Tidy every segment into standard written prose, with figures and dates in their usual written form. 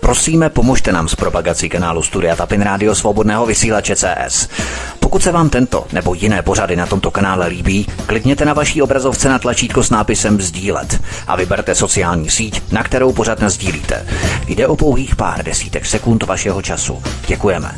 Prosíme, pomožte nám s propagací kanálu Studia Tapin Rádio Svobodného vysílače CS. Pokud se vám tento nebo jiné pořady na tomto kanále líbí, klikněte na vaší obrazovce na tlačítko s nápisem sdílet a vyberte sociální síť, na kterou pořad nasdílíte. Jde o pouhých pár desítek sekund vašeho času. Děkujeme.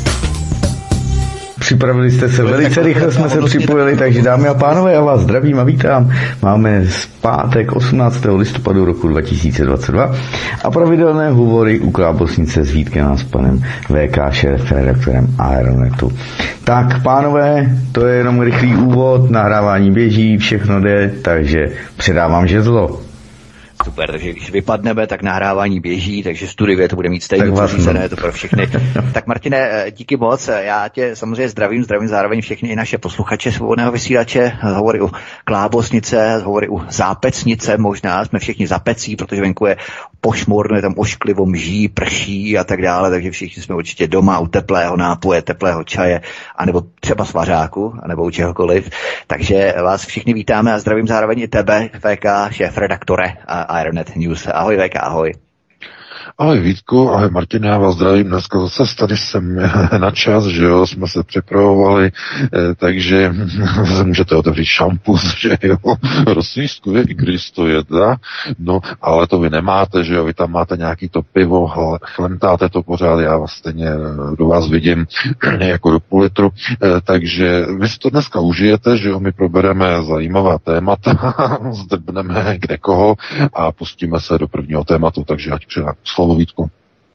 Připravili jste se, velice rychle jsme se připojili, takže dámy a pánové, já vás zdravím a vítám. Máme pátek 18. listopadu roku 2022 a pravidelné hovory u Klábosnice s Vítkem a s panem VK, šéfredaktorem Aeronetu. Tak, pánové, to je jenom rychlý úvod, nahrávání běží, všechno jde, takže předávám žezlo. Super, takže když vypadneme, tak nahrávání běží, takže studie to bude mít stejně pořízené, to pro všechny. Tak Martine, díky moc, já tě samozřejmě zdravím zároveň všechny i naše posluchače Svobodného vysílače, hovory u Klábosnice, hovory u Zápecnice, možná jsme všichni zapecí, protože venku je pošmurno, je tam ošklivo, mží, prší a tak dále, takže všichni jsme určitě doma u teplého nápoje, teplého čaje, anebo třeba svařáku, anebo u čehokoliv. Takže vás všichni vítáme a zdravím zároveň i tebe, VK, šéfredaktore Aeronet News. Ahoj VK, ahoj. Ahoj Vítku, ahoj Martin, já vás zdravím, dneska zase tady jsem na čas, že jo, jsme se připravovali, takže můžete otevřít šampus, že jo, rosísku je, i když to je, no, ale to vy nemáte, že jo, vy tam máte nějaký to pivo, chlemtáte to pořád, já vás stejně do vás vidím jako do půl litru, takže vy si to dneska užijete, že jo, my probereme zajímavá témata, zdrbneme kde koho a pustíme se do prvního tématu, takže ať předám slovo Vítku.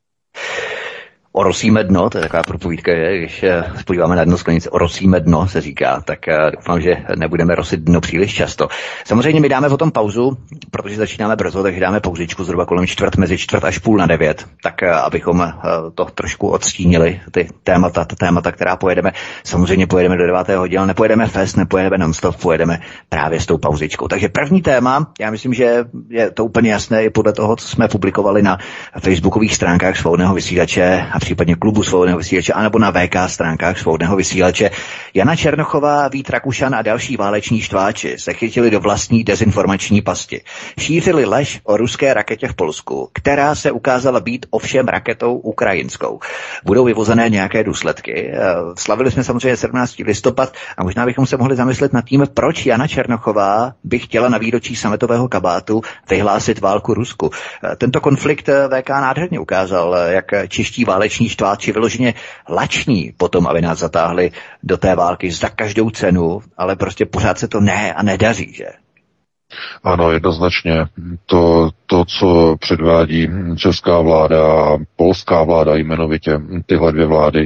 Orosíme dno, to je taková propovídka, když podíváme na dno sklenice, orosíme dno, se říká, tak doufám, že nebudeme rosit dno příliš často. Samozřejmě my dáme potom pauzu, protože začínáme brzo, takže dáme pauzičku zhruba kolem mezi 8:45, tak abychom to trošku odstínili, ta témata, která pojedeme. Samozřejmě pojedeme do 9. hodiny, ale nepojedeme fest, nepojedeme non-stop, pojedeme právě s tou pauzičkou. Takže první téma, já myslím, že je to úplně jasné i podle toho, co jsme publikovali na facebookových stránkách Svobodného vysílače a případně klubu Svobodného vysílače, anebo na VK stránkách Svobodného vysílače. Jana Černochová, Vít Rakušan a další váleční štváči se chytili do vlastní dezinformační pasti. Šířili lež o ruské raketě v Polsku, která se ukázala být ovšem raketou ukrajinskou. Budou vyvozené nějaké důsledky. Slavili jsme samozřejmě 17. listopad a možná bychom se mohli zamyslet nad tím, proč Jana Černochová by chtěla na výročí sametového kabátu vyhlásit válku Rusku. Tento konflikt VK nádherně ukázal, jak čeští váleční štváči vyloženě lační potom, aby nás zatáhli do té války za každou cenu, ale prostě pořád se to nedaří, že? Ano, jednoznačně. To, co předvádí česká vláda a polská vláda, jmenovitě tyhle dvě vlády,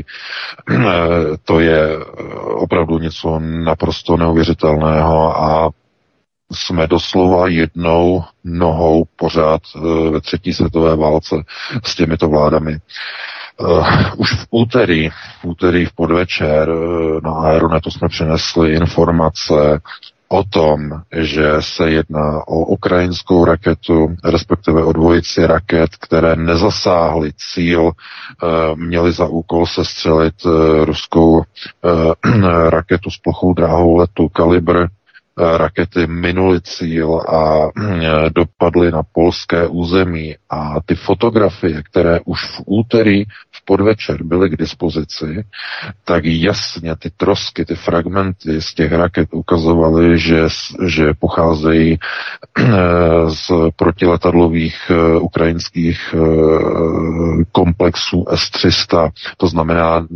to je opravdu něco naprosto neuvěřitelného a jsme doslova jednou nohou pořád ve třetí světové válce s těmito vládami. Už v úterý v podvečer na Aeronetu jsme přinesli informace o tom, že se jedná o ukrajinskou raketu, respektive o dvojici raket, které nezasáhly cíl, měly za úkol sestřelit ruskou raketu s plochou dráhou letu Kalibr. Rakety minuly cíl a dopadly na polské území a ty fotografie, které už v úterý v podvečer byly k dispozici, tak jasně ty trosky, ty fragmenty z těch raket ukazovaly, že pocházejí z protiletadlových ukrajinských komplexů S-300. To znamená,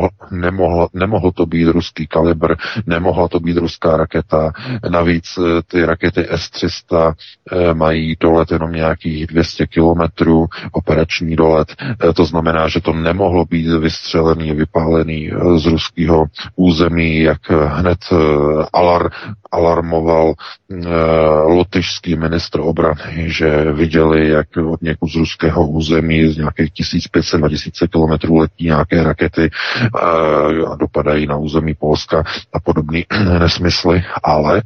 nemohl to být ruský Kalibr, nemohla to být ruská raketa. Navíc ty rakety S-300 mají dolet jenom nějakých 200 kilometrů, operační dolet. To znamená, že to nemohlo být vystřelený, vypálený z ruského území, jak hned alarmoval lotyšský ministr obrany, že viděli, jak od někud z ruského území z nějakých 1500-2000 kilometrů letí nějaké rakety a dopadají na území Polska a podobný nesmysly, ale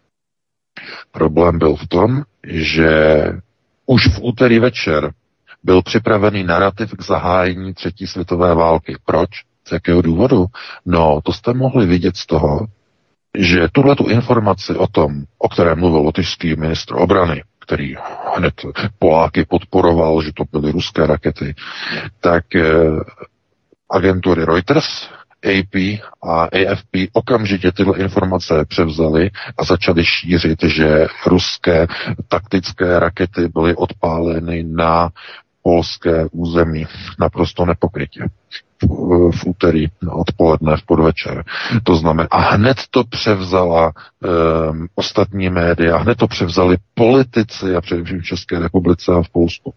problém byl v tom, že už v úterý večer byl připravený narrativ k zahájení třetí světové války. Proč? Z jakého důvodu? No, to jste mohli vidět z toho, že tuhletu informaci o tom, o které mluvil lotyšský ministr obrany, který hned Poláky podporoval, že to byly ruské rakety, tak agentury Reuters, AP a AFP okamžitě tyhle informace převzaly a začaly šířit, že ruské taktické rakety byly odpáleny na polské území naprosto nepokrytě v úterý odpoledne, v podvečer. To znamená, a hned to převzala ostatní média, hned to převzali politici a především v České republice a v Polsku.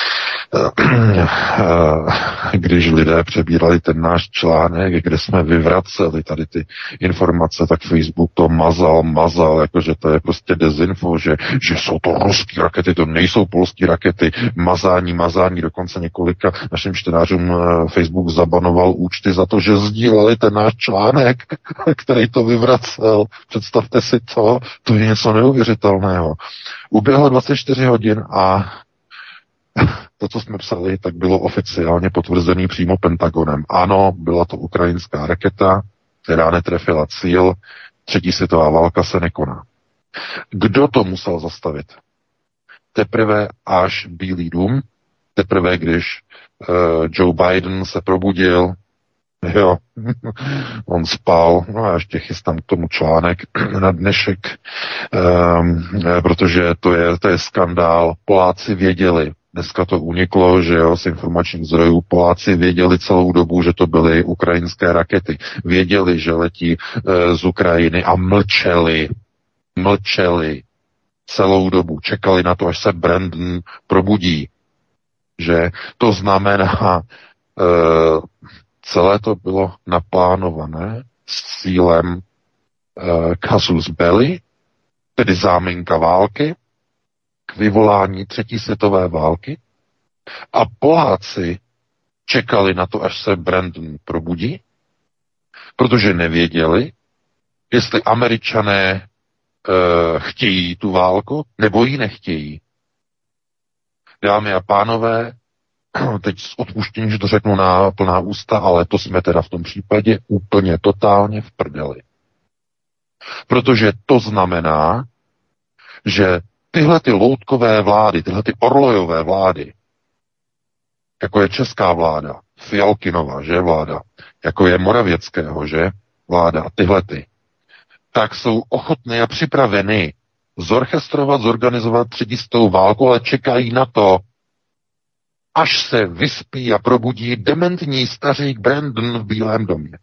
Když lidé přebírali ten náš článek, kde jsme vyvraceli tady ty informace, tak Facebook to mazal, jakože to je prostě dezinfo, že jsou to ruské rakety, to nejsou polské rakety, mazání, dokonce několika našim čtenářům Facebook zabanoval účty za to, že sdíleli ten náš článek, který to vyvracel. Představte si to je něco neuvěřitelného. Uběhlo 24 hodin a to, co jsme psali, tak bylo oficiálně potvrzený přímo Pentagonem. Ano, byla to ukrajinská raketa, která netrefila cíl, třetí světová válka se nekoná. Kdo to musel zastavit? Teprve až Bílý dům, teprve když Joe Biden se probudil, jo, on spal, no a ještě chystám k tomu článek na dnešek, protože to je skandál. Poláci věděli, dneska to uniklo, že jo, z informačních zdrojů, Poláci věděli celou dobu, že to byly ukrajinské rakety. Věděli, že letí z Ukrajiny a mlčeli celou dobu. Čekali na to, až se Brandon probudí. Že to znamená, celé to bylo naplánované s cílem casus belli, tedy záminka války, k vyvolání třetí světové války, a Poláci čekali na to, až se Brandon probudí, protože nevěděli, jestli Američané chtějí tu válku, nebo ji nechtějí. Dámy a pánové, teď s odpuštěním, že to řeknu na plná ústa, ale to jsme teda v tom případě úplně totálně v prdeli. Protože to znamená, že tyhle ty loutkové vlády, tyhle ty orlojové vlády, jako je česká vláda, Fialkinova, že vláda, jako je Moravěckého, že vláda, tyhle ty, tak jsou ochotné a připraveny zorchestrovat, zorganizovat třetí světovou válku, ale čekají na to, až se vyspí a probudí dementní stařík Brandon v Bílém domě.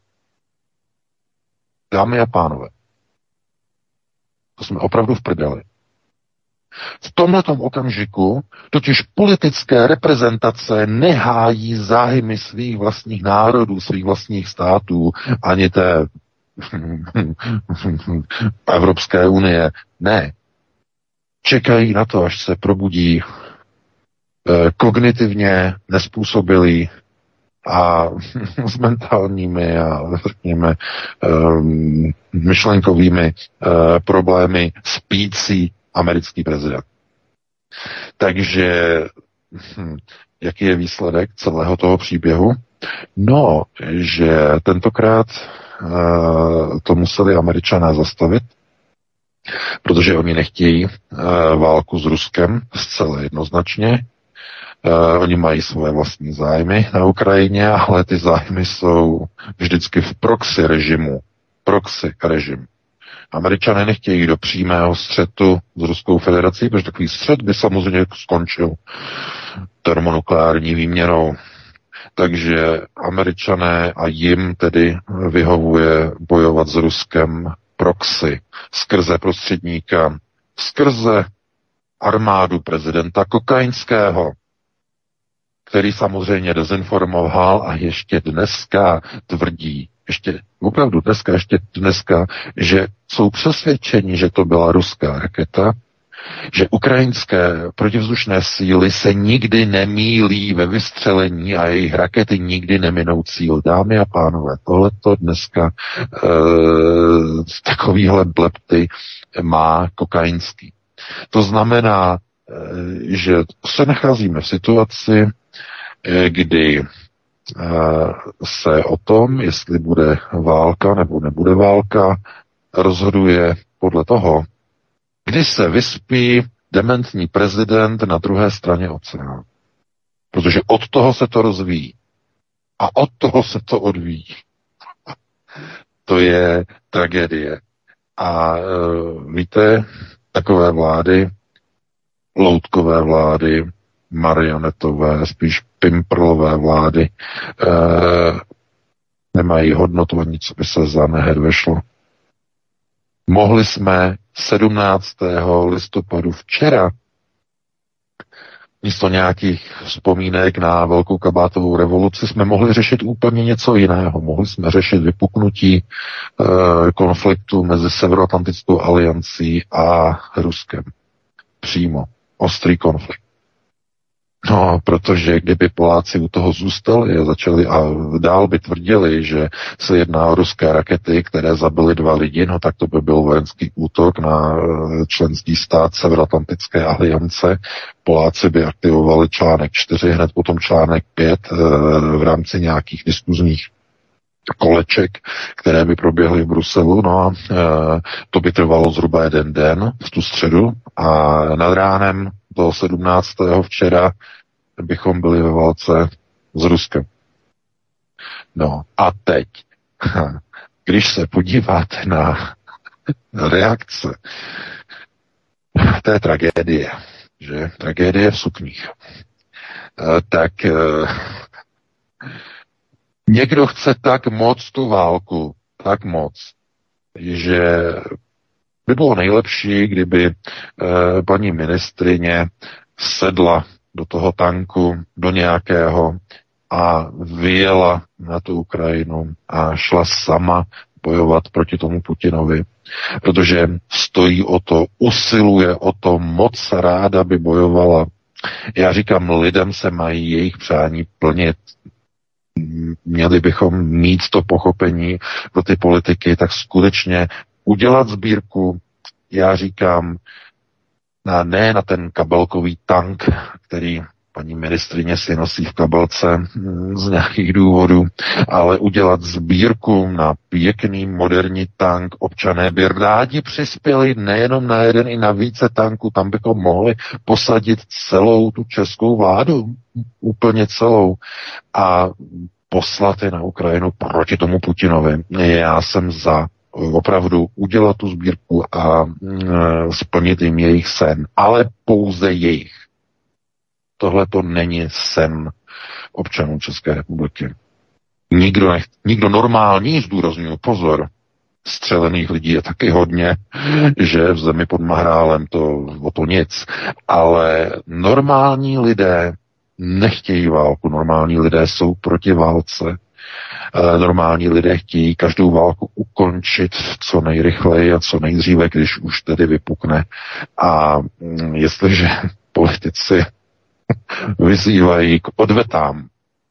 Dámy a pánové, to jsme opravdu v prdeli. V tomhletom okamžiku totiž politické reprezentace nehájí zájmy svých vlastních národů, svých vlastních států, ani té Evropské unie. Ne. Čekají na to, až se probudí kognitivně nezpůsobilí a s mentálními a řekněme myšlenkovými problémy spící americký prezident. Takže jaký je výsledek celého toho příběhu? No, že tentokrát to museli Američané zastavit, protože oni nechtějí válku s Ruskem zcela jednoznačně. Oni mají svoje vlastní zájmy na Ukrajině, ale ty zájmy jsou vždycky v proxy režimu. Proxy režim. Američané nechtějí do přímého střetu s Ruskou federací, protože takový střet by samozřejmě skončil termonukleární výměnou. Takže Američané a jim tedy vyhovuje bojovat s Ruskem proxy, skrze prostředníka, skrze armádu prezidenta Kokainského, který samozřejmě dezinformoval a ještě dneska tvrdí, ještě dneska, že jsou přesvědčeni, že to byla ruská raketa, že ukrajinské protivzdušné síly se nikdy nemýlí ve vystřelení a jejich rakety nikdy neminou cíl. Dámy a pánové, tohleto dneska takovýhle blepty má Kokainský. To znamená, že se nacházíme v situaci, kdy se o tom, jestli bude válka nebo nebude válka, rozhoduje podle toho, kdy se vyspí dementní prezident na druhé straně oceánu. Protože od toho se to rozvíjí. A od toho se to odvíjí. To je tragédie. A víte, takové vlády, loutkové vlády, marionetové, spíš pimprlové vlády, nemají hodnotu ani co by se za nehed vešlo. Mohli jsme 17. listopadu včera místo nějakých vzpomínek na velkou kabátovou revoluci jsme mohli řešit úplně něco jiného. Mohli jsme řešit vypuknutí konfliktu mezi Severoatlantickou aliancí a Ruskem. Přímo. Ostrý konflikt. No, protože kdyby Poláci u toho zůstali a začali a dál by tvrdili, že se jedná o ruské rakety, které zabily 2 lidi, no tak to by byl vojenský útok na členský stát Severoatlantické aliance. Poláci by aktivovali článek 4, hned potom článek 5 v rámci nějakých diskuzních koleček, které by proběhly v Bruselu, no a to by trvalo zhruba 1 den v tu středu a nad ránem do 17. včera bychom byli ve válce s Ruskem. No a teď, když se podíváte na reakce, to je tragédie, že? Tragédie v sukních. Tak někdo chce tak moc tu válku, tak moc, že by bylo nejlepší, kdyby paní ministryně sedla do toho tanku, do nějakého a vyjela na tu Ukrajinu a šla sama bojovat proti tomu Putinovi, protože stojí o to, usiluje o to, moc ráda by bojovala. Já říkám, lidem se mají jejich přání plnit. Měli bychom mít to pochopení pro ty politiky, tak skutečně udělat sbírku, já říkám, ne na ten kabelkový tank, který paní ministrině si nosí v kabelce z nějakých důvodů, ale udělat sbírku na pěkný moderní tank. Občané by rádi přispěli nejenom na jeden, i na více tanků. Tam bychom mohli posadit celou tu českou vládu, úplně celou, a poslat je na Ukrajinu proti tomu Putinovi. Já jsem za opravdu udělat tu sbírku a splnit jim jejich sen, ale pouze jejich. Tohle to není sen občanů České republiky. Nikdo normální, zdůrazňuji, pozor, střelených lidí je taky hodně, že v zemi pod Mahrálem o to nic, ale normální lidé nechtějí válku, normální lidé jsou proti válce, normální lidé chtějí každou válku ukončit co nejrychleji a co nejdříve, když už tedy vypukne. A jestliže politici vyzývají k odvetám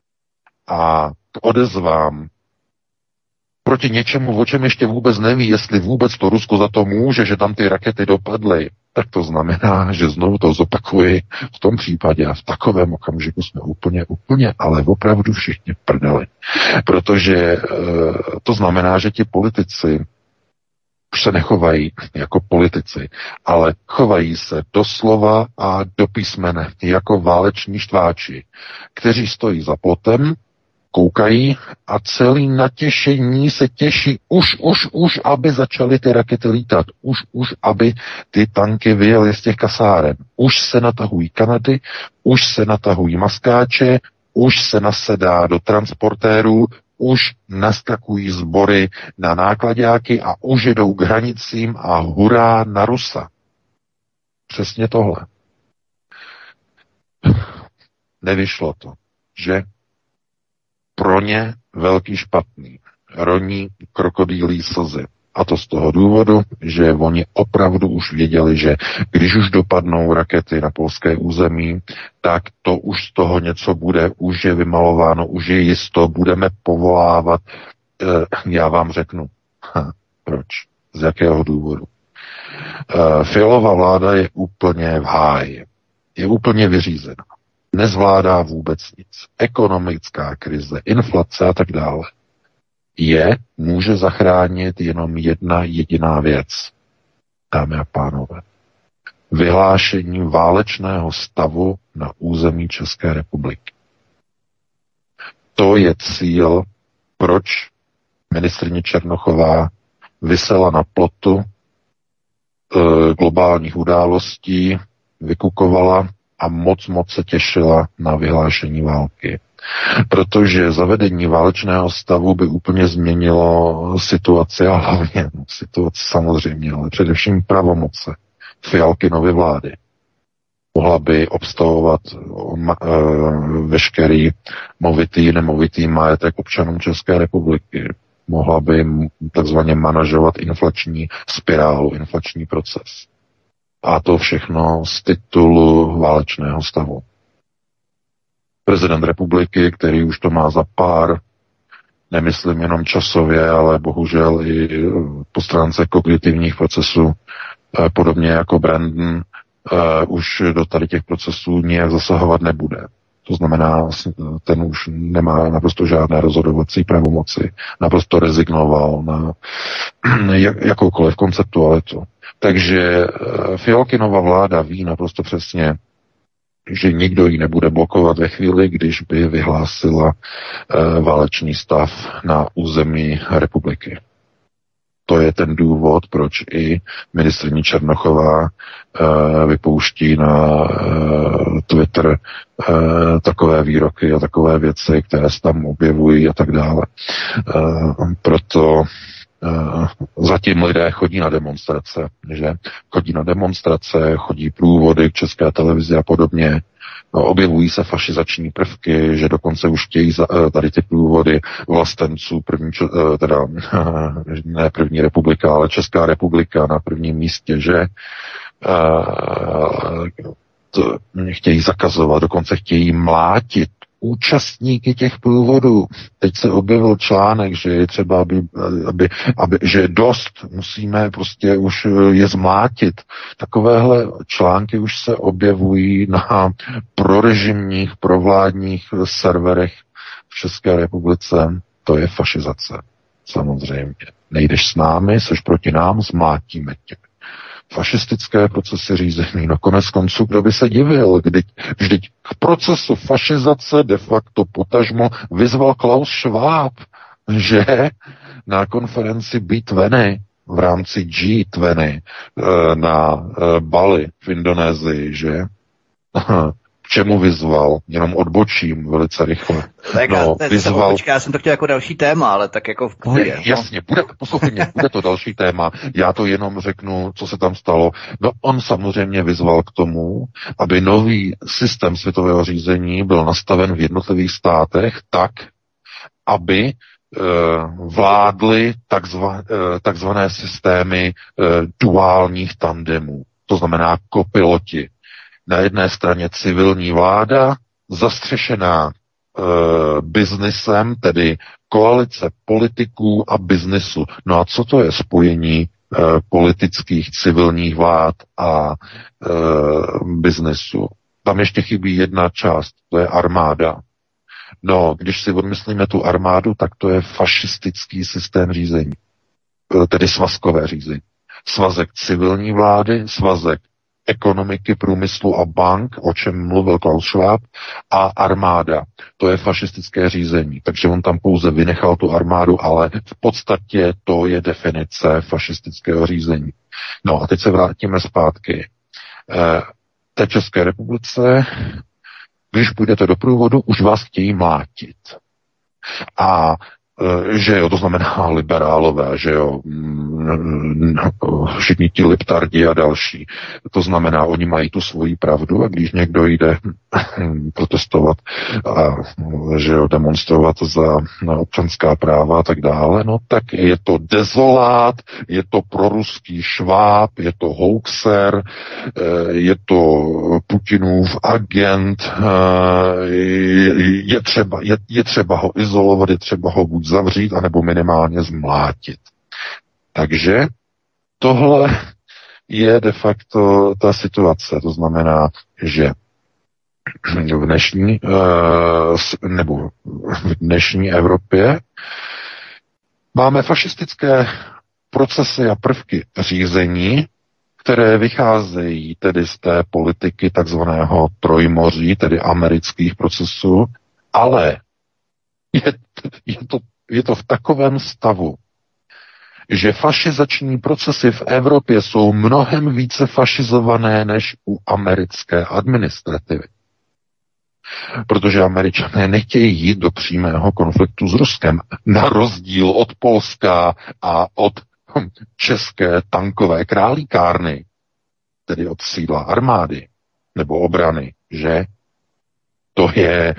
a k odezvám proti něčemu, o čem ještě vůbec neví, jestli vůbec to Rusko za to může, že tam ty rakety dopadly, tak to znamená, že znovu to zopakuji, v tom případě a v takovém okamžiku jsme úplně, ale opravdu všichni prdeli. Protože to znamená, že ti politici už se nechovají jako politici, ale chovají se doslova a do písmene jako váleční štváči, kteří stojí za plotem, koukají a celý natěšení se těší už, aby začaly ty rakety lítat, už, aby ty tanky vyjely z těch kasáren. Už se natahují kanady, už se natahují maskáče, už se nasedá do transportérů, už naskakují sbory na nákladáky a už jdou k hranicím a hurá na Rusa. Přesně tohle. Nevyšlo to, že? Pro ně velký špatný. Roní krokodýlí slzy. A to z toho důvodu, že oni opravdu už věděli, že když už dopadnou rakety na polské území, tak to už z toho něco bude, už je vymalováno, už je jisto, budeme povolávat. Já vám řeknu, proč, z jakého důvodu. Fialová vláda je úplně v háji, je úplně vyřízená. Nezvládá vůbec nic. Ekonomická krize, inflace a tak dále. Může zachránit jenom jedna jediná věc. Dámy a pánové. vyhlášení válečného stavu na území České republiky. To je cíl, proč ministryně Černochová visela na plotu globálních událostí, vykukovala a moc se těšila na vyhlášení války. Protože zavedení válečného stavu by úplně změnilo situaci a hlavně situaci samozřejmě, ale především pravomoce Fialkinovy vlády. Mohla by obstavovat veškerý movitý, nemovitý majetek občanům České republiky. Mohla by takzvaně manažovat inflační spirálu, inflační proces. A to všechno z titulu válečného stavu. Prezident republiky, který už to má za pár, nemyslím jenom časově, ale bohužel i po stránce kognitivních procesů, podobně jako Brandon, už do tady těch procesů nijak zasahovat nebude. To znamená, ten už nemá naprosto žádné rozhodovací pravomoci. Naprosto rezignoval na jakoukoliv konceptualitu. Takže Fialkinova vláda ví naprosto přesně, že nikdo ji nebude blokovat ve chvíli, když by vyhlásila válečný stav na území republiky. To je ten důvod, proč i ministryně Černochová vypouští na Twitter takové výroky a takové věci, které se tam objevují a tak dále. Proto zatím lidé chodí na demonstrace, že? Chodí na demonstrace, chodí průvody k České televizi a podobně. Objevují se fašizační prvky, že dokonce už chtějí tady ty průvody vlastenců, ne první republika, ale Česká republika na prvním místě, že to chtějí zakazovat, dokonce chtějí mlátit účastníky těch průvodů. Teď se objevil článek, že je třeba, že je dost, musíme prostě už je zmlátit. Takovéhle články už se objevují na prorežimních, provládních serverech v České republice. To je fašizace, samozřejmě. Nejdeš s námi, seš proti nám, zmlátíme tě. Fašistické procesy řízení. No konec konců, kdo by se divil, vždyť k procesu fašizace de facto potažmo vyzval Klaus Schwab, že na konferenci B20 v rámci G20 na Bali v Indonésii, že k čemu vyzval? Jenom odbočím velice rychle. Tak vyzval... já jsem to chtěl jako další téma, ale tak jako v pohodě. Jasně, bude to další téma. Já to jenom řeknu, co se tam stalo. No on samozřejmě vyzval k tomu, aby nový systém světového řízení byl nastaven v jednotlivých státech tak, aby vládly takzvané systémy duálních tandemů. To znamená kopiloti. Na jedné straně civilní vláda, zastřešená biznisem, tedy koalice politiků a biznisu. No a co to je spojení politických civilních vlád a biznisu? Tam ještě chybí jedna část, to je armáda. No, když si odmyslíme tu armádu, tak to je fašistický systém řízení, tedy svazkové řízení. Svazek civilní vlády, svazek ekonomiky, průmyslu a bank, o čem mluvil Klaus Schwab, a armáda. To je fašistické řízení. Takže on tam pouze vynechal tu armádu, ale v podstatě to je definice fašistického řízení. No a teď se vrátíme zpátky. Té České republice, když půjdete do průvodu, už vás chtějí mlátit. A že jo, to znamená liberálové, že jo, všichni ti liptardi a další. To znamená, oni mají tu svoji pravdu a když někdo jde protestovat a že jo, demonstrovat za občanská práva a tak dále, no tak je to dezolát, je to proruský šváb, je to hoaxer, je to Putinův agent, je třeba ho izolovat, je třeba ho buď zavřít, anebo minimálně zmlátit. Takže tohle je de facto ta situace. To znamená, že v dnešní Evropě máme fašistické procesy a prvky řízení, které vycházejí tedy z té politiky takzvaného trojmoří, tedy amerických procesů, ale je to v takovém stavu, že fašizační procesy v Evropě jsou mnohem více fašizované než u americké administrativy. Protože Američané nechtějí jít do přímého konfliktu s Ruskem, na rozdíl od Polska a od české tankové králíkárny, tedy od sídla armády nebo obrany, že? To je,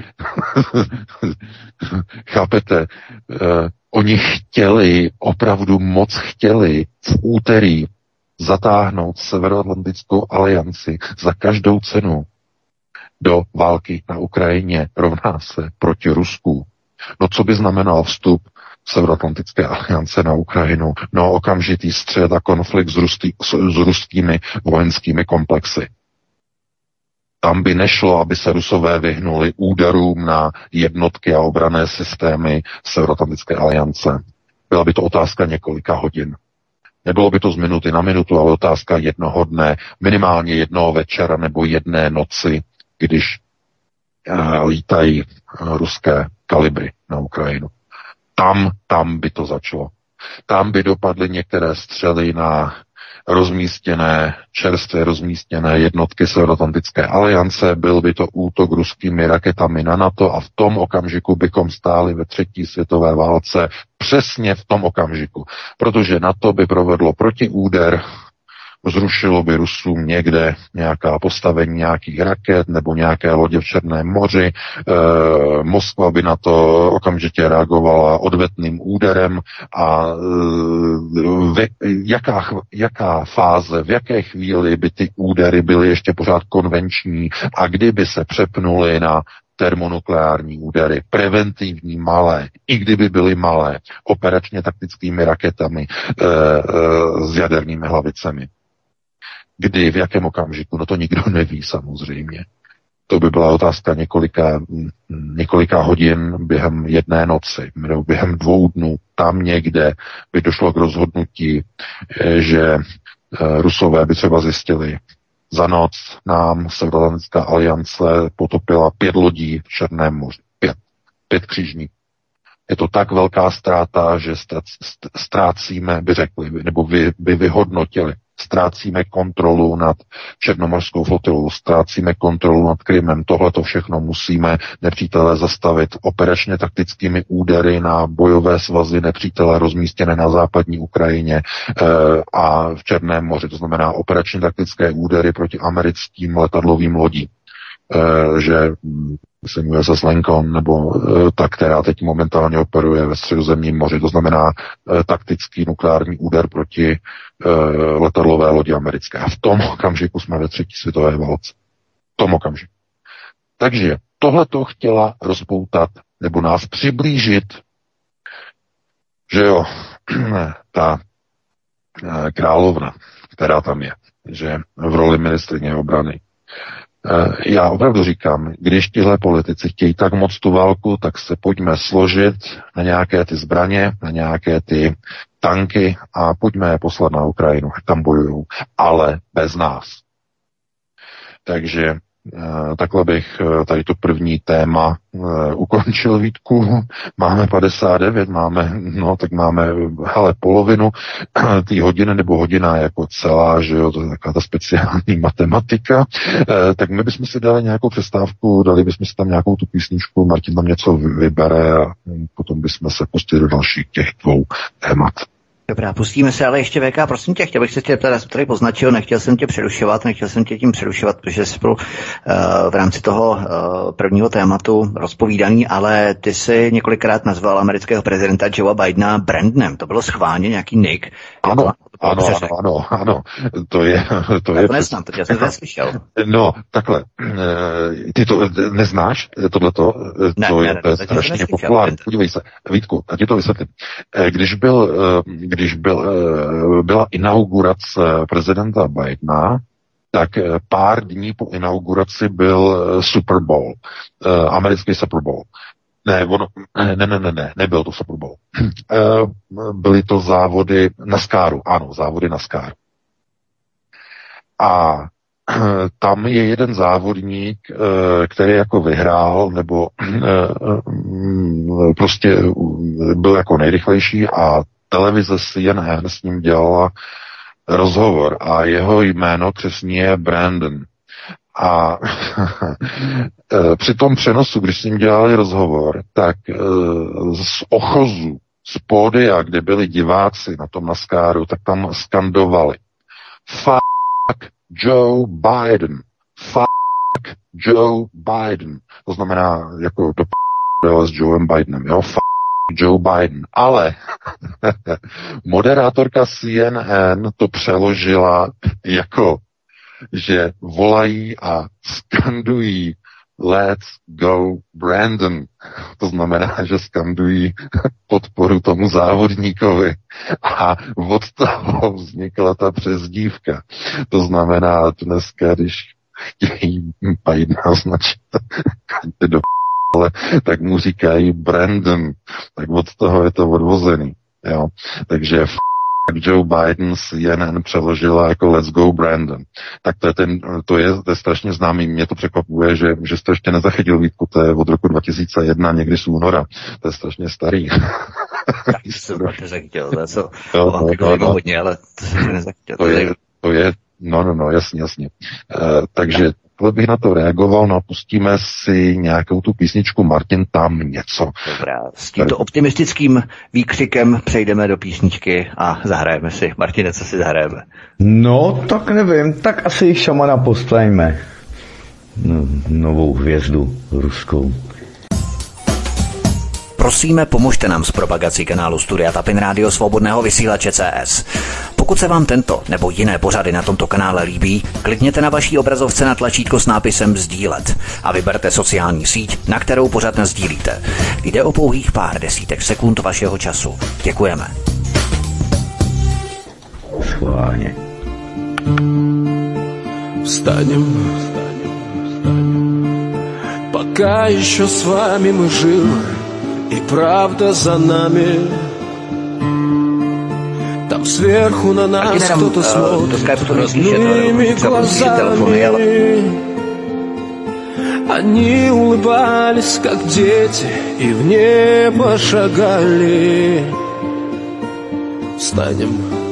chápete, oni chtěli, opravdu moc chtěli v úterý zatáhnout Severoatlantickou alianci za každou cenu do války na Ukrajině, rovná se proti Rusku. No co by znamenal vstup Severoatlantické aliance na Ukrajinu? No okamžitý střet a konflikt s ruskými vojenskými komplexy. Tam by nešlo, aby se Rusové vyhnuli úderům na jednotky a obranné systémy Severoatlantické aliance. Byla by to otázka několika hodin. Nebylo by to z minuty na minutu, ale otázka jednoho dne, minimálně jednoho večera nebo jedné noci, když lítají ruské kalibry na Ukrajinu. Tam by to začalo. Tam by dopadly některé střely na čerstvě rozmístěné jednotky Severoatlantické aliance, byl by to útok ruskými raketami na NATO a v tom okamžiku bychom stáli ve třetí světové válce, přesně v tom okamžiku, protože NATO by provedlo protiúder, zrušilo by Rusům někde nějaká postavení nějakých raket nebo nějaké lodě v Černém moři. Moskva by na to okamžitě reagovala odvetným úderem a jaká fáze, v jaké chvíli by ty údery byly ještě pořád konvenční a kdyby se přepnuly na termonukleární údery, preventivní malé, i kdyby byly malé, operačně taktickými raketami s jadernými hlavicemi. Kdy, v jakém okamžiku, no to nikdo neví samozřejmě. To by byla otázka několika hodin během jedné noci, nebo během 2 dnů. Tam někde by došlo k rozhodnutí, že Rusové by třeba zjistili, za noc nám Severoatlantická aliance potopila 5 lodí v Černém moři. 5 křižníků. Je to tak velká ztráta, že ztrácíme, by řekli, nebo by vyhodnotili, ztrácíme kontrolu nad černomořskou flotilou, ztrácíme kontrolu nad Krymem. Tohle to všechno musíme nepřítele zastavit operačně taktickými údery na bojové svazy nepřítele rozmístěné na západní Ukrajině a v Černém moři. To znamená operačně taktické údery proti americkým letadlovým lodím. Že se jmenuje USS Lincoln, nebo ta, která teď momentálně operuje ve Středozemním moři. To znamená taktický nukleární úder proti letadlové lodi americké. A v tom okamžiku jsme ve 3. světové válce. V tom okamžiku. Takže tohleto chtěla rozpoutat, nebo nás přiblížit, že jo, ta královna, která tam je, že v roli ministryně obrany. Já opravdu říkám, když tihle politici chtějí tak moc tu válku, tak se pojďme složit na nějaké ty zbraně, na nějaké ty tanky a pojďme je poslat na Ukrajinu, tam bojujou, ale bez nás. Takže takhle bych tady to první téma ukončil, Vítku. Máme 59, tak máme polovinu té hodiny, nebo hodina jako celá, že jo, to je taková ta speciální matematika. Tak my bychom si dali nějakou přestávku, dali bychom si tam nějakou tu písničku, Martin tam něco vybere a potom bychom se pustili do dalších těch 2 témat. Dobrá, pustíme se, ale ještě VK, prosím tě, chtěl bych se tě tady poznačil, nechtěl jsem tě tím přerušovat, protože jsi byl v rámci toho prvního tématu rozpovídaný, ale ty jsi několikrát nazval amerického prezidenta Joea Bidena Brandnem, to bylo schválně nějaký nick. Ano, to je... To neznám, to já jsem to neslyšel. No, takhle, ty to neznáš, tohleto? To je strašně populární. Podívej se, Vítku, a ti to vysvětlím. Když byla inaugurace prezidenta Bidena, tak pár dní po inauguraci byl Super Bowl, americký Super Bowl. Ne, nebyl to Super Bowl. Byly to závody NASCARu, ano, závody NASCARu. A tam je jeden závodník, který jako vyhrál, nebo prostě byl jako nejrychlejší a televize CNN s ním dělala rozhovor a jeho jméno křestní je Brandon. A při tom přenosu, když s ním dělali rozhovor, tak z ochozu, z pódia, kde byli diváci na tom NASCARu, tak tam skandovali fuck Joe Biden, fuck Joe Biden. To znamená jako s Joem Bidenem, jo, fuck Joe Biden. Ale moderátorka CNN to přeložila jako, že volají a skandují Let's go Brandon. To znamená, že skandují podporu tomu závodníkovi. A od toho vznikla ta přezdívka. To znamená, dneska, když chtějí Bidena označit do ale tak mu říkají Brandon. Tak od toho je to odvozený. Jo? Takže Joe Biden CNN přeložila jako Let's go Brandon. Tak to je strašně známý. Mě to překvapuje, že jste ještě nezachytil, Vítku, to je od roku 2001, někdy z února. To je strašně starý. Tak jsem to nezachytil, to hodně, ale to jsem nezachytil. No, jasně. Takže tohle bych na to reagoval, no a pustíme si nějakou tu písničku Martin tam něco. Dobrá, s tímto optimistickým výkřikem přejdeme do písničky a zahrajeme si. Martine, co si zahrajeme? No, tak nevím, tak asi Šamana postajme. Novou hvězdu ruskou. Prosíme, pomožte nám s propagací kanálu Studia Tapin Rádio Svobodného vysílače CS. Pokud se vám tento nebo jiné pořady na tomto kanále líbí, klikněte na vaší obrazovce na tlačítko s nápisem sdílet a vyberte sociální síť, na kterou pořad nasdílíte. Jde o pouhých pár desítek sekund vašeho času. Děkujeme. Schválně. Встанем, пока еще с вами мы живы, и правда за нами. Там сверху на нас кто-то смотрит родными глазами. Они улыбались, как дети, и в небо шагали. Встанем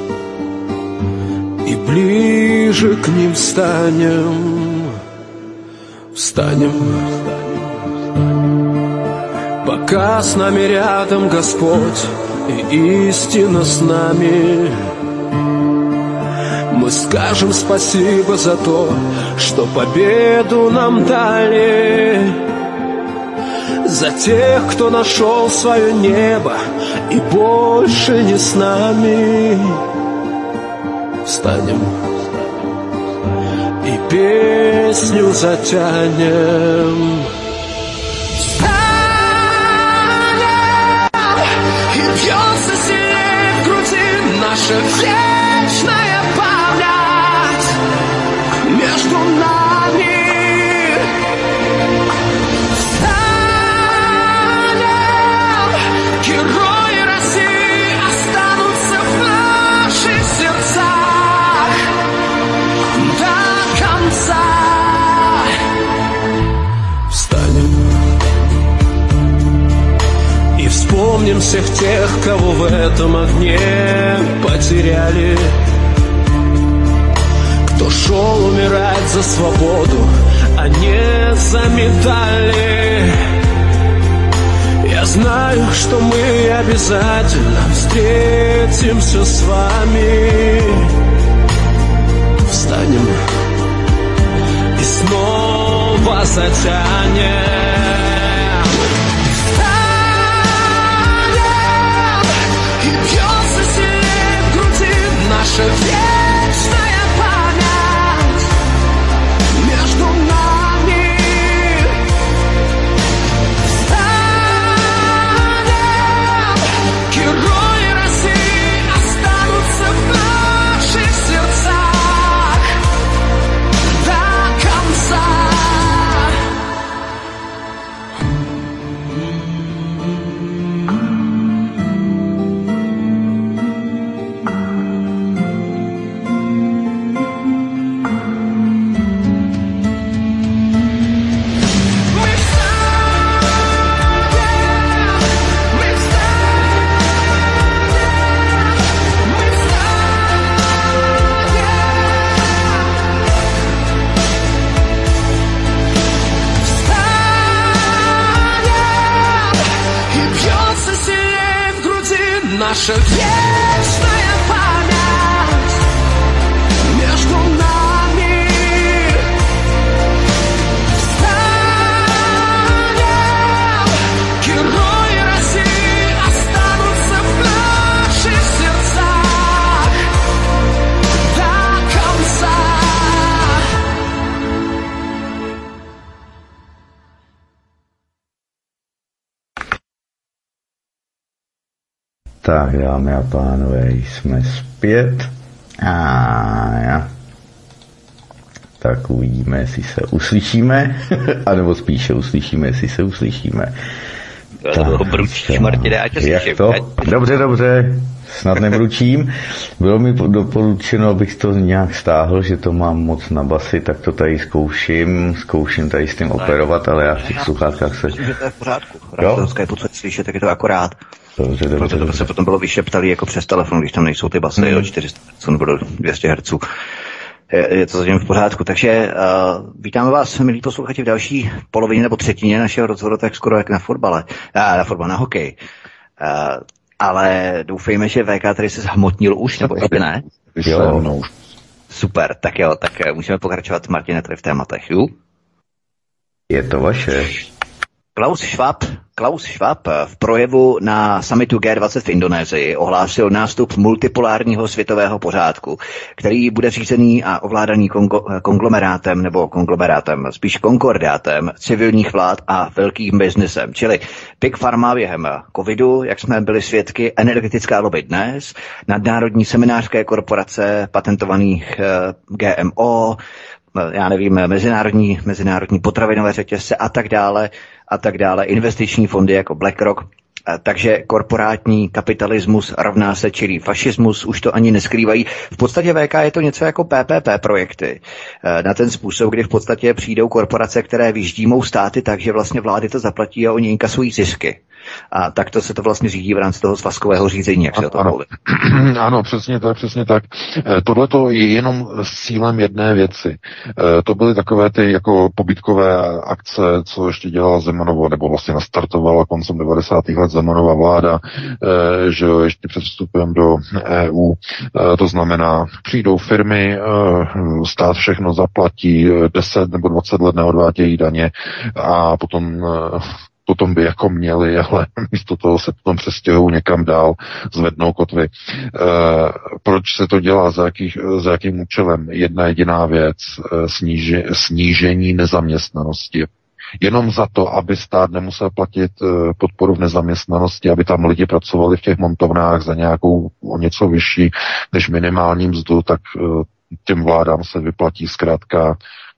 и ближе к ним станем. Встанем, пока с нами рядом Господь и истина с нами. Мы скажем спасибо за то, что победу нам дали, за тех, кто нашел свое небо и больше не с нами. Встанем и песню затянем. Бьется сильнее в груди наша вечная память между нами. Встанем, герои России останутся в наших сердцах до конца. Встанем и вспомним всех тех, кого в этом огне потеряли, кто шел умирать за свободу, а не за медали. Я знаю, что мы обязательно встретимся с вами. Встанем и снова затянем. Наша вечная память между нами. Встанем, герои России останутся в наших сердцах до конца. наша вечная память между нами. Встанем, герои России останутся в наших сердцах до конца. Tak, dámy a pánové, jsme zpět. Tak uvidíme, jestli se uslyšíme, anebo spíše uslyšíme, jestli se uslyšíme. Bručíš, Martine, ať jak to? Dobře, snad nebručím. Bylo mi doporučeno, abych to nějak stáhl, že to mám moc na basy, tak to tady zkouším tady s tím operovat, ale já v těch sluchátkách se... Myslím, že to je v pořádku. To Skypeu, co slyšet, tak je to akorát. Dobře. Proto se potom bylo vyšeptalý jako přes telefon, když tam nejsou ty basy o 400 Hz nebo do 200 Hz. Je to zatím v pořádku. Takže vítáme vás, milí posluchači, v další polovině nebo třetině našeho rozhovoru, tak skoro jak na fotbale. Na hokej. Ale doufejme, že VK tady se zhmotnil už, nebo ještě ne? Jo. Super, tak můžeme pokračovat, Martine, tady v tématech, jo? Je to vaše. Klaus Schwab v projevu na summitu G20 v Indonésii ohlásil nástup multipolárního světového pořádku, který bude řízený a ovládaný konglomerátem, spíš konkordátem civilních vlád a velkým biznesem. Čili Big Pharma během covidu, jak jsme byli svědky, energetická lobby dnes, nadnárodní seminářské korporace patentovaných GMO, já nevím, mezinárodní potravinové řetězce a tak dále, investiční fondy jako BlackRock. Takže korporátní kapitalismus rovná se čirý fašismus, už to ani neskrývají. V podstatě VK je to něco jako PPP projekty. Na ten způsob, kdy v podstatě přijdou korporace, které vyždímou státy tak, že vlastně vlády to zaplatí a oni inkasují zisky. A takto se to vlastně řídí v rámci toho svazkového řízení, jak se to mluví. Ano, přesně tak. Tohle to je jenom s cílem jedné věci. To byly takové ty jako pobytkové akce, co ještě dělala Zemanovo, nebo vlastně nastartovala koncem 90. let Zemanova vláda, že ještě před vstupem do EU. To znamená, přijdou firmy, stát všechno zaplatí, 10 nebo 20 let neodvádějí daně a potom by jako měli, ale místo toho se potom přestěhují někam dál, zvednou kotvy. Proč se to dělá, za jakým účelem? Jedna jediná věc, snížení nezaměstnanosti. Jenom za to, aby stát nemusel platit podporu v nezaměstnanosti, aby tam lidi pracovali v těch montovnách za nějakou o něco vyšší než minimální mzdu, tak těm vládám se vyplatí zkrátka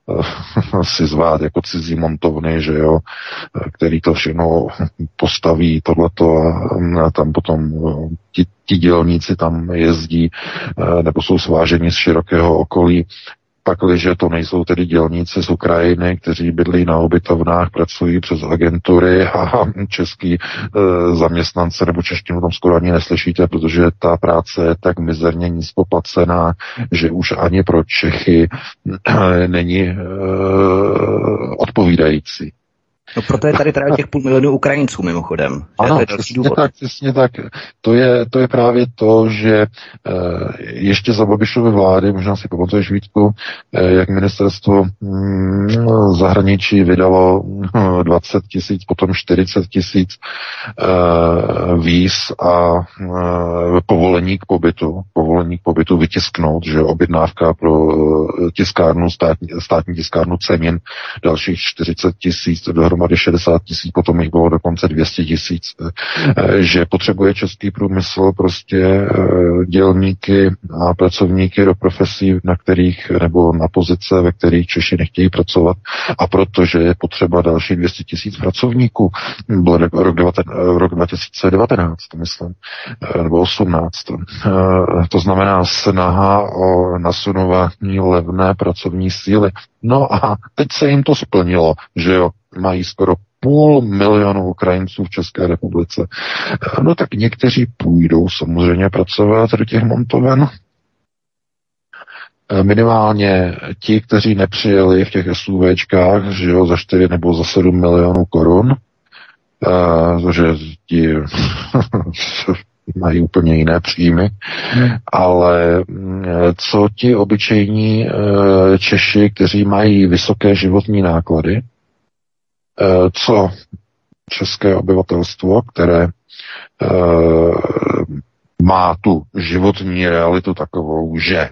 si zvát jako cizí montovny, že jo, který to všechno postaví, tohleto a tam potom ti dělníci tam jezdí nebo jsou sváženi z širokého okolí. Pakliže to nejsou tedy dělníci z Ukrajiny, kteří bydlí na ubytovnách, pracují přes agentury a český zaměstnance nebo češtinu tam skoro ani neslyšíte, protože ta práce je tak mizerně nízkoplacená, že už ani pro Čechy není odpovídající. No proto je tady teda těch 500 000 Ukrajinců mimochodem. Ano, přesně tak. To je právě to, že ještě za Babišovy vlády, možná si pamatuješ, Vítku, jak ministerstvo zahraničí vydalo 20 000, potom 40 000 víz a povolení k pobytu vytisknout, že objednávka pro tiskárnu, státní tiskárnu Cenin, dalších 40 000, dohromady 60 000, potom jich bylo dokonce 200 000, že potřebuje český průmysl prostě dělníky a pracovníky do profesí, na kterých, nebo na pozice, ve kterých Češi nechtějí pracovat, a protože je potřeba další 200 000 pracovníků, byl rok 2019, myslím, nebo 18. To znamená snaha o nasunování levné pracovní síly. No a teď se jim to splnilo, že jo, mají skoro 500 000 Ukrajinců v České republice. No tak někteří půjdou samozřejmě pracovat do těch montoven. Minimálně ti, kteří nepřijeli v těch SUVčkách, že jo, za 4 nebo za 7 milionů korun, protože ti mají úplně jiné příjmy, ale co ti obyčejní Češi, kteří mají vysoké životní náklady, co české obyvatelstvo, které má tu životní realitu takovou, že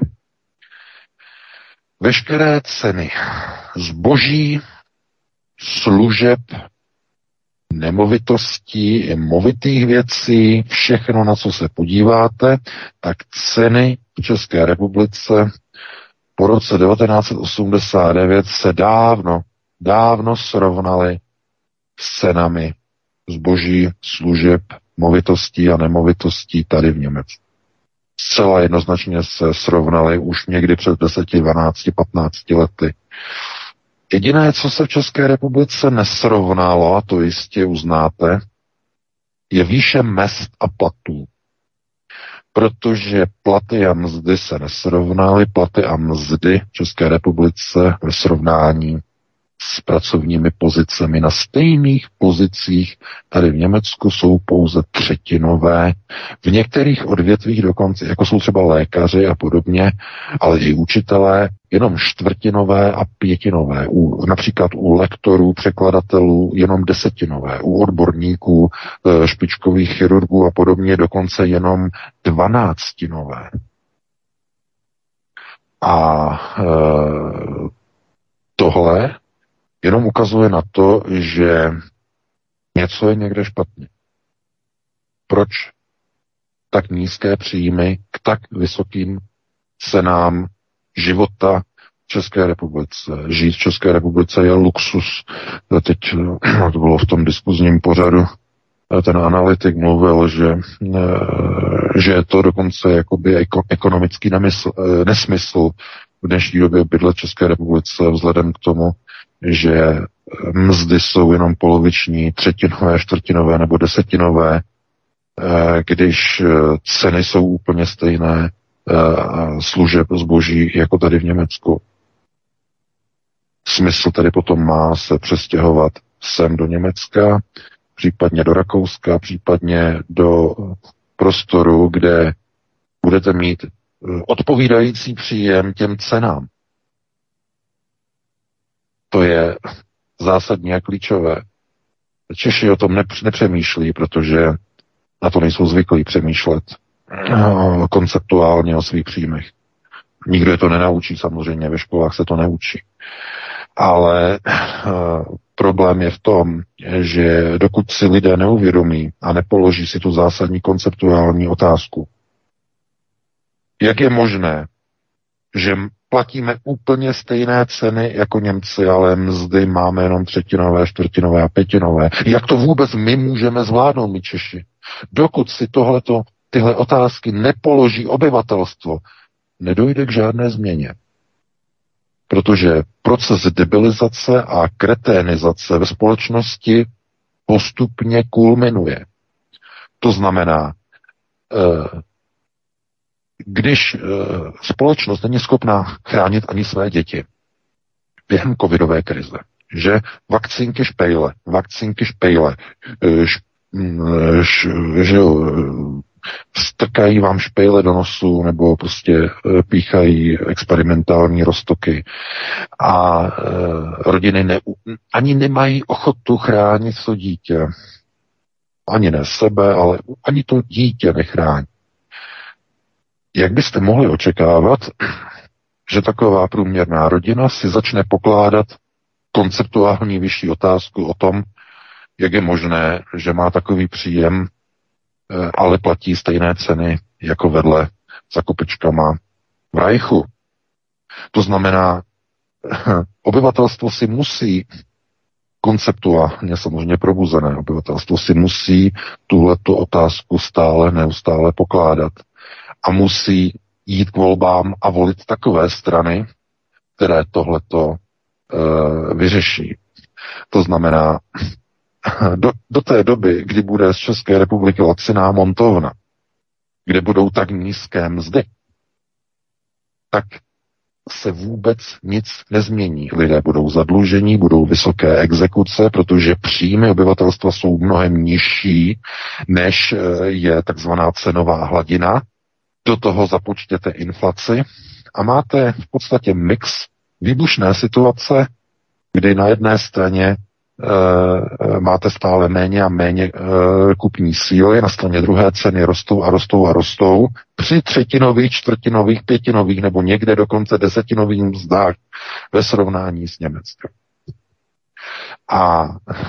veškeré ceny zboží, služeb, nemovitostí i movitých věcí, všechno, na co se podíváte, tak ceny v České republice po roce 1989 se dávno srovnaly s cenami zboží, služeb, movitostí a nemovitostí tady v Německu. Zcela jednoznačně se srovnaly už někdy před 10, 12, 15 lety. Jediné, co se v České republice nesrovnalo, a to jistě uznáte, je výše mezd a platů. Protože platy a mzdy se nesrovnaly, platy a mzdy v České republice ve srovnání s pracovními pozicemi na stejných pozicích tady v Německu jsou pouze třetinové, v některých odvětvích dokonce, jako jsou třeba lékaři a podobně, ale i učitelé, jenom čtvrtinové a pětinové. Například u lektorů, překladatelů jenom desetinové, u odborníků, špičkových chirurgů a podobně dokonce jenom 12tinové. A tohle jenom ukazuje na to, že něco je někde špatně. Proč tak nízké příjmy k tak vysokým cenám života v České republice? Žít v České republice je luxus. Teď to bylo v tom diskuzním pořadu, ten analytik mluvil, že je to dokonce jakoby ekonomický nesmysl v dnešní době bydlet v České republice vzhledem k tomu, že mzdy jsou jenom poloviční, třetinové, čtvrtinové nebo desetinové, když ceny jsou úplně stejné služeb zboží jako tady v Německu. Smysl tedy potom má se přestěhovat sem do Německa, případně do Rakouska, případně do prostoru, kde budete mít odpovídající příjem těm cenám. To je zásadně a klíčové. Češi o tom nepřemýšlí, protože na to nejsou zvyklí přemýšlet konceptuálně o svých příjmech. Nikdo je to nenaučí, samozřejmě, ve školách se to neučí. Ale problém je v tom, že dokud si lidé neuvědomí a nepoloží si tu zásadní konceptuální otázku, jak je možné, že platíme úplně stejné ceny jako Němci, ale mzdy máme jenom třetinové, čtvrtinové a pětinové. Jak to vůbec my můžeme zvládnout, my Češi? Dokud si tyhle otázky nepoloží obyvatelstvo, nedojde k žádné změně. Protože proces debilizace a kreténizace ve společnosti postupně kulminuje. To znamená, když společnost není schopná chránit ani své děti během covidové krize, že vakcínky špejle, že strkají vám špejle do nosu nebo prostě píchají experimentální roztoky a rodiny ani nemají ochotu chránit to dítě. Ani ne sebe, ale ani to dítě nechrání. Jak byste mohli očekávat, že taková průměrná rodina si začne pokládat konceptuální vyšší otázku o tom, jak je možné, že má takový příjem, ale platí stejné ceny jako vedle za kopičkama v Rajchu. To znamená, obyvatelstvo si musí, konceptuálně samozřejmě probuzené obyvatelstvo si musí tuhletu otázku neustále pokládat a musí jít k volbám a volit takové strany, které tohleto vyřeší. To znamená, do té doby, kdy bude z České republiky laciná montovna, kde budou tak nízké mzdy, tak se vůbec nic nezmění. Lidé budou zadlužení, budou vysoké exekuce, protože příjmy obyvatelstva jsou mnohem nižší, než je takzvaná cenová hladina. Do toho započtěte inflaci a máte v podstatě mix výbušné situace, kdy na jedné straně máte stále méně a méně kupní síly, na straně druhé ceny rostou a rostou a rostou při třetinových, čtvrtinových, pětinových nebo někde dokonce desetinových mzdách ve srovnání s Německem. A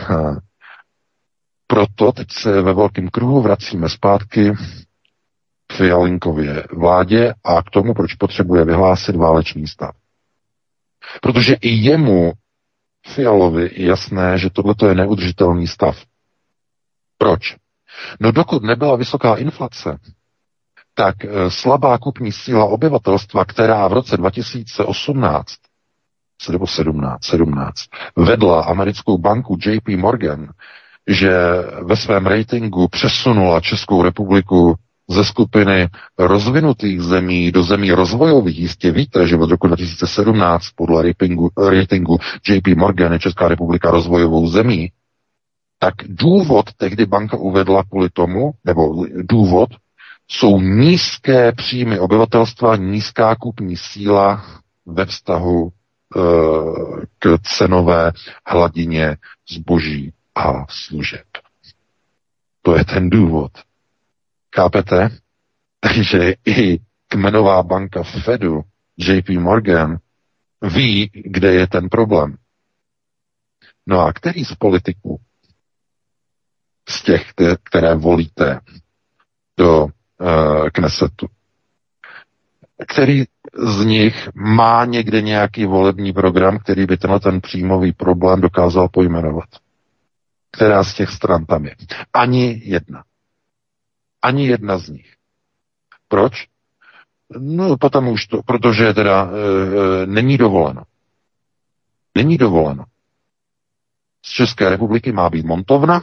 proto teď se ve velkém kruhu vracíme zpátky Fialinkově vládě a k tomu, proč potřebuje vyhlásit válečný stav. Protože i jemu Fialovi je jasné, že tohle je neudržitelný stav. Proč? No dokud nebyla vysoká inflace, tak slabá kupní síla obyvatelstva, která v roce 2018 nebo 17 vedla americkou banku JP Morgan, že ve svém ratingu přesunula Českou republiku ze skupiny rozvinutých zemí do zemí rozvojových. Jistě víte, že od roku 2017 podle ratingu JP Morgan je Česká republika rozvojovou zemí. Tak důvod tehdy banka uvedla kvůli tomu, nebo důvod, jsou nízké příjmy obyvatelstva, nízká kupní síla ve vztahu k cenové hladině zboží a služeb. To je ten důvod. Chápete? Takže i kmenová banka Fedu, JP Morgan, ví, kde je ten problém. No a který z politiků, z těch, které volíte do Knesetu, který z nich má někde nějaký volební program, který by ten příjmový problém dokázal pojmenovat? Která z těch stran tam je? Ani jedna. Ani jedna z nich. Proč? No, potom už to, protože teda není dovoleno. Není dovoleno. Z České republiky má být montovna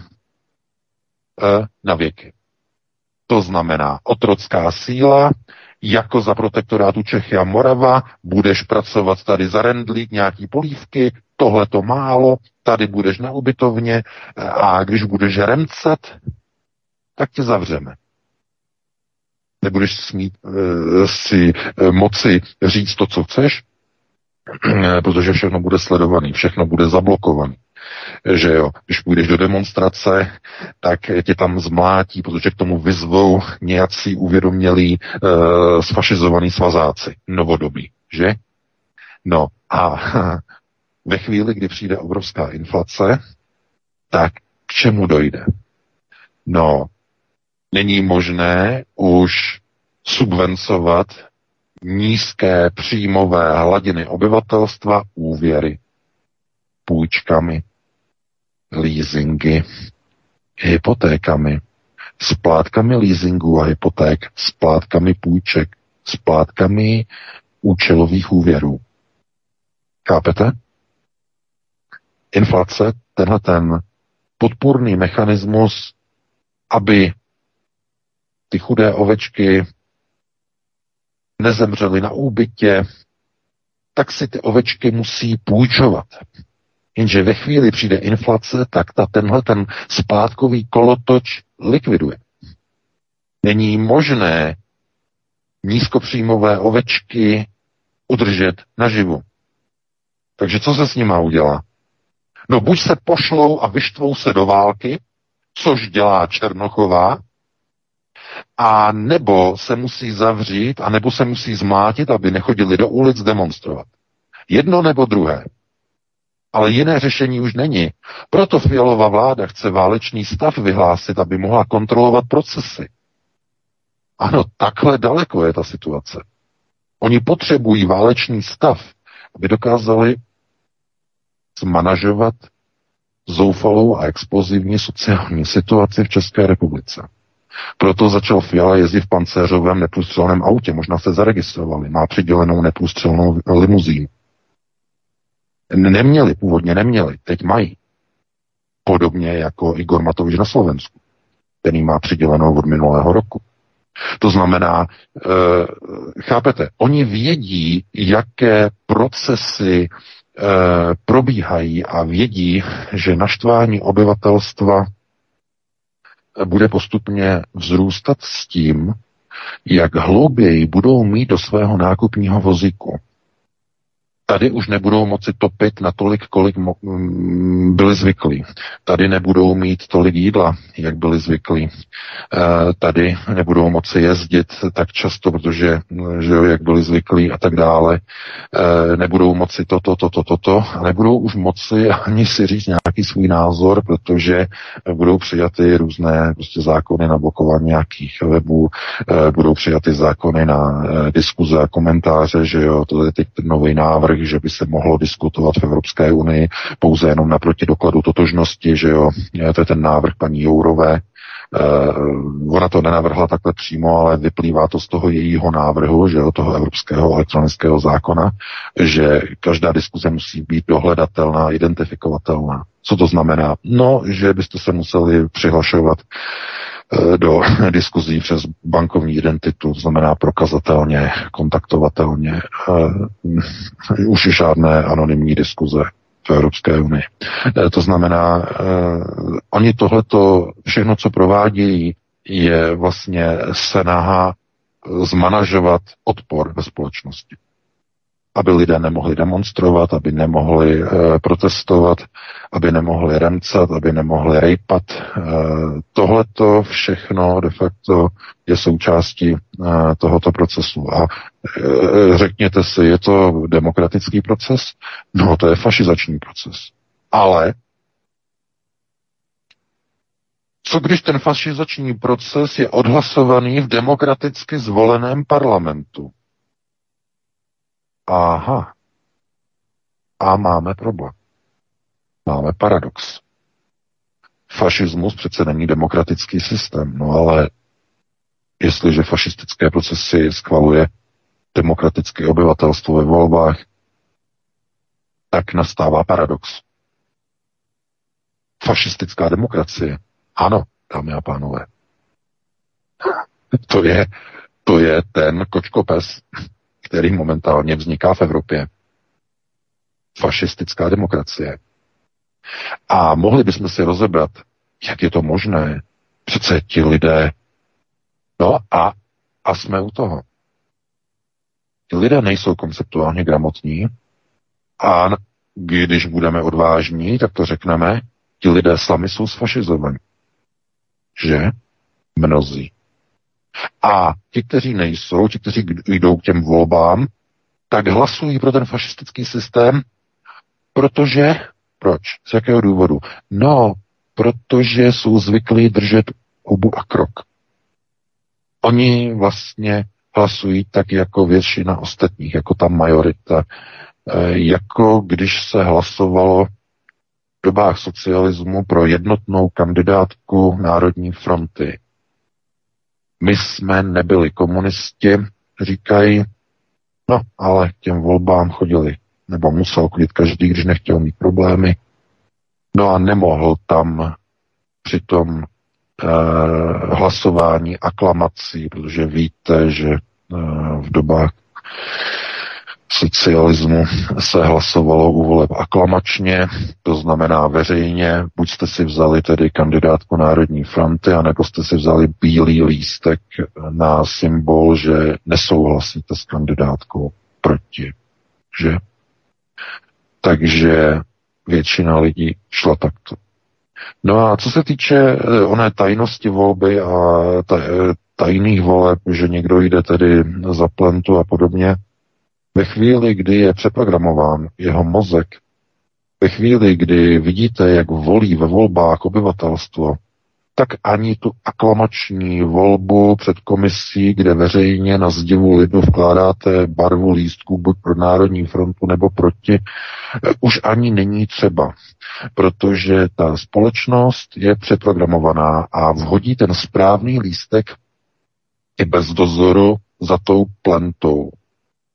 na věky. To znamená otrocká síla, jako za protektorátu Čechy a Morava, budeš pracovat tady za rendlík, nějaký polívky, tohle to málo, tady budeš na ubytovně a když budeš remcet, tak tě zavřeme. Nebudeš smít si moci říct to, co chceš, protože všechno bude sledovaný, všechno bude zablokovaný. Že jo, když půjdeš do demonstrace, tak tě tam zmlátí, protože k tomu vyzvou nějací uvědomělí sfašizovaní svazáci, novodobí, že? No a ve chvíli, kdy přijde obrovská inflace, tak k čemu dojde? No, není možné už subvencovat nízké příjmové hladiny obyvatelstva úvěry, půjčkami, leasingy, hypotékami, splátkami leasingů a hypoték, splátkami půjček, splátkami účelových úvěrů. Chápete? Inflace, tenhle ten podpůrný mechanismus, aby ty chudé ovečky nezemřely na úbytě, tak si ty ovečky musí půjčovat. Jenže ve chvíli přijde inflace, tak tenhle ten splátkový kolotoč likviduje. Není možné nízkopříjmové ovečky udržet naživu. Takže co se s nima udělá? No buď se pošlou a vyštvou se do války, což dělá Černochová, a nebo se musí zavřít, a nebo se musí zmlátit, aby nechodili do ulic demonstrovat. Jedno nebo druhé. Ale jiné řešení už není. Proto Fialova vláda chce válečný stav vyhlásit, aby mohla kontrolovat procesy. Ano, takhle daleko je ta situace. Oni potřebují válečný stav, aby dokázali zmanažovat zoufalou a explozivní sociální situaci v České republice. Proto začal Fiala jezdit v pancéřovém neprůstřelném autě. Možná se zaregistrovali. Má přidělenou neprůstřelnou limuzínu. Původně neměli, teď mají. Podobně jako Igor Matovič na Slovensku. Ten má přidělenou od minulého roku. To znamená, chápete, oni vědí, jaké procesy probíhají a vědí, že naštvání obyvatelstva bude postupně vzrůstat s tím, jak hlouběji budou mít do svého nákupního vozíku. Tady už nebudou moci topit natolik, kolik byli zvyklí. Tady nebudou mít tolik jídla, jak byli zvyklí. Tady nebudou moci jezdit tak často, protože, že jo, jak byli zvyklí a tak dále. Nebudou moci toto a nebudou už moci ani si říct nějaký svůj názor, protože budou přijaty různé prostě zákony na blokování nějakých webů, budou přijaty zákony na diskuze a komentáře, že jo, to je teď ten nový návrh, že by se mohlo diskutovat v Evropské unii pouze jenom naproti dokladu totožnosti, že jo, to je ten návrh paní Jourové. Ona to nenavrhla takhle přímo, ale vyplývá to z toho jejího návrhu, že jo, toho evropského elektronického zákona, že každá diskuze musí být dohledatelná, identifikovatelná. Co to znamená? No, že byste se museli přihlašovat do diskuzí přes bankovní identitu, to znamená prokazatelně, kontaktovatelně, už žádné anonymní diskuze v Evropské unii. To znamená, oni tohleto, všechno, co provádějí, je vlastně snaha zmanažovat odpor ve společnosti. Aby lidé nemohli demonstrovat, aby nemohli protestovat, aby nemohli remcat, aby nemohli rejpat. Tohleto všechno de facto je součástí tohoto procesu. A řekněte si, je to demokratický proces? No, to je fašizační proces. Ale co když ten fašizační proces je odhlasovaný v demokraticky zvoleném parlamentu? Aha. A máme problém. Máme paradox. Fašismus přece není demokratický systém, no ale jestliže fašistické procesy schvaluje demokratické obyvatelstvo ve volbách, tak nastává paradox. Fašistická demokracie. Ano, dámy a pánové. To je ten kočkopes, který momentálně vzniká v Evropě. Fašistická demokracie. A mohli bychom si rozebrat, jak je to možné. Přece ti lidé, no a jsme u toho. Ti lidé nejsou konceptuálně gramotní a když budeme odvážní, tak to řekneme, ti lidé sami jsou sfašizovaní. Že? Mnozí. A ti, kteří nejsou, ti, kteří jdou k těm volbám, tak hlasují pro ten fašistický systém, protože, proč? Z jakého důvodu? No, protože jsou zvyklí držet hubu a krok. Oni vlastně hlasují tak jako většina ostatních, jako ta majorita, jako když se hlasovalo v dobách socialismu pro jednotnou kandidátku Národní fronty. My jsme nebyli komunisti, říkají, no, ale k těm volbám chodili, nebo musel chodit každý, když nechtěl mít problémy. No a nemohl tam při tom hlasování aklamací, protože víte, že v dobách socialismu se hlasovalo u voleb aklamačně, to znamená veřejně, buď jste si vzali tedy kandidátku Národní fronty, anebo jste si vzali bílý lístek na symbol, že nesouhlasíte s kandidátkou proti, že? Takže většina lidí šla takto. No a co se týče oné tajnosti volby a tajných voleb, že někdo jde tedy za plentu a podobně, ve chvíli, kdy je přeprogramován jeho mozek, ve chvíli, kdy vidíte, jak volí ve volbách obyvatelstvo, tak ani tu aklamační volbu před komisí, kde veřejně na zdivu lidu vkládáte barvu lístků buď pro Národní frontu nebo proti, už ani není třeba, protože ta společnost je přeprogramovaná a vhodí ten správný lístek i bez dozoru za tou plentou.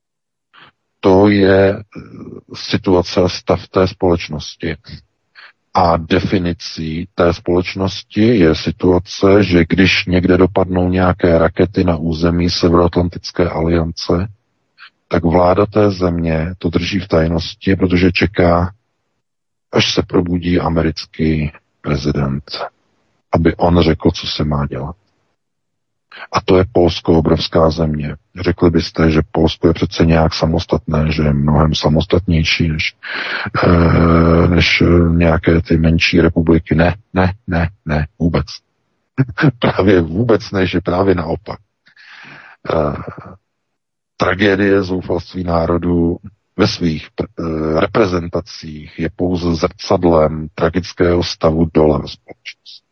To je situace a stav té společnosti. A definicí té společnosti je situace, že když někde dopadnou nějaké rakety na území Severoatlantické aliance, tak vláda té země to drží v tajnosti, protože čeká, až se probudí americký prezident, aby on řekl, co se má dělat. A to je Polsko, obrovská země. Řekli byste, že Polsko je přece nějak samostatné, že je mnohem samostatnější než nějaké ty menší republiky. Ne, vůbec. Právě vůbec ne, že právě naopak. Tragédie zoufalství národů ve svých reprezentacích je pouze zrcadlem tragického stavu dole ve společnosti.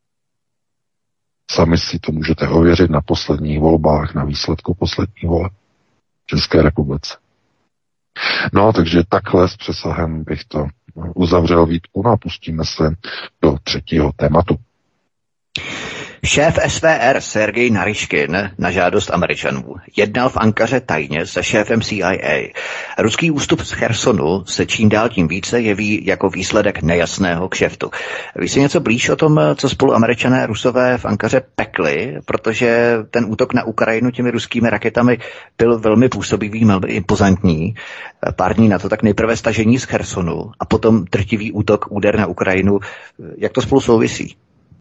Sami si to můžete ověřit na posledních volbách, na výsledku posledních voleb v České republice. No, takže takhle s přesahem bych to uzavřel, Vítku, a pustíme se do třetího tématu. Šéf SVR Sergej Naryškin na žádost Američanů jednal v Ankaře tajně se šéfem CIA. Ruský ústup z Chersonu se čím dál tím více jeví jako výsledek nejasného kšeftu. Víš si něco blíž o tom, co spolu Američané Rusové v Ankaře pekli, protože ten útok na Ukrajinu těmi ruskými raketami byl velmi působivý, velmi impozantní. Pár dní na to tak nejprve stažení z Chersonu a potom drtivý úder na Ukrajinu. Jak to spolu souvisí?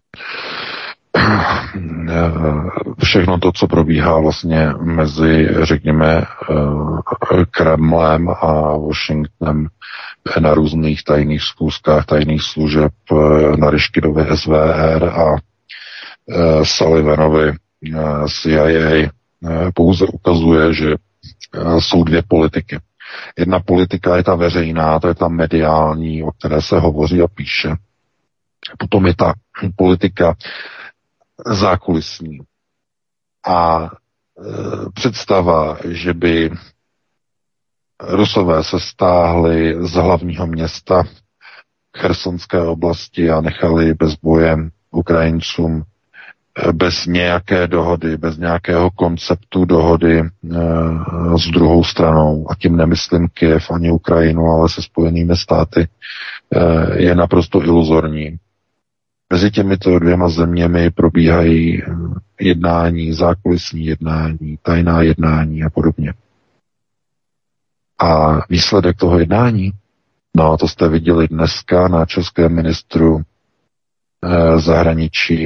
Všechno to, co probíhá vlastně mezi, řekněme, Kremlem a Washingtonem na různých tajných schůzkách, tajných služeb Naryškinovi SVR a Sullivanovi CIA pouze ukazuje, že jsou dvě politiky. Jedna politika je ta veřejná, to je ta mediální, o které se hovoří a píše. Potom je ta politika zákulisní. A představa, že by Rusové se stáhli z hlavního města Chersonské oblasti a nechali bez boje Ukrajincům bez nějaké dohody, bez nějakého konceptu dohody s druhou stranou, a tím nemyslím Kyjev ani Ukrajinu, ale se Spojenými státy, je naprosto iluzorní. Mezi těmito dvěma zeměmi probíhají jednání, zákulisní jednání, tajná jednání a podobně. A výsledek toho jednání, no to jste viděli dneska na českém ministru zahraničí.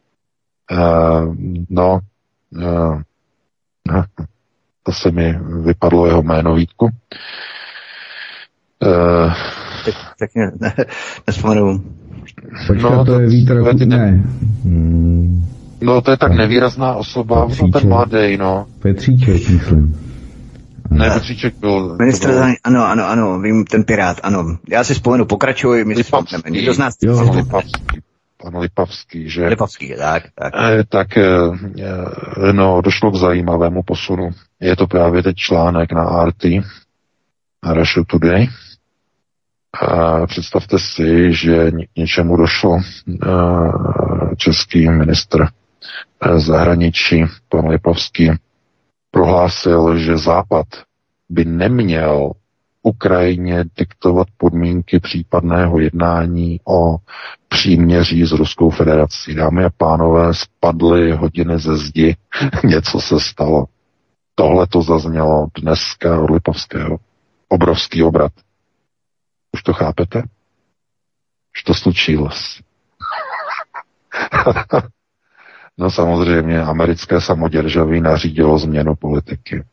To se mi vypadlo jeho jméno, Vítku. Tak nespomenu. Počkat, to je Vítr ne. No, to je tak nevýrazná osoba, ten mladý, no. Petříček, myslím. Ne, Petříček byl... Ministr, ano, vím, ten Pirát, ano. Já si vzpomenu, pokračuj, my si vzpomeneme. Někdo z nás... Pan Lipavský, že? Lipavský, tak. Došlo k zajímavému posunu. Je to právě teď článek na RT, na Russia Today. A představte si, že k něčemu došlo. Český ministr zahraničí, pan Lipavský, prohlásil, že Západ by neměl Ukrajině diktovat podmínky případného jednání o příměří s Ruskou federací. Dámy a pánové, spadly hodiny ze zdi, něco se stalo. Tohle to zaznělo dneska od Lipavského. Obrovský obrat. Už to chápete? Už to slučilo. No samozřejmě, americké samoděržaví nařídilo změnu politiky.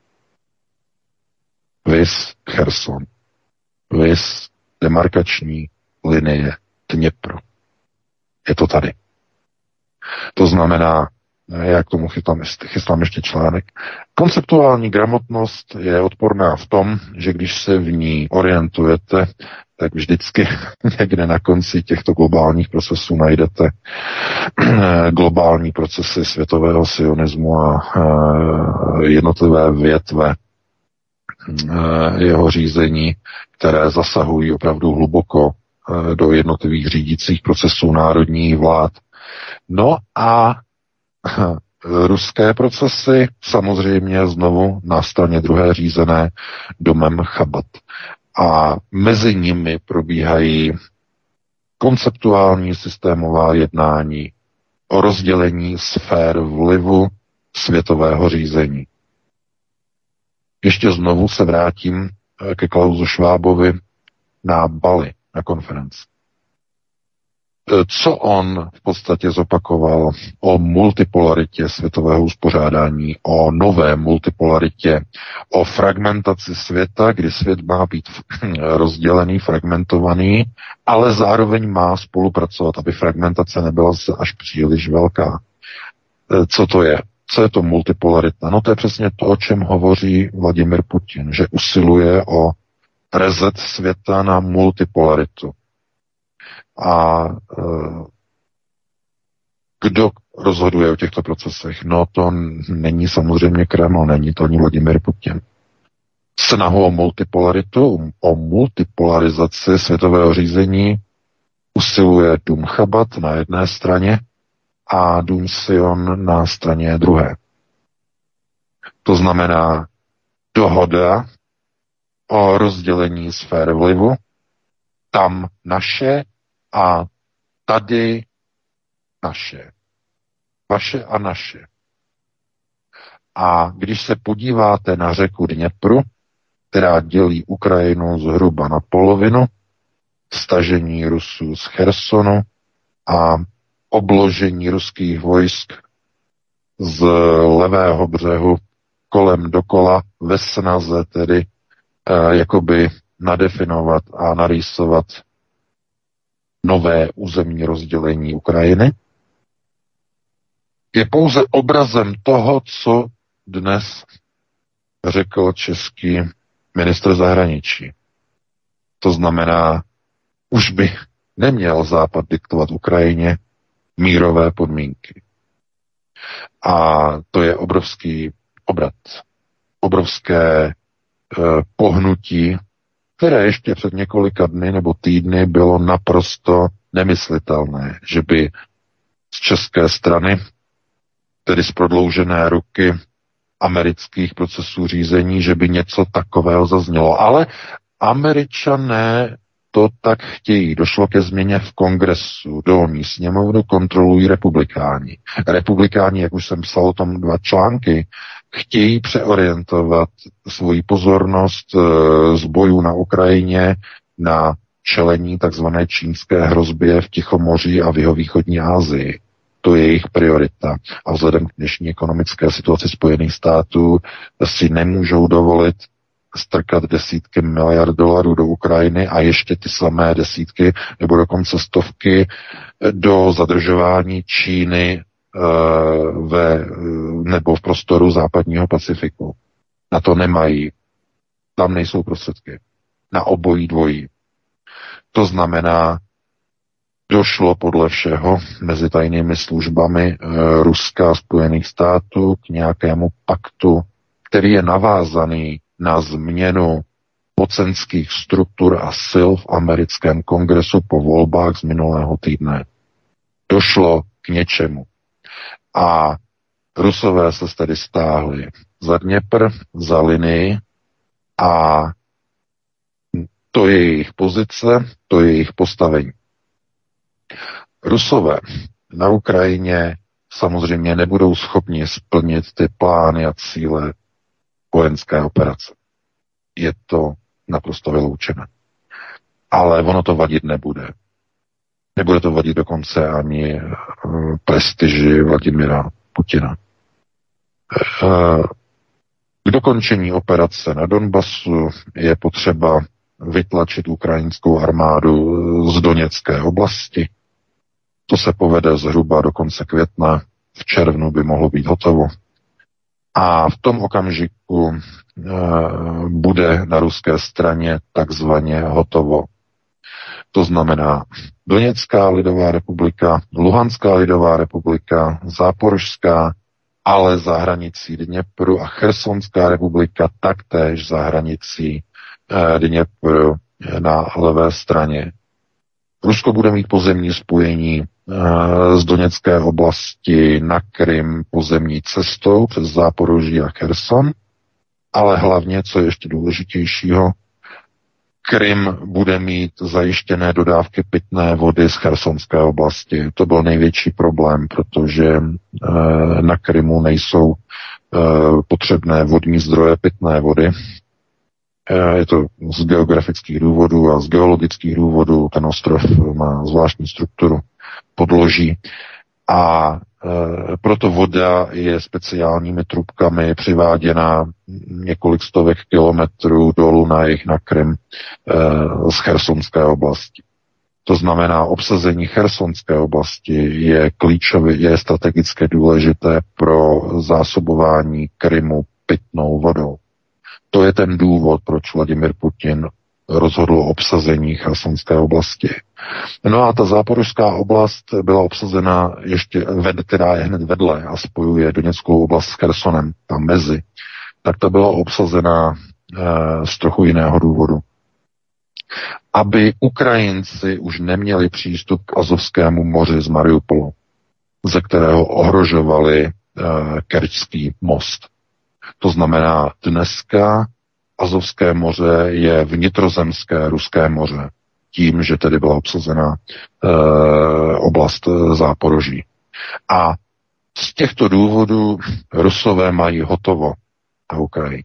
Vis Cherson. Vis demarkační linie Dněpro. Je to tady. To znamená, já k tomu chystám ještě článek. Konceptuální gramotnost je odporná v tom, že když se v ní orientujete, tak vždycky někde na konci těchto globálních procesů najdete globální procesy světového sionismu a jednotlivé větve jeho řízení, které zasahují opravdu hluboko do jednotlivých řídících procesů národních vlád. No a ruské procesy samozřejmě znovu na straně druhé řízené domem Chabad. A mezi nimi probíhají konceptuální systémová jednání o rozdělení sfér vlivu světového řízení. Ještě znovu se vrátím ke Klausu Schwabovi na Bali, na konferenci. Co on v podstatě zopakoval o multipolaritě světového uspořádání, o nové multipolaritě, o fragmentaci světa, kdy svět má být rozdělený, fragmentovaný, ale zároveň má spolupracovat, aby fragmentace nebyla až příliš velká. Co to je? Co je to multipolarita? No to je přesně to, o čem hovoří Vladimir Putin, že usiluje o reset světa na multipolaritu. A kdo rozhoduje o těchto procesech? No to není samozřejmě Kreml, není to ani Vladimir Putin. Snahu o multipolaritu, o multipolarizaci světového řízení usiluje Dům Chabad na jedné straně a Dům Sion na straně druhé. To znamená dohoda o rozdělení sfér vlivu, tam naše a tady naše. Vaše a naše. A když se podíváte na řeku Dněpru, která dělí Ukrajinu zhruba na polovinu, stažení Rusů z Chersonu a obložení ruských vojsk z levého břehu kolem dokola ve snaze tedy jakoby nadefinovat a narýsovat nové územní rozdělení Ukrajiny, je pouze obrazem toho, co dnes řekl český ministr zahraničí. To znamená, už by neměl Západ diktovat Ukrajině mírové podmínky. A to je obrovský obrat, obrovské pohnutí, které ještě před několika dny nebo týdny bylo naprosto nemyslitelné, že by z české strany, tedy z prodloužené ruky amerických procesů řízení, že by něco takového zaznělo. Ale Američané to tak chtějí. Došlo ke změně v kongresu. Dolní sněmovnu kontrolují republikáni. Republikáni, jak už jsem psal o tom 2 články, chtějí přeorientovat svoji pozornost z bojů na Ukrajině na čelení takzvané čínské hrozbě v Tichomoří a v jihovýchodní Asii. To je jejich priorita. A vzhledem k dnešní ekonomické situaci Spojených států si nemůžou dovolit strkat desítky miliard dolarů do Ukrajiny a ještě ty samé desítky nebo dokonce stovky do zadržování Číny nebo v prostoru západního Pacifiku. Na to nemají. Tam nejsou prostředky. Na obojí dvojí. To znamená, došlo podle všeho mezi tajnými službami Ruska a Spojených států k nějakému paktu, který je navázaný na změnu mocenských struktur a sil v americkém kongresu po volbách z minulého týdne. Došlo k něčemu. A Rusové se tedy stáhli za Dněpr, za linii a to je jejich pozice, to je jejich postavení. Rusové na Ukrajině samozřejmě nebudou schopni splnit ty plány a cíle vojenské operace. Je to naprosto vyloučené. Ale ono to vadit nebude. Nebude to vadit dokonce ani prestiži Vladimira Putina. K dokončení operace na Donbasu je potřeba vytlačit ukrajinskou armádu z Doněcké oblasti. To se povede zhruba do konce května. V červnu by mohlo být hotovo. A v tom okamžiku bude na ruské straně takzvaně hotovo. To znamená Doněcká lidová republika, Luhanská lidová republika, Záporožská, ale za hranicí Dněpru a Chersonská republika taktéž za hranicí Dněpru na levé straně. Rusko bude mít pozemní spojení z Doněcké oblasti na Krym pozemní cestou přes Záporoží a Cherson, ale hlavně, co je ještě důležitějšího, Krym bude mít zajištěné dodávky pitné vody z Chersonské oblasti. To byl největší problém, protože na Krymu nejsou potřebné vodní zdroje pitné vody. Je to z geografických důvodů a z geologických důvodů. Ten ostrov má zvláštní strukturu podloží a proto voda je speciálními trubkami přiváděna několik stovek kilometrů dolů na jih na Krym z Chersonské oblasti. To znamená, obsazení Chersonské oblasti je klíčové, je strategicky důležité pro zásobování Krymu pitnou vodou. To je ten důvod, proč Vladimir Putin rozhodl o obsazení Chersonské oblasti. No a ta záporožská oblast byla obsazena ještě, která je hned vedle a spojuje Doněckou oblast s Chersonem, tam mezi, tak ta byla obsazena z trochu jiného důvodu. Aby Ukrajinci už neměli přístup k Azovskému moři z Mariupolu, ze kterého ohrožovali Kerčský most. To znamená, dneska Azovské moře je vnitrozemské ruské moře, tím, že tedy byla obsazena oblast Záporoží. A z těchto důvodů Rusové mají hotovo na Ukrajině.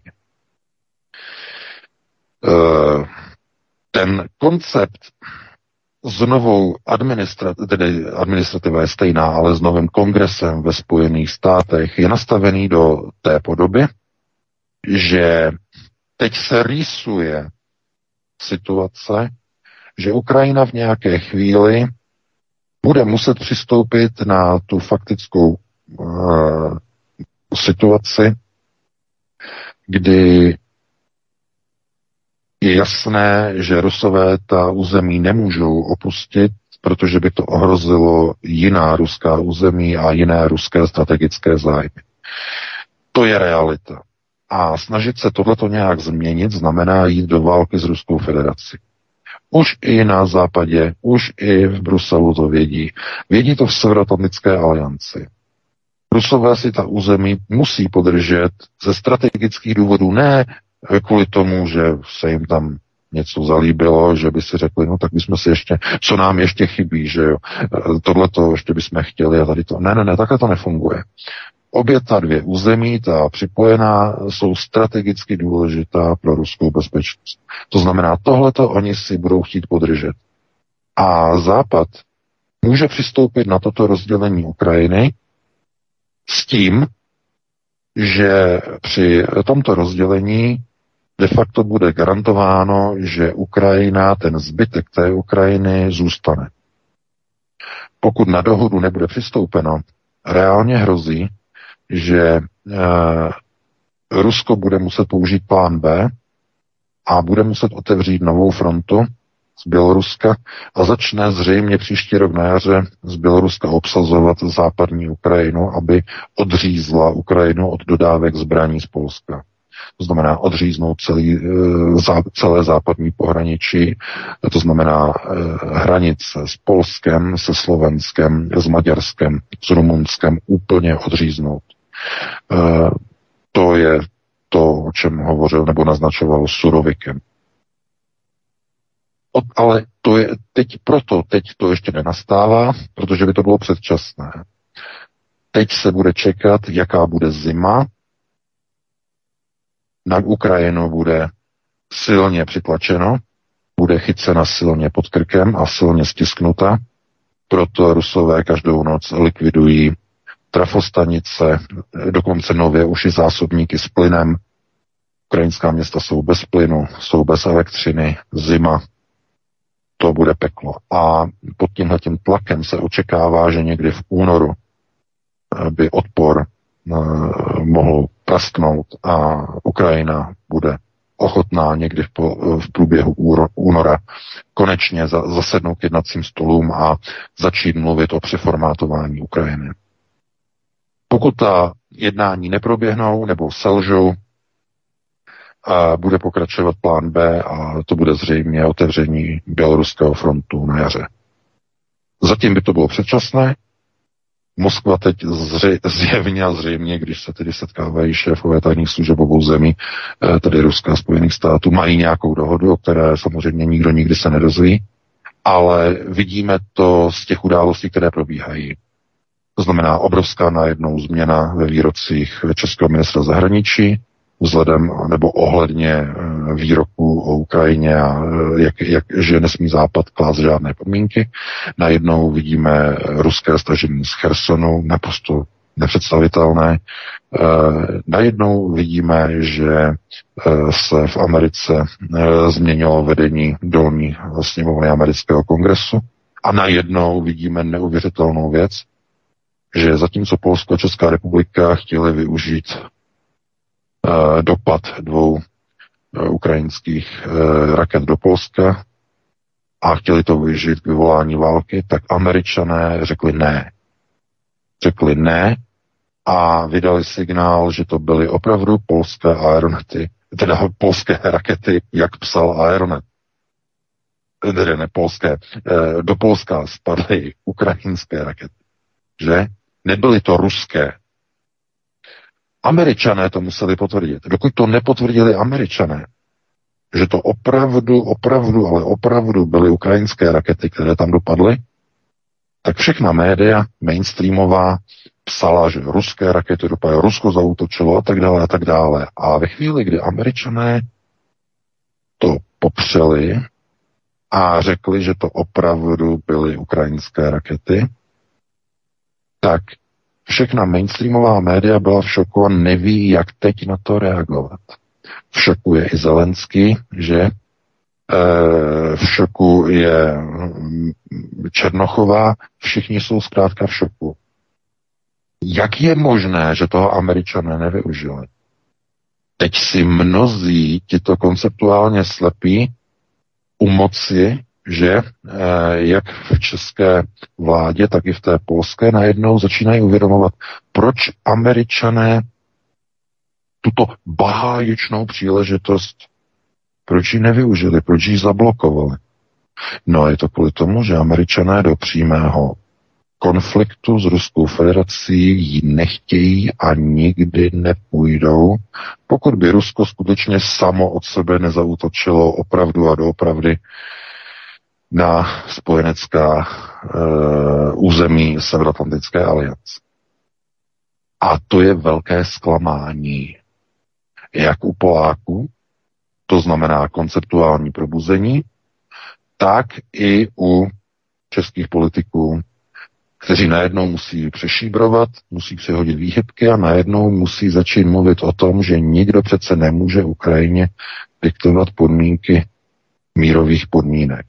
Ten koncept s novou administrativa je stejná, ale s novým kongresem ve Spojených státech je nastavený do té podoby, že teď se rýsuje situace, že Ukrajina v nějaké chvíli bude muset přistoupit na tu faktickou situaci, kdy je jasné, že Rusové ta území nemůžou opustit, protože by to ohrozilo jiná ruská území a jiné ruské strategické zájmy. To je realita. A snažit se tohleto nějak změnit znamená jít do války s Ruskou federací. Už i na západě, už i v Bruselu to vědí. Vědí to v Severoatlantické alianci. Rusové si ta území musí podržet ze strategických důvodů, ne kvůli tomu, že se jim tam něco zalíbilo, že by si řekli, no tak bychom si ještě, co nám ještě chybí, že jo, tohleto ještě bychom chtěli a tady to. Ne, takhle to nefunguje. Obě ta dvě území, ta připojená, jsou strategicky důležitá pro ruskou bezpečnost. To znamená, tohleto oni si budou chtít podržet. A Západ může přistoupit na toto rozdělení Ukrajiny s tím, že při tomto rozdělení de facto bude garantováno, že Ukrajina, ten zbytek té Ukrajiny zůstane. Pokud na dohodu nebude přistoupeno, reálně hrozí, že Rusko bude muset použít plán B a bude muset otevřít novou frontu z Běloruska a začne zřejmě příští rok na jaře z Běloruska obsazovat západní Ukrajinu, aby odřízla Ukrajinu od dodávek zbraní z Polska. To znamená odříznout celé západní pohraničí, to znamená hranice s Polskem, se Slovenskem, s Maďarskem, s Rumunskem úplně odříznout. To je to, o čem hovořil nebo naznačoval Surovikem. Ale to je teď to ještě nenastává, protože by to bylo předčasné. Teď se bude čekat, jaká bude zima. Na Ukrajinu bude silně přitlačeno, bude chycena silně pod krkem a silně stisknuta. Proto Rusové každou noc likvidují trafostanice, dokonce nově už i zásobníky s plynem. Ukrajinská města jsou bez plynu, jsou bez elektřiny, zima. To bude peklo. A pod tímhletím tlakem se očekává, že někdy v únoru by odpor mohl prasknout a Ukrajina bude ochotná někdy v průběhu února konečně zasednout k jednacím stolům a začít mluvit o přeformátování Ukrajiny. Pokud ta jednání neproběhnou nebo selžou, bude pokračovat plán B a to bude zřejmě otevření Běloruského frontu na jaře. Zatím by to bylo předčasné, Moskva teď zjevně a zřejmě, když se tedy setkávají šéfové tajných služeb obou zemí, tedy Ruska a Spojených států, mají nějakou dohodu, o které samozřejmě nikdo nikdy se nedozví, ale vidíme to z těch událostí, které probíhají. To znamená obrovská najednou změna ve výrocích českého ministra zahraničí, vzhledem nebo ohledně výroku o Ukrajině a že nesmí Západ klást žádné podmínky. Najednou vidíme ruské stažení z Chersonu, naprosto nepředstavitelné. Najednou vidíme, že se v Americe změnilo vedení dolní sněmovny amerického kongresu a najednou vidíme neuvěřitelnou věc, že zatímco Polsko a Česká republika chtěli využít dopad 2 ukrajinských raket do Polska a chtěli to využít k vyvolání války, tak Američané řekli ne. Řekli ne a vydali signál, že to byly opravdu polské aeronety, teda polské rakety, jak psal Aeronet. Tedy ne polské. Do Polska spadly ukrajinské rakety. Že? Nebyly to ruské. Američané to museli potvrdit. Dokud to nepotvrdili Američané, že to opravdu byly ukrajinské rakety, které tam dopadly, tak všechna média mainstreamová psala, že ruské rakety dopadly, Rusko zaútočilo a tak dále a tak dále. A ve chvíli, kdy Američané to popřeli a řekli, že to opravdu byly ukrajinské rakety, tak všechna mainstreamová média byla v šoku a neví, jak teď na to reagovat. V šoku je i Zelenský, že v šoku je Černochová, všichni jsou zkrátka v šoku. Jak je možné, že toho Američané nevyužili? Teď si mnozí tito konceptuálně slepí u moci, že jak v české vládě, tak i v té polské najednou začínají uvědomovat, proč Američané tuto báječnou příležitost, proč ji nevyužili, proč ji zablokovali. No je to kvůli tomu, že Američané do přímého konfliktu s Ruskou federací ji nechtějí a nikdy nepůjdou, pokud by Rusko skutečně samo od sebe nezaútočilo opravdu a doopravdy na spojenecká území Severoatlantické aliance. A to je velké zklamání. Jak u Poláků, to znamená konceptuální probuzení, tak i u českých politiků, kteří najednou musí přešíbrovat, musí přihodit výhybky a najednou musí začít mluvit o tom, že nikdo přece nemůže Ukrajině diktovat podmínky mírových podmínek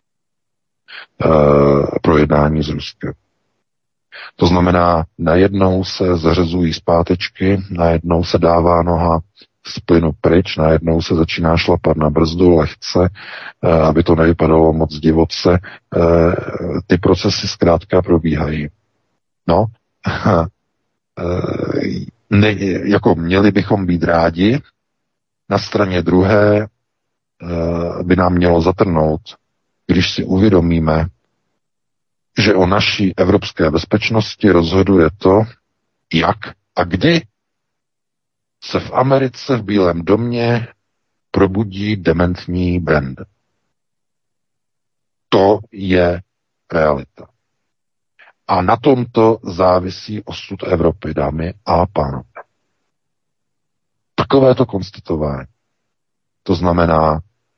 pro jednání s Ruskem. To znamená, najednou se zařazují zpátečky, najednou se dává noha z plynu pryč, najednou se začíná šlapat na brzdu lehce, aby to nevypadalo moc divoce. Ty procesy zkrátka probíhají. No, jako měli bychom být rádi, na straně druhé by nám mělo zatrnout, když si uvědomíme, že o naší evropské bezpečnosti rozhoduje to, jak a kdy se v Americe v Bílém domě probudí dementní brand. To je realita. A na tomto závisí osud Evropy, dámy a pánové. Takovéto konstatování. To znamená,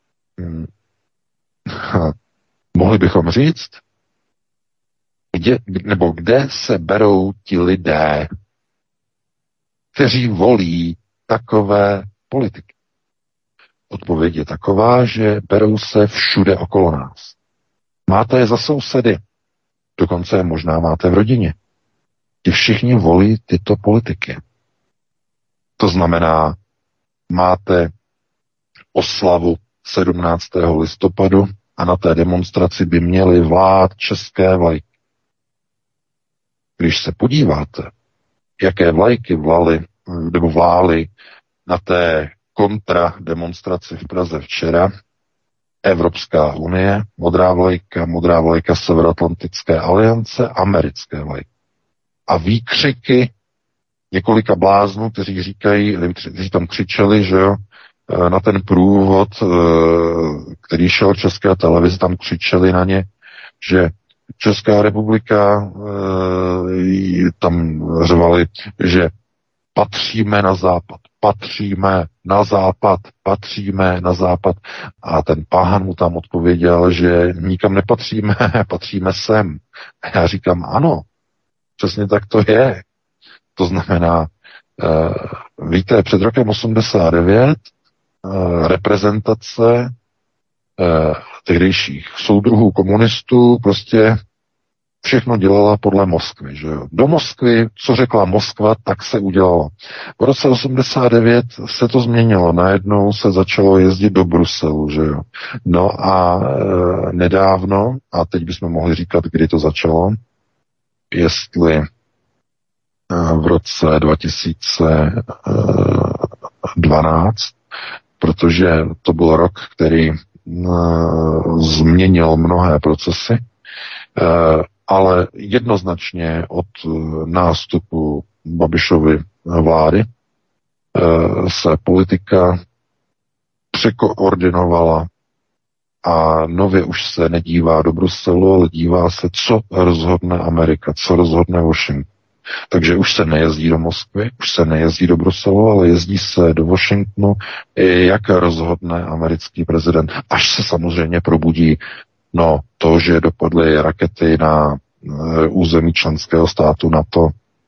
mohli bychom říct, kde se berou ti lidé, kteří volí takové politiky. Odpověď je taková, že berou se všude okolo nás. Máte je za sousedy, dokonce je možná máte v rodině. Ti všichni volí tyto politiky. To znamená, máte oslavu 17. listopadu a na té demonstraci by měly vlád české vlajky. Když se podíváte, jaké vlajky vlály na té kontrademonstraci v Praze včera, Evropská unie, modrá vlajka Severoatlantické aliance, americké vlajky. a výkřiky několika bláznů, kteří tam křičeli, že jo, na ten průvod, který šel České televizi, tam křičeli na ně, že Česká republika, tam řvali, že patříme na západ, patříme na západ, patříme na západ. A ten páhan mu tam odpověděl, že nikam nepatříme, patříme sem. A já říkám, ano, přesně tak to je. To znamená, víte, před rokem 89 reprezentace tehdejších soudruhů komunistů prostě všechno dělala podle Moskvy, že jo. Do Moskvy, co řekla Moskva, tak se udělalo. V roce 89 se to změnilo, najednou se začalo jezdit do Bruselu, že jo. No a nedávno, a teď bychom mohli říkat, kdy to začalo, jestli v roce 2012, protože to byl rok, který změnil mnohé procesy, ale jednoznačně od nástupu Babišovy vlády se politika překoordinovala a nově už se nedívá do Bruselu, ale dívá se, co rozhodne Amerika, co rozhodne Washington. Takže už se nejezdí do Moskvy, už se nejezdí do Bruselu, ale jezdí se do Washingtonu, jak rozhodne americký prezident. Až se samozřejmě probudí to, že dopadly rakety na území členského státu NATO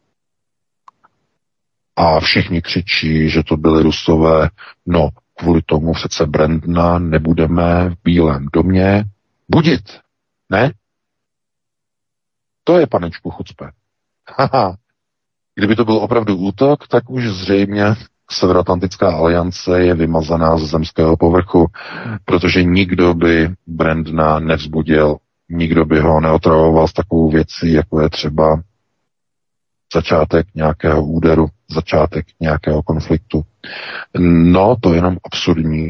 a všichni křičí, že to byli Rusové. Kvůli tomu přece Brandna nebudeme v Bílém domě budit. Ne? To je, panečku, chucpe. Kdyby to byl opravdu útok, tak už zřejmě Severoatlantická aliance je vymazaná ze zemského povrchu, protože nikdo by Brandna nevzbudil, nikdo by ho neotravoval s takovou věcí, jako je třeba začátek nějakého úderu, začátek nějakého konfliktu. To je jenom absurdní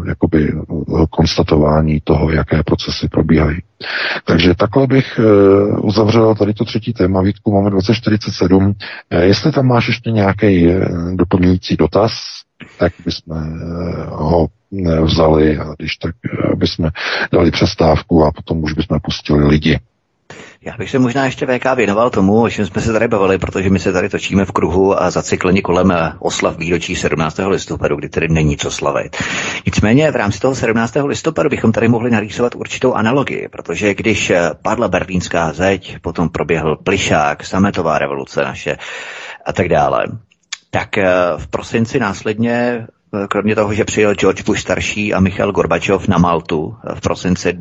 konstatování toho, jaké procesy probíhají. Takže takhle bych uzavřel tady to třetí téma. Vítku, máme 2047. Jestli tam máš ještě nějaký doplňující dotaz, tak bychom ho vzali a když tak bychom dali přestávku a potom už bychom pustili lidi. Já bych se možná ještě VK věnoval tomu, o čem jsme se tady bavili, protože my se tady točíme v kruhu a zacykleni kolem oslav výročí 17. listopadu, kdy tedy není co slavit. Nicméně v rámci toho 17. listopadu bychom tady mohli narýsovat určitou analogii, protože když padla berlínská zeď, potom proběhl Plišák, sametová revoluce naše a tak dále, tak v prosinci následně, kromě toho, že přijel George Bush starší a Michail Gorbačov na Maltu v prosinci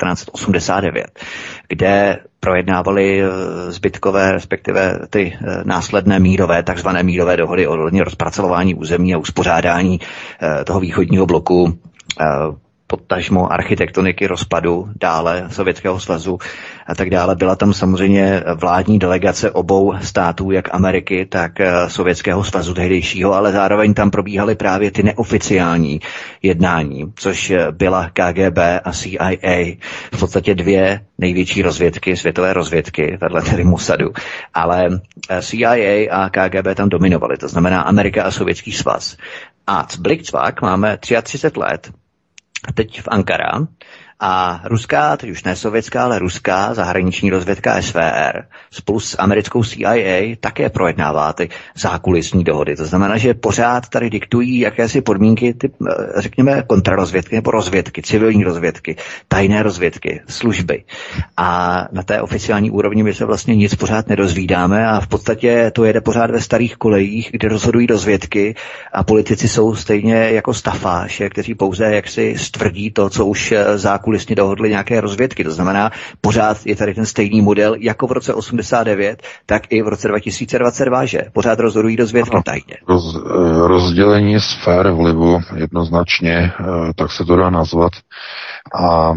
1989, kde projednávali zbytkové, respektive ty následné mírové, takzvané mírové dohody o rozpracování území a uspořádání toho východního bloku podtažmo architektoniky rozpadu, dále Sovětského svazu a tak dále. Byla tam samozřejmě vládní delegace obou států, jak Ameriky, tak Sovětského svazu tehdejšího, ale zároveň tam probíhaly právě ty neoficiální jednání, což byla KGB a CIA. V podstatě dvě největší rozvědky, světové rozvědky, vedle tedy Mossadu, ale CIA a KGB tam dominovaly, to znamená Amerika a Sovětský svaz. A Blitzwag máme 33 let, teď v Ankara, a ruská, teď už ne sovětská, ale ruská zahraniční rozvědka SVR spolu s americkou CIA také projednává ty zákulisní dohody. To znamená, že pořád tady diktují jakési podmínky, ty, řekněme, kontrarozvědky nebo rozvědky, civilní rozvědky, tajné rozvědky, služby. A na té oficiální úrovni my se vlastně nic pořád nedozvídáme a v podstatě to jede pořád ve starých kolejích, kde rozhodují rozvědky a politici jsou stejně jako stafáše, kteří pouze jaksi stvrdí to, co už zákulisně dohodly nějaké rozvědky. To znamená, pořád je tady ten stejný model jako v roce 89, tak i v roce 2022, že? Pořád rozhodují rozvědky tajně. Rozdělení sfér vlivu jednoznačně, tak se to dá nazvat. A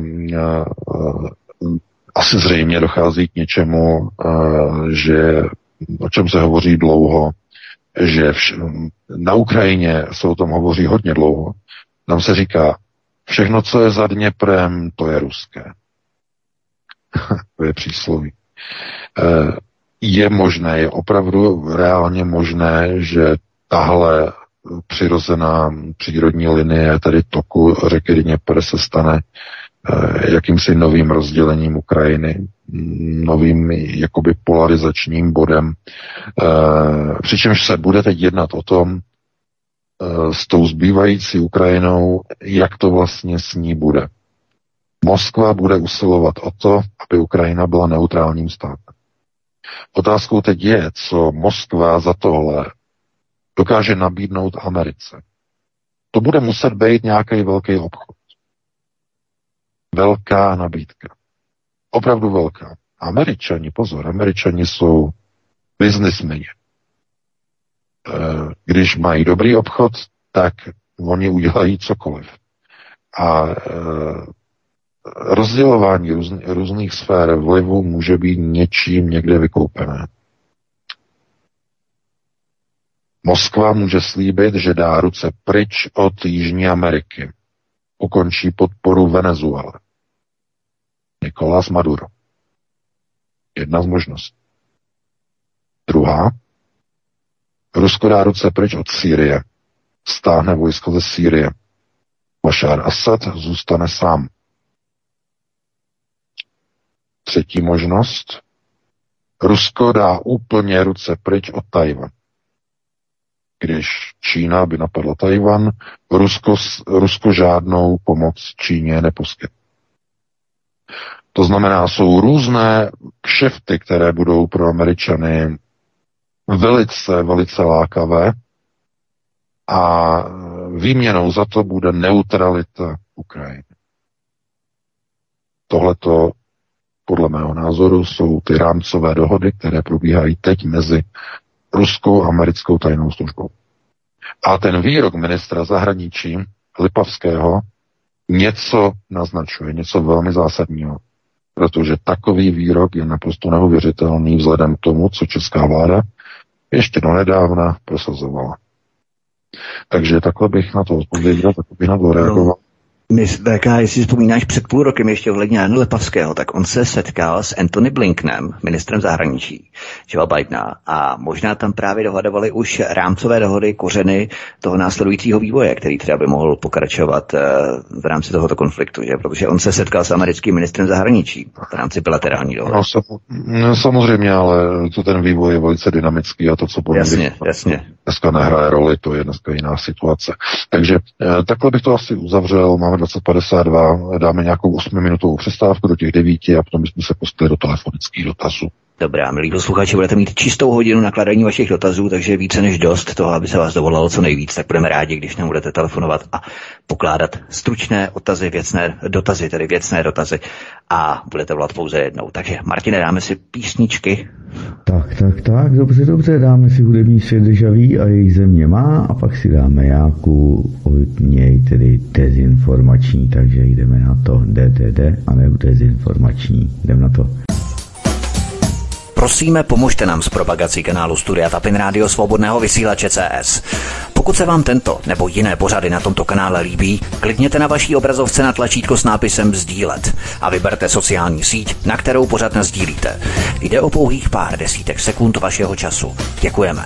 asi zřejmě dochází k něčemu, že o čem se hovoří dlouho, že na Ukrajině se o tom hovoří hodně dlouho. Tam se říká, všechno, co je za Dněprem, to je ruské. To je přísloví. je možné, je opravdu reálně možné, že tahle přirozená přírodní linie, tedy toku řeky Dněpr, se stane jakýmsi novým rozdělením Ukrajiny, novým jakoby polarizačním bodem. Přičemž se bude teď jednat o tom, s tou zbývající Ukrajinou, jak to vlastně s ní bude. Moskva bude usilovat o to, aby Ukrajina byla neutrálním státem. Otázkou teď je, co Moskva za tohle dokáže nabídnout Americe. To bude muset být nějaký velký obchod. Velká nabídka. Opravdu velká. Američani, pozor, Američani jsou biznismeni. Když mají dobrý obchod, tak oni udělají cokoliv. A rozdělování různých sfér vlivu může být něčím někde vykoupené. Moskva může slíbit, že dá ruce pryč od Jižní Ameriky. Ukončí podporu Venezuele. Nicolás Maduro. Jedna z možností. Druhá. Rusko dá ruce pryč od Sýrie. Stáhne vojsko ze Sýrie. Bašár Asad zůstane sám. Třetí možnost. Rusko dá úplně ruce pryč od Tajvan. Když Čína by napadla Tajvan, Rusko žádnou pomoc Číně neposkytne. To znamená, jsou různé kšefty, které budou pro Američany velice lákavé a výměnou za to bude neutralita Ukrajiny. Tohleto podle mého názoru jsou ty rámcové dohody, které probíhají teď mezi ruskou a americkou tajnou službou. A ten výrok ministra zahraničí Lipavského něco naznačuje, něco velmi zásadního. Protože takový výrok je naprosto neuvěřitelný vzhledem k tomu, co česká vláda ještě donedávna prosazovala. Takže takhle bych na to odpověděl, takhle bych na to reagoval. VK, jestli vzpomínáš, před půl rokem ještě ohledně Jana Lipavského, tak on se setkal s Antony Blinkenem, ministrem zahraničí Joe Bidena, a možná tam právě dohadovali už rámcové dohody, kořeny toho následujícího vývoje, který třeba by mohl pokračovat v rámci tohoto konfliktu, že? Protože on se setkal s americkým ministrem zahraničí v rámci bilaterální dohody. No, samozřejmě, ale to ten vývoj je velice dynamický a to, co po jasně. Dneska nehraje roli, to je dneska jiná situace. Takže takhle bych to asi uzavřel. Máme 20:52, dáme nějakou 8minutovou přestávku do těch 9 a potom bychom se pustili do telefonických dotazů. Dobrá, milí posluchači, budete mít čistou hodinu na kladení vašich dotazů, takže více než dost toho, aby se vás dovolalo co nejvíc, tak budeme rádi, když nám budete telefonovat a pokládat stručné věcné dotazy a budete volat pouze jednou. Takže Martine, dáme si písničky. Tak, dobře, dáme si hudební svět Dežaví a jejich země má a pak si dáme nějakou od něj, tedy dezinformační, takže jdeme na to, DTD a nebo dezinformační, jdeme na to. Prosíme, pomožte nám s propagací kanálu Studia Tapin Rádio Svobodného vysílače CS. Pokud se vám tento nebo jiné pořady na tomto kanále líbí, klikněte na vaší obrazovce na tlačítko s nápisem sdílet a vyberte sociální síť, na kterou pořad nasdílíte. Jde o pouhých pár desítek sekund vašeho času. Děkujeme.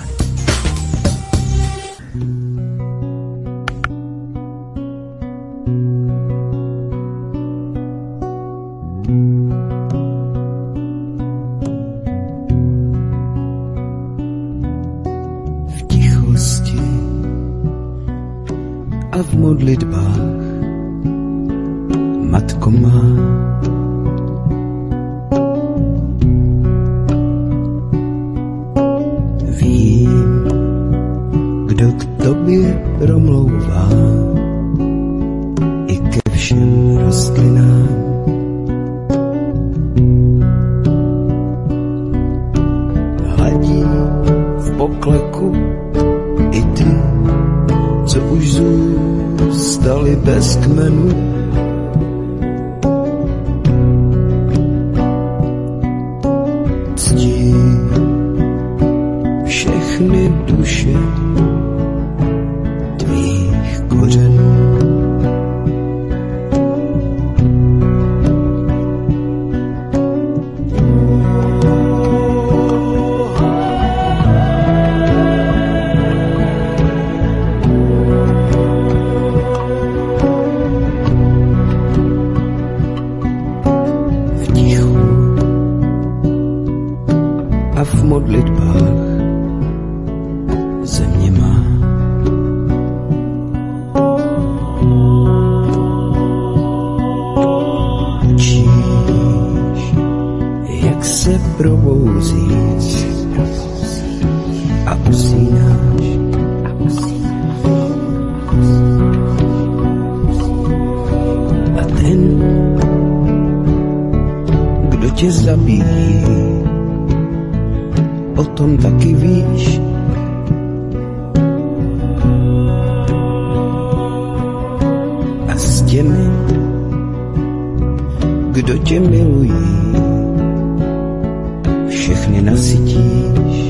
A v modlitbách, matko má, vím, kdo k tobě promlouvá i ke všem rostlinám. Hladí v pokleku i ty, co už zůstali bez kmenu. Ctí všechny duše tvých kořenů. a usínáš. A ten, kdo tě zabíjí, o tom taky víš. A s těmi, kdo tě milují, všechny nasytíš.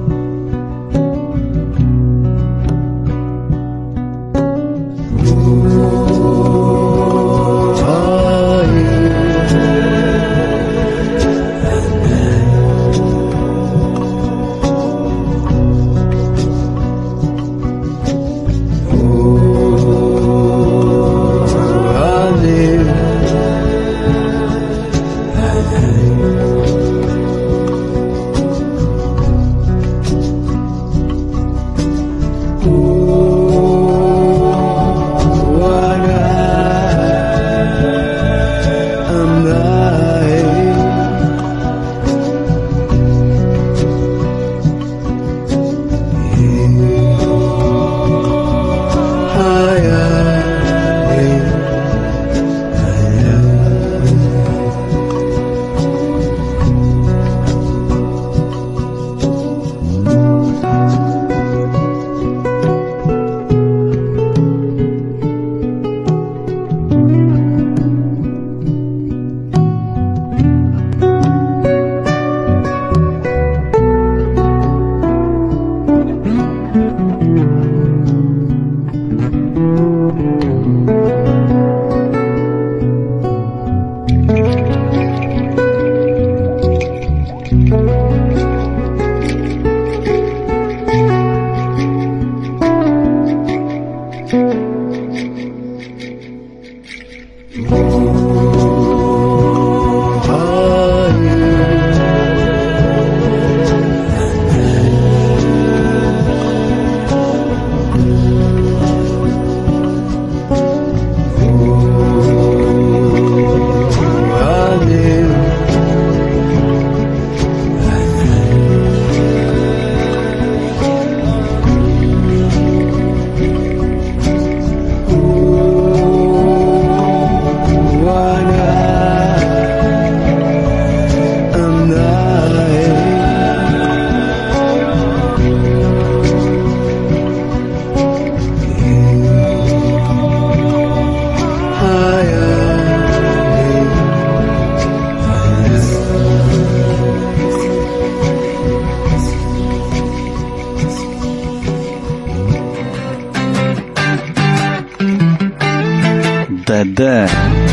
Dede.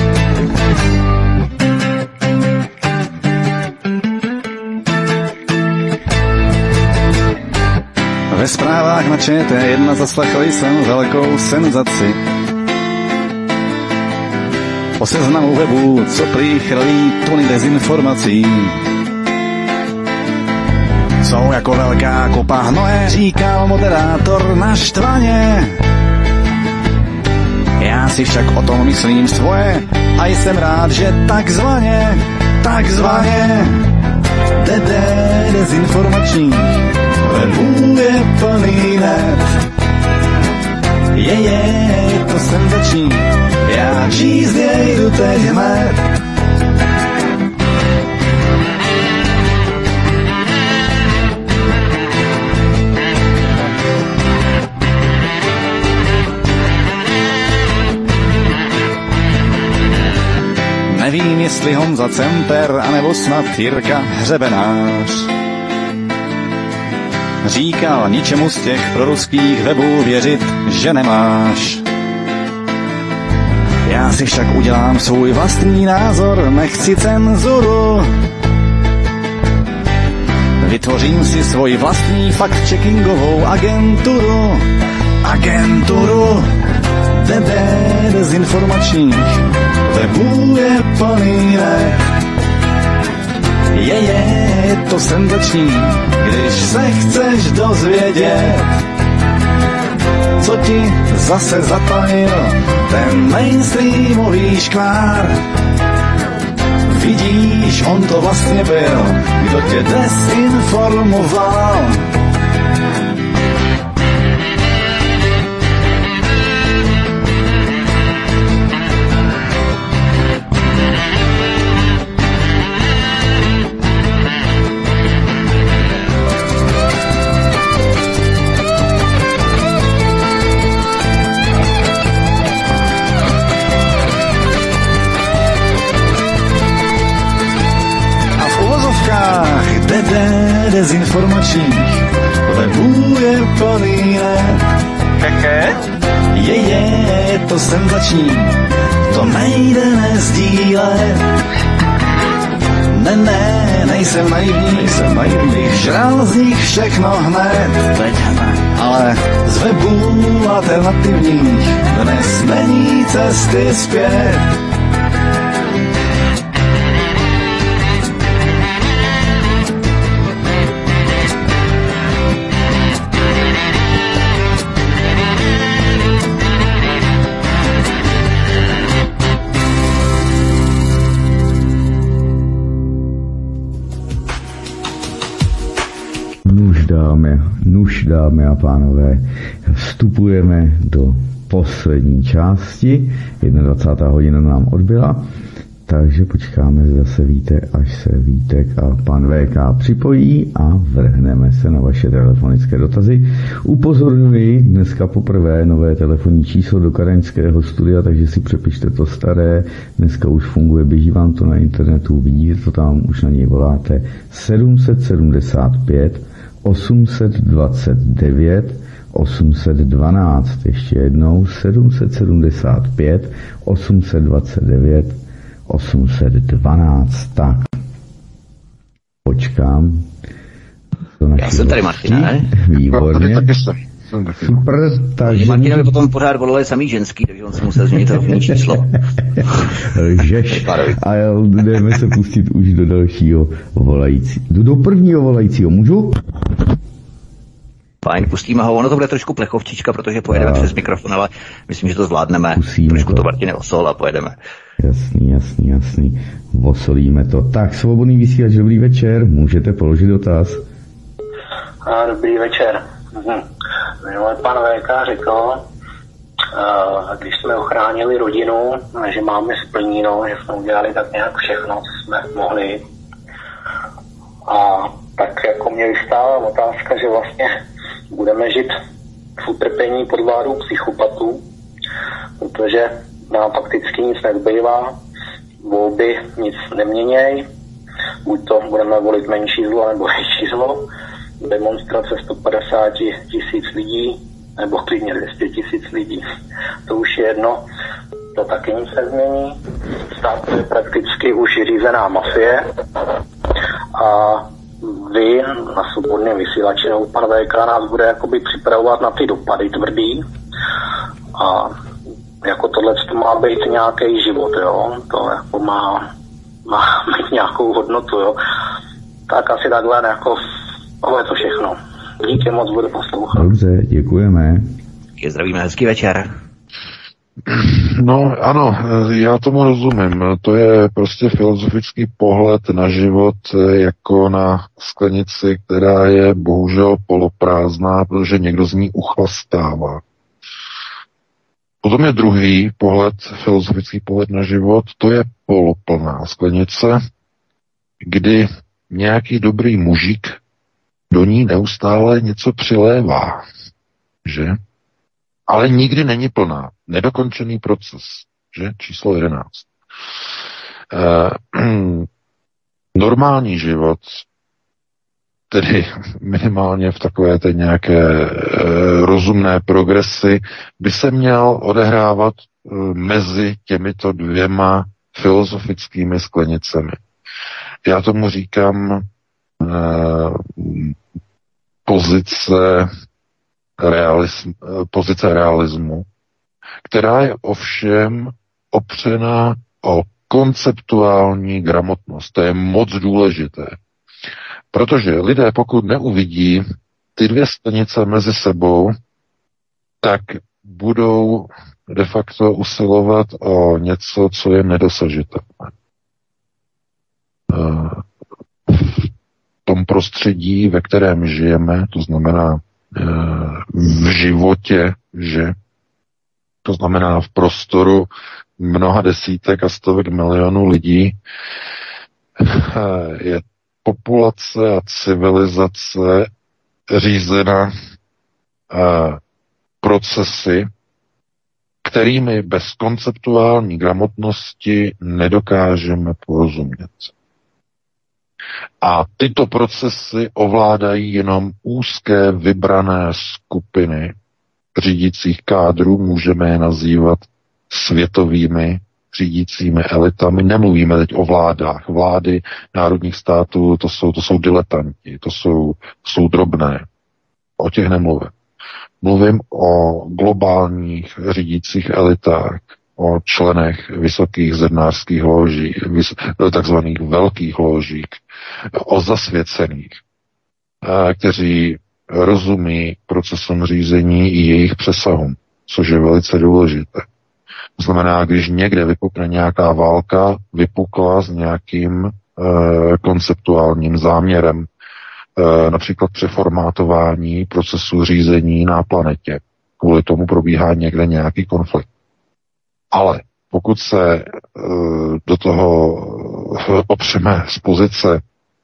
Ve zprávách na ČT1 zaslechli jsem velkou senzaci. O seznamu webu, co prý chrlí tuny dezinformací. Jsou jako velká kopa hnoje, říkal moderátor naštvaně. Já si však o tom myslím svoje a jsem rád, že takzvaně dezinformační webů je plný net. Je to senzační, já číst jej jdu teď hned. Nevím, jestli Honza Cemper, anebo snad Jirka Hřebenář. Říkal, ničemu z těch proruských webů věřit, že nemáš. Já si však udělám svůj vlastní názor, nechci cenzuru. Vytvořím si svoji vlastní fact-checkingovou agenturu dezinformačních webů je plný net. Je to senzační, když se chceš dozvědět, co ti zase zatajil ten mainstreamový škvár. Vidíš, on to vlastně byl, kdo tě dezinformoval. Jaké? Je to senzační, to nejde nezdílet. Ne, nejsem naivní, žral z nich všechno hned. Ale z webů alternativních dnes není cesty zpět. Nuž dámy a pánové, vstupujeme do poslední části, 21. hodina nám odbyla, takže počkáme, zase víte, až se Vítek a pan VK připojí a vrhneme se na vaše telefonické dotazy. Upozorňuji, dneska poprvé nové telefonní číslo do Karaňského studia, takže si přepište to staré, dneska už funguje, běží vám to na internetu, vidíte to tam, už na něj voláte 775 829 812, ještě jednou 775 829 812, tak počkám. Já jsem tady, Martina, ne? Výborně. Super, takže... Martinovi potom pořád volali samý ženský, takže on si musel změnit telefonní číslo. Lžeš. A jdeme se pustit už do dalšího volajícího. Do prvního volajícího, můžu? Fajn, pustíme ho. Ono to bude trošku plechovčička, protože pojedeme přes mikrofon, ale myslím, že to zvládneme. Trošku to Martine osol a pojedeme. Jasný. Osolíme to. Tak, svobodný vysílač, dobrý večer. Můžete položit dotaz. Dobrý večer. Minulý pan VK řekl, když jsme ochránili rodinu, že máme splněno, že jsme udělali tak nějak všechno, co jsme mohli. A tak jako mě vystává otázka, že vlastně budeme žít v utrpení pod vládou psychopatů, protože nám fakticky nic nezbývá, volby nic neměněj, buď to budeme volit menší zlo nebo větší zlo, demonstrace 150 000 lidí, nebo klidně 200 000 lidí, to už je jedno, to taky nic nezmění. Stát je prakticky už řízená mafie a vy na svobodném vysílači, nebo pan VK nás bude jakoby připravovat na ty dopady tvrdý a jako tohle to má být nějaký život, jo, to jako má mít nějakou hodnotu, jo, tak asi takhle jako, to je to všechno. Díky moc, budu poslouchat. Dobře, děkujeme. Zdravíme, hezký večer. No ano, já tomu rozumím. To je prostě filozofický pohled na život jako na sklenici, která je bohužel poloprázdná, protože někdo z ní uchlastává. Potom je druhý pohled, filozofický pohled na život, to je poloplná sklenice, kdy nějaký dobrý mužík do ní neustále něco přilévá, že? Ale nikdy není plná. Nedokončený proces, že? Číslo 11. Normální život, tedy minimálně v takové té nějaké rozumné progresi, by se měl odehrávat mezi těmito dvěma filozofickými sklenicemi. Já tomu říkám pozice realismu, která je ovšem opřená o konceptuální gramotnost. To je moc důležité. Protože lidé, pokud neuvidí ty dvě stanice mezi sebou, tak budou de facto usilovat o něco, co je nedosažitelné. V tom prostředí, ve kterém žijeme, to znamená v životě, že to znamená v prostoru mnoha desítek a stovek milionů lidí, je populace a civilizace řízena procesy, kterými bez konceptuální gramotnosti nedokážeme porozumět. A tyto procesy ovládají jenom úzké vybrané skupiny řídících kádrů, můžeme je nazývat světovými řídícími elitami. Nemluvíme teď o vládách. Vlády národních států, to jsou diletanti, to jsou drobné. O těch nemluvím. Mluvím o globálních řídících elitách, o členech vysokých zednářských loží, takzvaných velkých loží, o zasvěcených, kteří rozumí procesům řízení i jejich přesahům, což je velice důležité. To znamená, když někde vypukne nějaká válka, vypukla s nějakým konceptuálním záměrem, například přeformátování procesu řízení na planetě. Kvůli tomu probíhá někde nějaký konflikt. Ale pokud se do toho opřeme z pozice,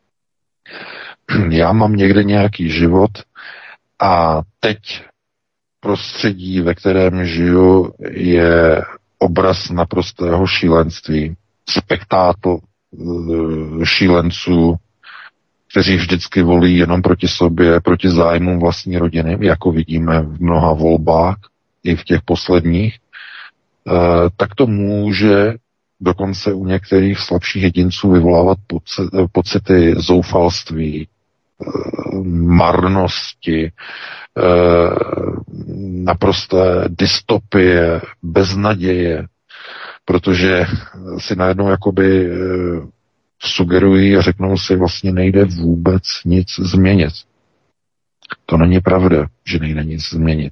já mám někde nějaký život a teď prostředí, ve kterém žiju, je obraz naprostého šílenství, spektákl šílenců, kteří vždycky volí jenom proti sobě, proti zájmům vlastní rodiny, jako vidíme v mnoha volbách, i v těch posledních, tak to může dokonce u některých slabších jedinců vyvolávat pocity zoufalství, marnosti, naprosté dystopie, beznaděje, protože si najednou jakoby sugerují a řeknou si, vlastně nejde vůbec nic změnit. To není pravda, že nejde nic změnit.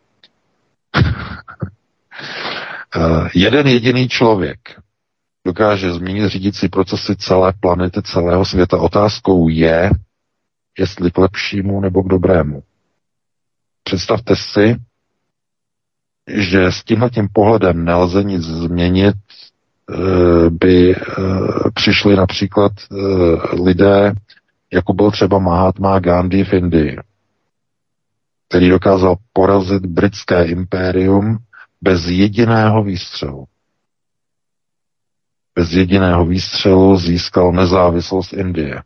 Jeden jediný člověk dokáže změnit řídící procesy celé planety, celého světa. Otázkou je, jestli k lepšímu nebo k dobrému. Představte si, že s tímhletím pohledem nelze nic změnit, by přišli například lidé, jako byl třeba Mahatma Gandhi v Indii, který dokázal porazit britské impérium bez jediného výstřelu. Bez jediného výstřelu získal nezávislost Indie.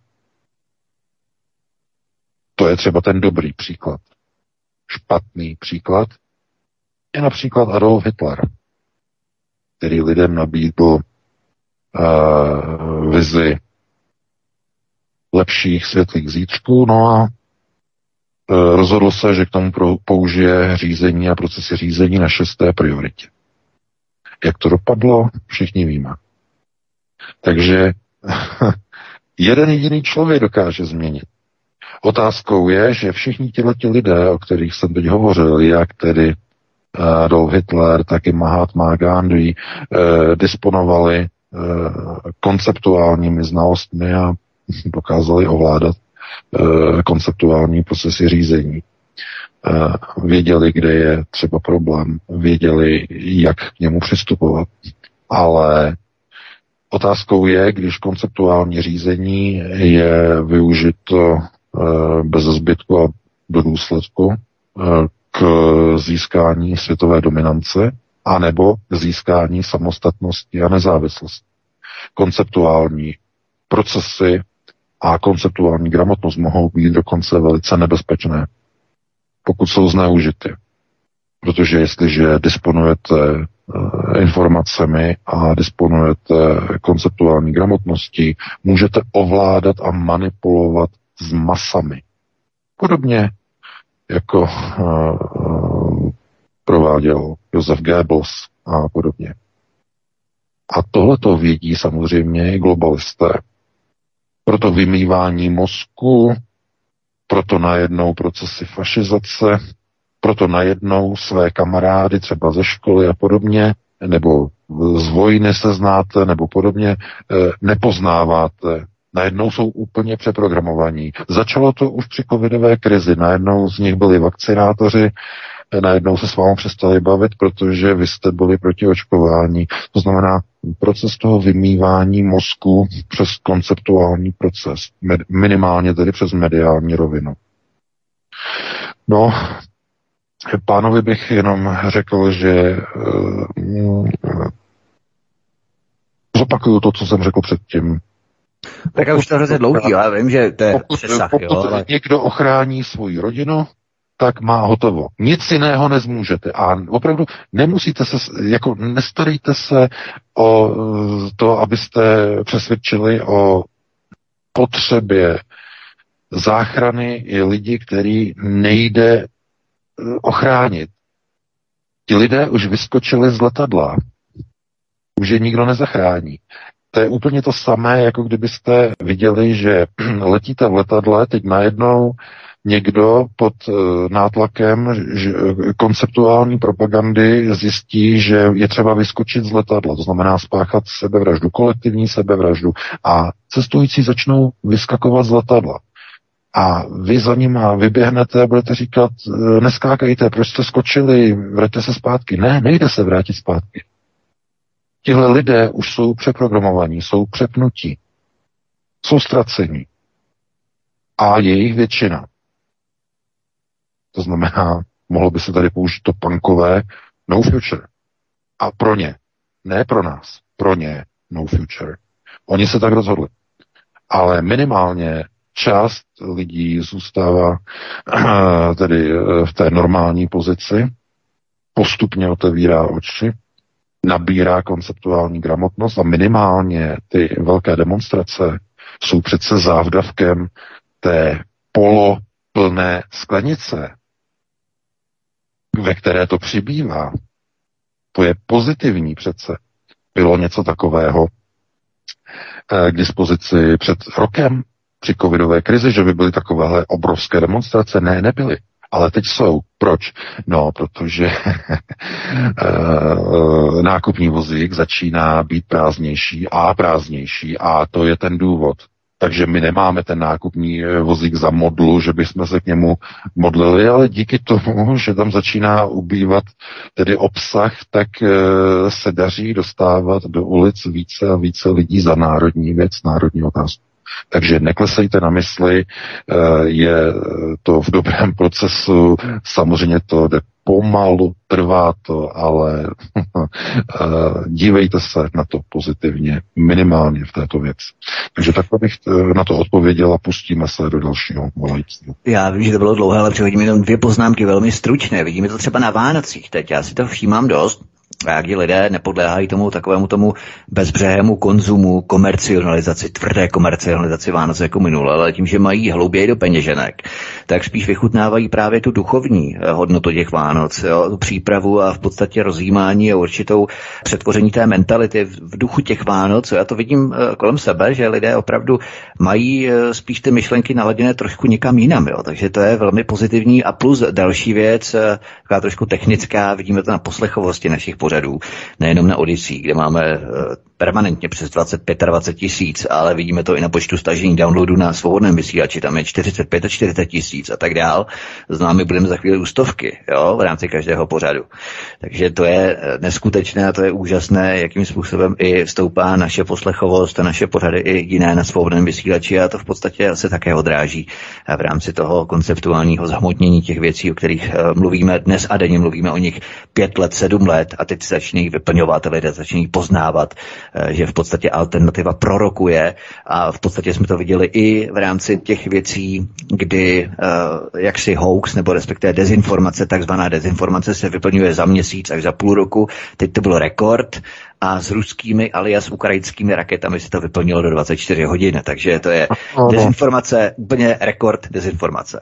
To je třeba ten dobrý příklad. Špatný příklad je například Adolf Hitler, který lidem nabídl vizi lepších světlých zítřků, no a rozhodl se, že k tomu použije řízení a procesy řízení na 6. prioritě. Jak to dopadlo, všichni víme. Takže jeden jediný člověk dokáže změnit. Otázkou je, že všichni těhleti lidé, o kterých jsem teď hovořil, jak tedy Adolf Hitler, tak i Mahatma Gandhi, disponovali konceptuálními znalostmi a dokázali ovládat konceptuální procesy řízení. Věděli, kde je třeba problém, věděli, jak k němu přistupovat. Ale otázkou je, když konceptuální řízení je využito bez zbytku a do důsledku k získání světové dominance anebo k získání samostatnosti a nezávislosti. Konceptuální procesy a konceptuální gramotnost mohou být dokonce velice nebezpečné, pokud jsou zneužity. Protože jestliže disponujete informacemi a disponujete konceptuální gramotností, můžete ovládat a manipulovat s masami. Podobně jako prováděl Josef Goebbels a podobně. A tohle to vědí samozřejmě i globalisté. Proto vymývání mozku, proto najednou procesy fašizace, proto najednou své kamarády třeba ze školy a podobně, nebo z vojny se znáte, nebo podobně, nepoznáváte. Najednou jsou úplně přeprogramovaní. Začalo to už při covidové krizi. Najednou z nich byli vakcinátoři, najednou se s vámi přestali bavit, protože vy jste byli proti očkování. To znamená proces toho vymývání mozku přes konceptuální proces. Minimálně tedy přes mediální rovinu. No, pánovi bych jenom řekl, že zopakuju to, co jsem řekl předtím. Tak už to hrozně dlouhý, já vím, že to je přesah. Pokud někdo ochrání svoji rodinu, tak má hotovo. Nic jiného nezmůžete. A opravdu nemusíte se, jako nestarejte se o to, abyste přesvědčili o potřebě záchrany i lidi, který nejde ochránit. Ti lidé už vyskočili z letadla. Už je nikdo nezachrání. To je úplně to samé, jako kdybyste viděli, že letíte v letadle, teď najednou někdo pod nátlakem konceptuální propagandy zjistí, že je třeba vyskočit z letadla, to znamená spáchat sebevraždu, kolektivní sebevraždu. A cestující začnou vyskakovat z letadla. A vy za nima vyběhnete a budete říkat, neskákejte, proč jste skočili, vraťte se zpátky. Ne, nejde se vrátit zpátky. Tihle lidé už jsou přeprogramovaní, jsou přepnutí, jsou ztracení. A jejich většina. To znamená, mohlo by se tady použít to punkové no future. A pro ně, ne pro nás, pro ně no future. Oni se tak rozhodli. Ale minimálně část lidí zůstává tedy v té normální pozici, postupně otevírá oči, nabírá konceptuální gramotnost a minimálně ty velké demonstrace jsou přece závdavkem té poloplné sklenice, ve které to přibývá. To je pozitivní přece. Bylo něco takového k dispozici před rokem při covidové krizi, že by byly takovéhle obrovské demonstrace? Ne, nebyly. Ale teď jsou. Proč? No, protože nákupní vozík začíná být prázdnější a to je ten důvod. Takže my nemáme ten nákupní vozík za modlu, že bychom se k němu modlili, ale díky tomu, že tam začíná ubývat tedy obsah, tak se daří dostávat do ulic více a více lidí za národní věc, národní otázku. Takže neklesejte na mysli, je to v dobrém procesu, samozřejmě to jde pomalu, trvá to, ale dívejte se na to pozitivně, minimálně v této věci. Takže takhle bych na to odpověděl a pustíme se do dalšího volajícího. Já vím, že to bylo dlouhé, ale přehodím jenom 2 poznámky velmi stručné. Vidíme to třeba na Vánocích teď, já si to všímám dost. A jak lidé nepodléhají tomu bezbřehému konzumu, komercionalizaci, tvrdé komercionalizaci Vánoce jako minule, ale tím, že mají hlouběji do peněženek, tak spíš vychutnávají právě tu duchovní hodnotu těch Vánoc, jo, tu přípravu a v podstatě rozjímání a určitou přetvoření té mentality v duchu těch Vánoc. Já to vidím kolem sebe, že lidé opravdu mají spíš ty myšlenky naladěné trošku někam jinam, jo, takže to je velmi pozitivní. A plus další věc, taková trošku technická, vidíme to na poslechovosti našich pořadů, nejenom na Odyssey, kde máme permanentně přes 25 tisíc, ale vidíme to i na počtu stažení downloadu na svobodném vysílači, tam je 45 a 40 tisíc a tak dál. Známe budeme za chvíli u 100, jo, v rámci každého pořadu. Takže to je neskutečné a to je úžasné, jakým způsobem i stoupá naše poslechovost a naše pořady i jiné na svobodném vysílači a to v podstatě se také odráží v rámci toho konceptuálního zhmotnění těch věcí, o kterých mluvíme dnes a denně, mluvíme o nich 5 let, 7 let a teď se začínají vyplňovat, lidé začínají poznávat, že v podstatě alternativa prorokuje a v podstatě jsme to viděli i v rámci těch věcí, kdy jaksi hoax nebo respektive dezinformace, takzvaná dezinformace se vyplňuje za měsíc až za půl roku. Teď to byl rekord a s ruskými alias ukrajinskými raketami se to vyplnilo do 24 hodin, takže to je dezinformace, úplně rekord dezinformace.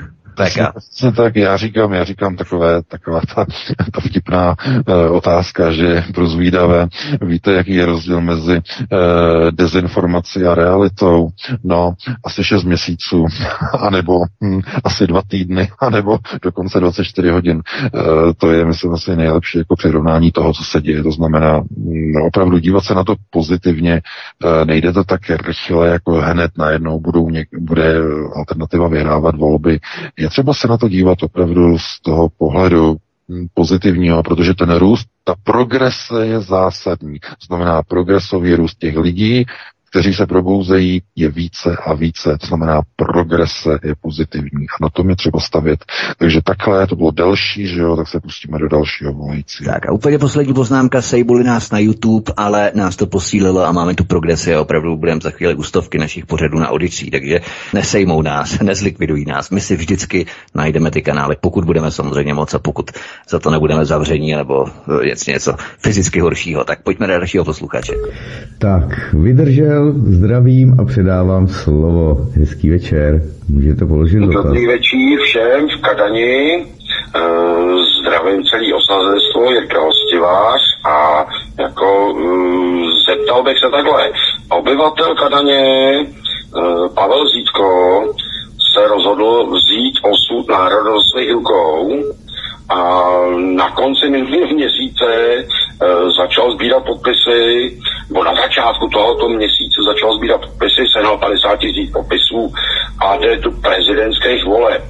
Tak já říkám taková ta vtipná otázka, že prozvídavé. Víte, jaký je rozdíl mezi dezinformací a realitou? No, asi 6 měsíců, anebo asi 2 týdny, anebo dokonce 24 hodin. To je, myslím, asi nejlepší jako přirovnání toho, co se děje. To znamená, opravdu dívat se na to pozitivně, nejde to tak rychle, jako hned najednou bude alternativa vyhrávat volby. Je třeba se na to dívat opravdu z toho pohledu pozitivního, protože ten růst, ta progrese je zásadní. To znamená progresový růst těch lidí, kteří se probouzejí, je více a více. To znamená, progrese je pozitivní. A na tom je třeba stavět. Takže takhle, to bylo delší, že jo, tak se pustíme do dalšího volajícího. Tak a úplně poslední poznámka, sejbuli nás na YouTube, ale nás to posílilo a máme tu progresi a opravdu budeme za chvíli u stovky našich pořadů na Odyssey, takže nesejmou nás, nezlikvidují nás. My si vždycky najdeme ty kanály, pokud budeme samozřejmě moc a pokud za to nebudeme zavření nebo něco fyzicky horšího. Tak pojďme do dalšího posluchače. Tak, vydržel, zdravím a předávám slovo. Hezký večer, můžete položit dotaz. Dobrý večer všem v Kadani. Zdravím celý osazenstvo, Jirka Hostivář a jako zeptal bych se takhle. Obyvatel Kadaně Pavel Zítko se rozhodl vzít osud národa do svých rukou a na konci minulého měsíce začal sbírat podpisy, nebo na začátku tohoto měsíce začal sbírat podpisy, sehnal 50 000 podpisů a jde do prezidentských voleb.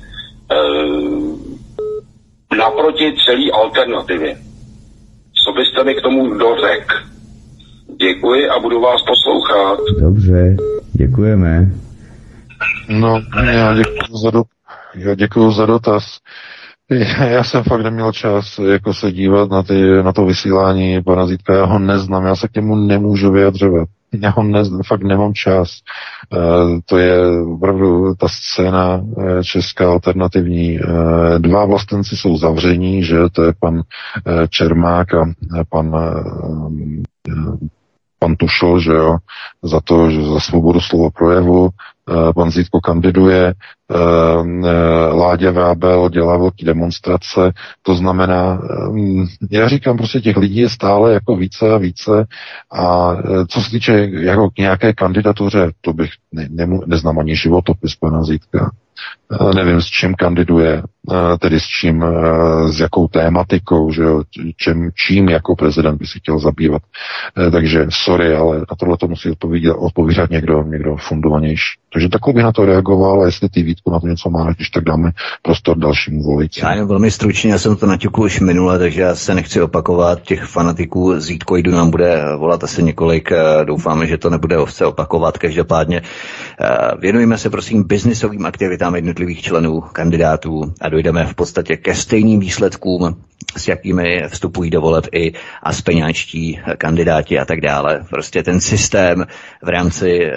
Naproti celý alternativě. Co byste mi k tomu dořekl? Děkuji a budu vás poslouchat. Dobře, děkujeme. No, já děkuju za dotaz. Já jsem fakt neměl čas jako se dívat na to vysílání pana Zítka, já ho neznám, já se k němu nemůžu vyjadřovat. Já ho fakt nemám čas. To je opravdu ta scéna česká alternativní. Dva vlastenci jsou zavření, že to je pan Čermák a pan Tušl, že jo, za to, že za svobodu slova projevu. Pan Zítko kandiduje, Láďa Vrábel dělá velký demonstrace, to znamená, já říkám, prostě těch lidí je stále jako více a více a co se týče jako k nějaké kandidatuře, to bych neznám ani životopis pana Zítka. Nevím, s čím kandiduje, tedy s čím, s jakou tématikou, že jo, čím jako prezident by si chtěl zabývat. Takže sorry, ale na tohle to musí odpovídat někdo fundovanější. Takže takhle bych na to reagoval a jestli ty Vítku na to něco máš, když tak dáme prostor dalšímu voliči. Já jen velmi stručně, já jsem to naťukl už minule, takže já se nechci opakovat. Těch fanatiků z Vítkoidu nám bude volat asi několik, doufáme, že to nebude se opakovat. Každopádně věnujeme se prosím biznisovým aktivitám jednotlivých členů, kandidátů a dojdeme v podstatě ke stejným výsledkům, s jakými vstupují do voleb i aspeňáčtí kandidáti a tak dále. Prostě ten systém v rámci...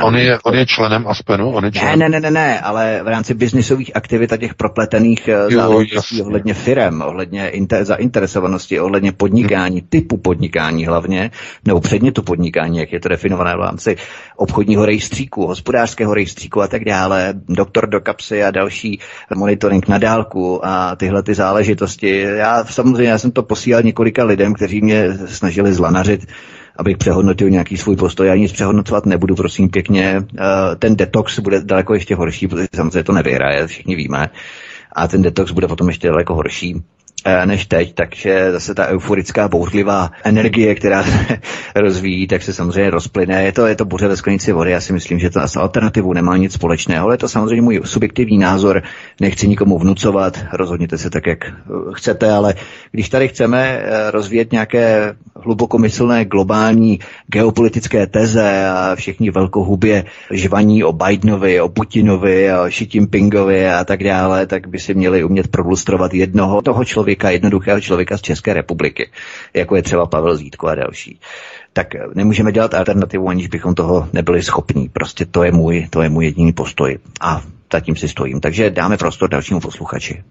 On je členem Aspenu? Ne, ale v rámci biznisových aktivit a těch propletených záležitostí ohledně firem, ohledně zainteresovanosti, ohledně podnikání, typu podnikání hlavně, nebo předmětu podnikání, jak je to definované v rámci obchodního rejstříku, hospodářského rejstříku a tak dále, doktor do kapsy a další monitoring na dálku a tyhle ty záležitosti. Já jsem to posílal několika lidem, kteří mě snažili zlanařit, abych přehodnotil nějaký svůj postoj. Já nic přehodnocovat nebudu, prosím pěkně. Ten detox bude daleko ještě horší, protože samozřejmě to nevyhraje, všichni víme. A ten detox bude potom ještě daleko horší než teď, takže zase ta euforická, bouřlivá energie, která se rozvíjí, tak se samozřejmě rozplyne. Je to bouře ve sklenici vody, já si myslím, že to s alternativou nemá nic společného, ale je to samozřejmě můj subjektivní názor, nechci nikomu vnucovat, rozhodněte se tak, jak chcete, ale když tady chceme rozvíjet nějaké hlubokomyslné globální geopolitické teze a všichni velkohubě žvaní o Bidenovi, o Putinovi, o Xi Jinpingovi a tak dále, tak by si měli umět prolustrovat toho jednoduchého člověka z České republiky, jako je třeba Pavel Zítko a další. Tak nemůžeme dělat alternativu, aniž bychom toho nebyli schopní. Prostě to je můj jediný postoj a zatím si stojím. Takže dáme prostor dalšímu posluchači.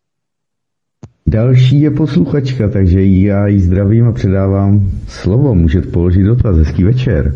Další je posluchačka, takže já jí zdravím a předávám slovo. Můžete položit dotaz. Hezký večer.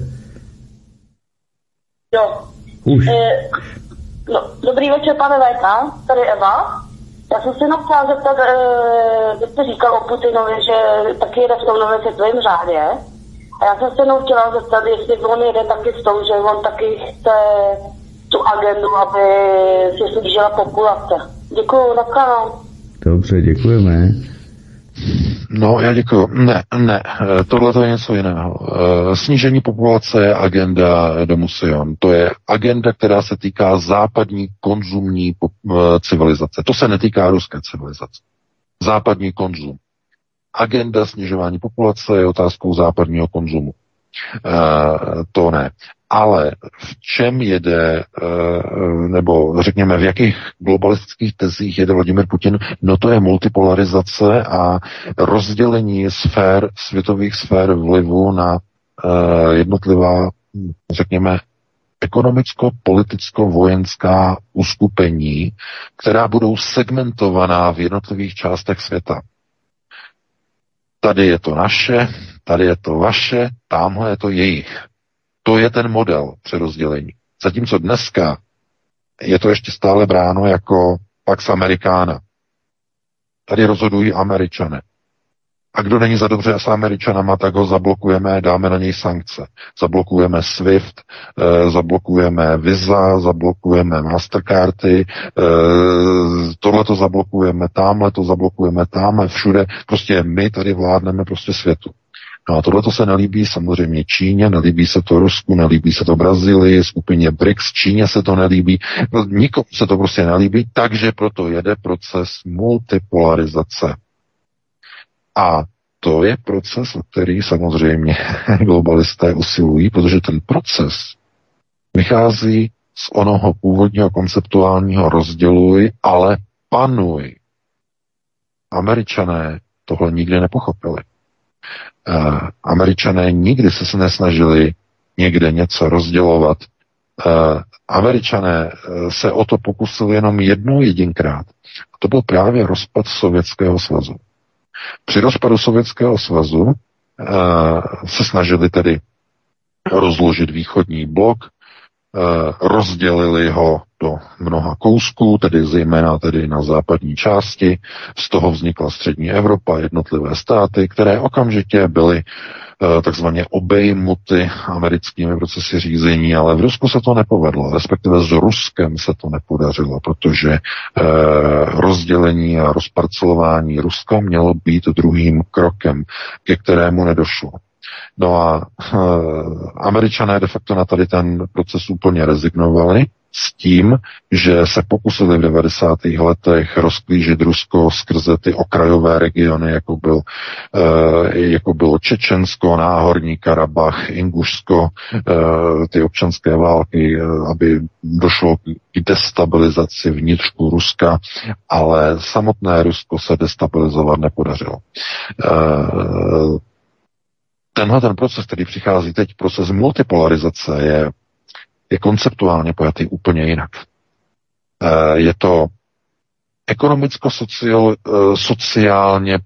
Jo. Už. Dobrý večer, pane VK, tady Eva. Já jsem se jenom chtěla zeptat, vy jste říkal o Putinovi, že taky jede v tom novém světovém řádě. A já jsem se jenom chtěla zeptat, jestli on jede taky v tom, že on taky chce tu agendu, aby se snížila populace. Děkuju, nashledanou. Dobře, děkujeme. No, já děkuju. Ne, tohle to je něco jiného. Snížení populace je agenda Domu Sion. To je agenda, která se týká západní konzumní civilizace. To se netýká ruské civilizace. Západní konzum. Agenda snižování populace je otázkou západního konzumu. To ne. Ale v čem jede, nebo řekněme, v jakých globalistických tezích jede Vladimir Putin? No to je multipolarizace a rozdělení sfér, světových sfér vlivu na jednotlivá, řekněme, ekonomicko-politicko-vojenská uskupení, která budou segmentovaná v jednotlivých částech světa. Tady je to naše, tady je to vaše, tamhle je to jejich. To je ten model přerozdělení. Zatímco dneska je to ještě stále bráno jako Pax Americana. Tady rozhodují Američané. A kdo není za dobře s Američanama, tak ho zablokujeme, dáme na něj sankce. Zablokujeme SWIFT, zablokujeme Visa, zablokujeme Mastercardy, tohle to zablokujeme, tamhle to zablokujeme, tamhle, všude. Prostě my tady vládneme prostě světu. No a tohle to se nelíbí samozřejmě Číně, nelíbí se to Rusku, nelíbí se to Brazílii, skupině BRICS, Číně se to nelíbí, nikomu se to prostě nelíbí, takže proto jede proces multipolarizace. A to je proces, o který samozřejmě globalisté usilují, protože ten proces vychází z onoho původního konceptuálního rozděluj, ale panuj. Američané tohle nikdy nepochopili. Američané nikdy se nesnažili někde něco rozdělovat. Američané se o to pokusili jenom jednou jedinkrát. A to byl právě rozpad Sovětského svazu. Při rozpadu Sovětského svazu se snažili tedy rozložit východní blok, rozdělili ho do mnoha kousků, tedy zejména tedy na západní části. Z toho vznikla střední Evropa, jednotlivé státy, které okamžitě byly takzvaně obejmuty americkými procesy řízení, ale v Rusku se to nepovedlo, respektive s Ruskem se to nepodařilo, protože rozdělení a rozparcelování Ruska mělo být druhým krokem, ke kterému nedošlo. No a Američané de facto na tady ten proces úplně rezignovali s tím, že se pokusili v 90. letech rozklížit Rusko skrze ty okrajové regiony, jako bylo Čečensko, Náhorní Karabach, Ingušsko, ty občanské války, aby došlo k destabilizaci vnitřku Ruska, ale samotné Rusko se destabilizovat nepodařilo. Tenhle ten proces, který přichází teď, proces multipolarizace, je konceptuálně pojatý úplně jinak. Je to ekonomicko-sociálně,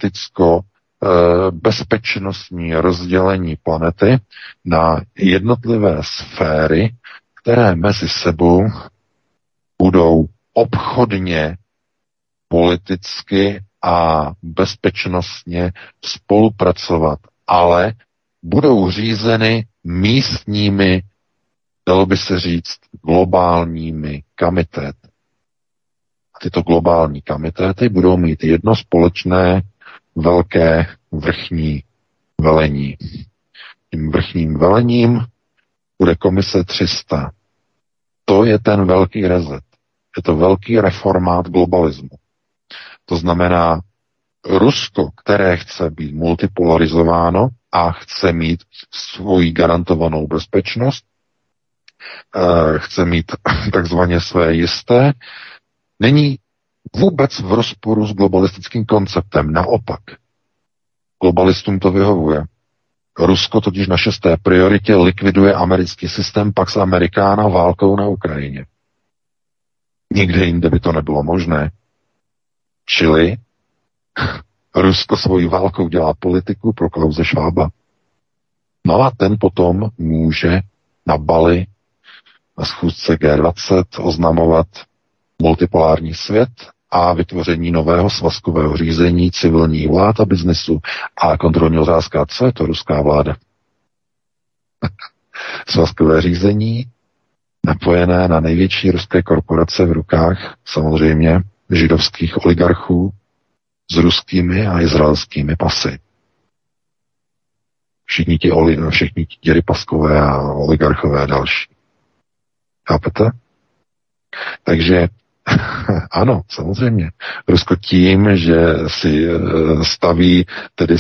politicko-bezpečnostní rozdělení planety na jednotlivé sféry, které mezi sebou budou obchodně, politicky a bezpečnostně spolupracovat, ale budou řízeny místními, dalo by se říct, globálními komitéty. A tyto globální komitéty budou mít jedno společné velké vrchní velení. Tím vrchním velením bude komise 300. To je ten velký reset. Je to velký reformát globalismu. To znamená, Rusko, které chce být multipolarizováno a chce mít svoji garantovanou bezpečnost, chce mít takzvaně své jisté, není vůbec v rozporu s globalistickým konceptem. Naopak, globalistům to vyhovuje. Rusko totiž na 6. prioritě likviduje americký systém Pax Americana válkou na Ukrajině. Nikde jinde by to nebylo možné. Čili Rusko svojí válkou dělá politiku pro Klause Schwaba. No a ten potom může na Bali, na schůzce G20 oznamovat multipolární svět a vytvoření nového svazkového řízení civilních vlád a biznesu. A kontrolní otázka, co je to ruská vláda? Svazkové řízení napojené na největší ruské korporace v rukách, samozřejmě židovských oligarchů s ruskými a izraelskými pasy. Všichni ti děripaskové a oligarchové a další. Chápete? Takže Ano, samozřejmě. Rusko tím, že si staví tedy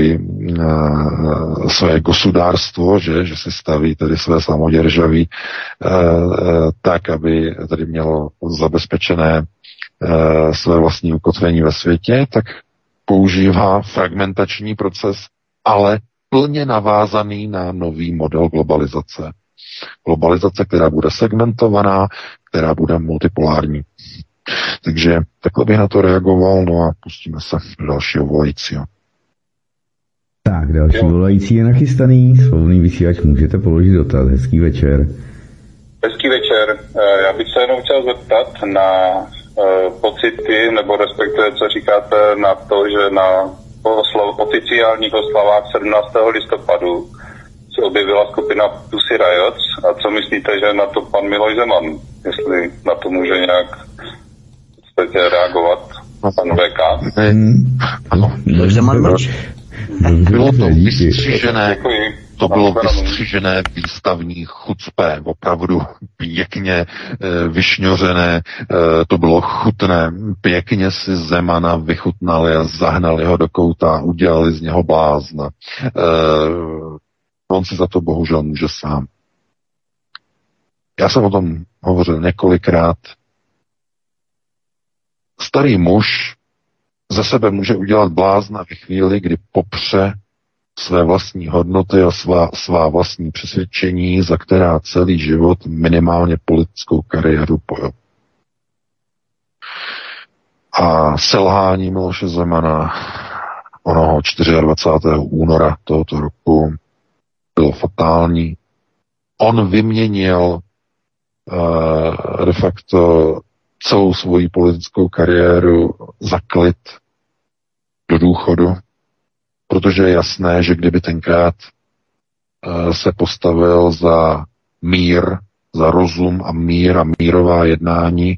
své gosudárstvo, že si staví tedy své samoděržaví tak, aby tedy mělo zabezpečené své vlastní ukotvení ve světě, tak používá fragmentační proces, ale plně navázaný na nový model globalizace. Globalizace, která bude segmentovaná, která bude multipolární. Takže takhle bych na to reagoval, no a pustíme se do dalšího volajícího. Tak, další volající je nachystaný, svobodný vysílač, můžete položit dotaz. Hezký večer. Hezký večer. Já bych se jenom chtěl zeptat na pocity, nebo respektive, co říkáte na to, že na oficiálních oslavách 17. listopadu se objevila skupina Pussy Riot. A co myslíte, že na to pan Miloš Zeman? Jestli na to může nějak reagovat pan VK? Ano. Miloš Zeman mlč. Bylo to vystřižené. To bylo vystřižené výstavní chucpe, opravdu pěkně vyšňořené, to bylo chutné, pěkně si Zemana vychutnali a zahnali ho do kouta, udělali z něho blázna. On si za to bohužel může sám. Já jsem o tom hovořil několikrát. Starý muž ze sebe může udělat blázna ve chvíli, kdy popře své vlastní hodnoty a svá vlastní přesvědčení, za která celý život minimálně politickou kariéru pojel. A selhání Miloše Zemana onoho 24. února tohoto roku bylo fatální. On vyměnil de facto celou svoji politickou kariéru za klid do důchodu, protože je jasné, že kdyby tenkrát se postavil za mír, za rozum a mír a mírová jednání,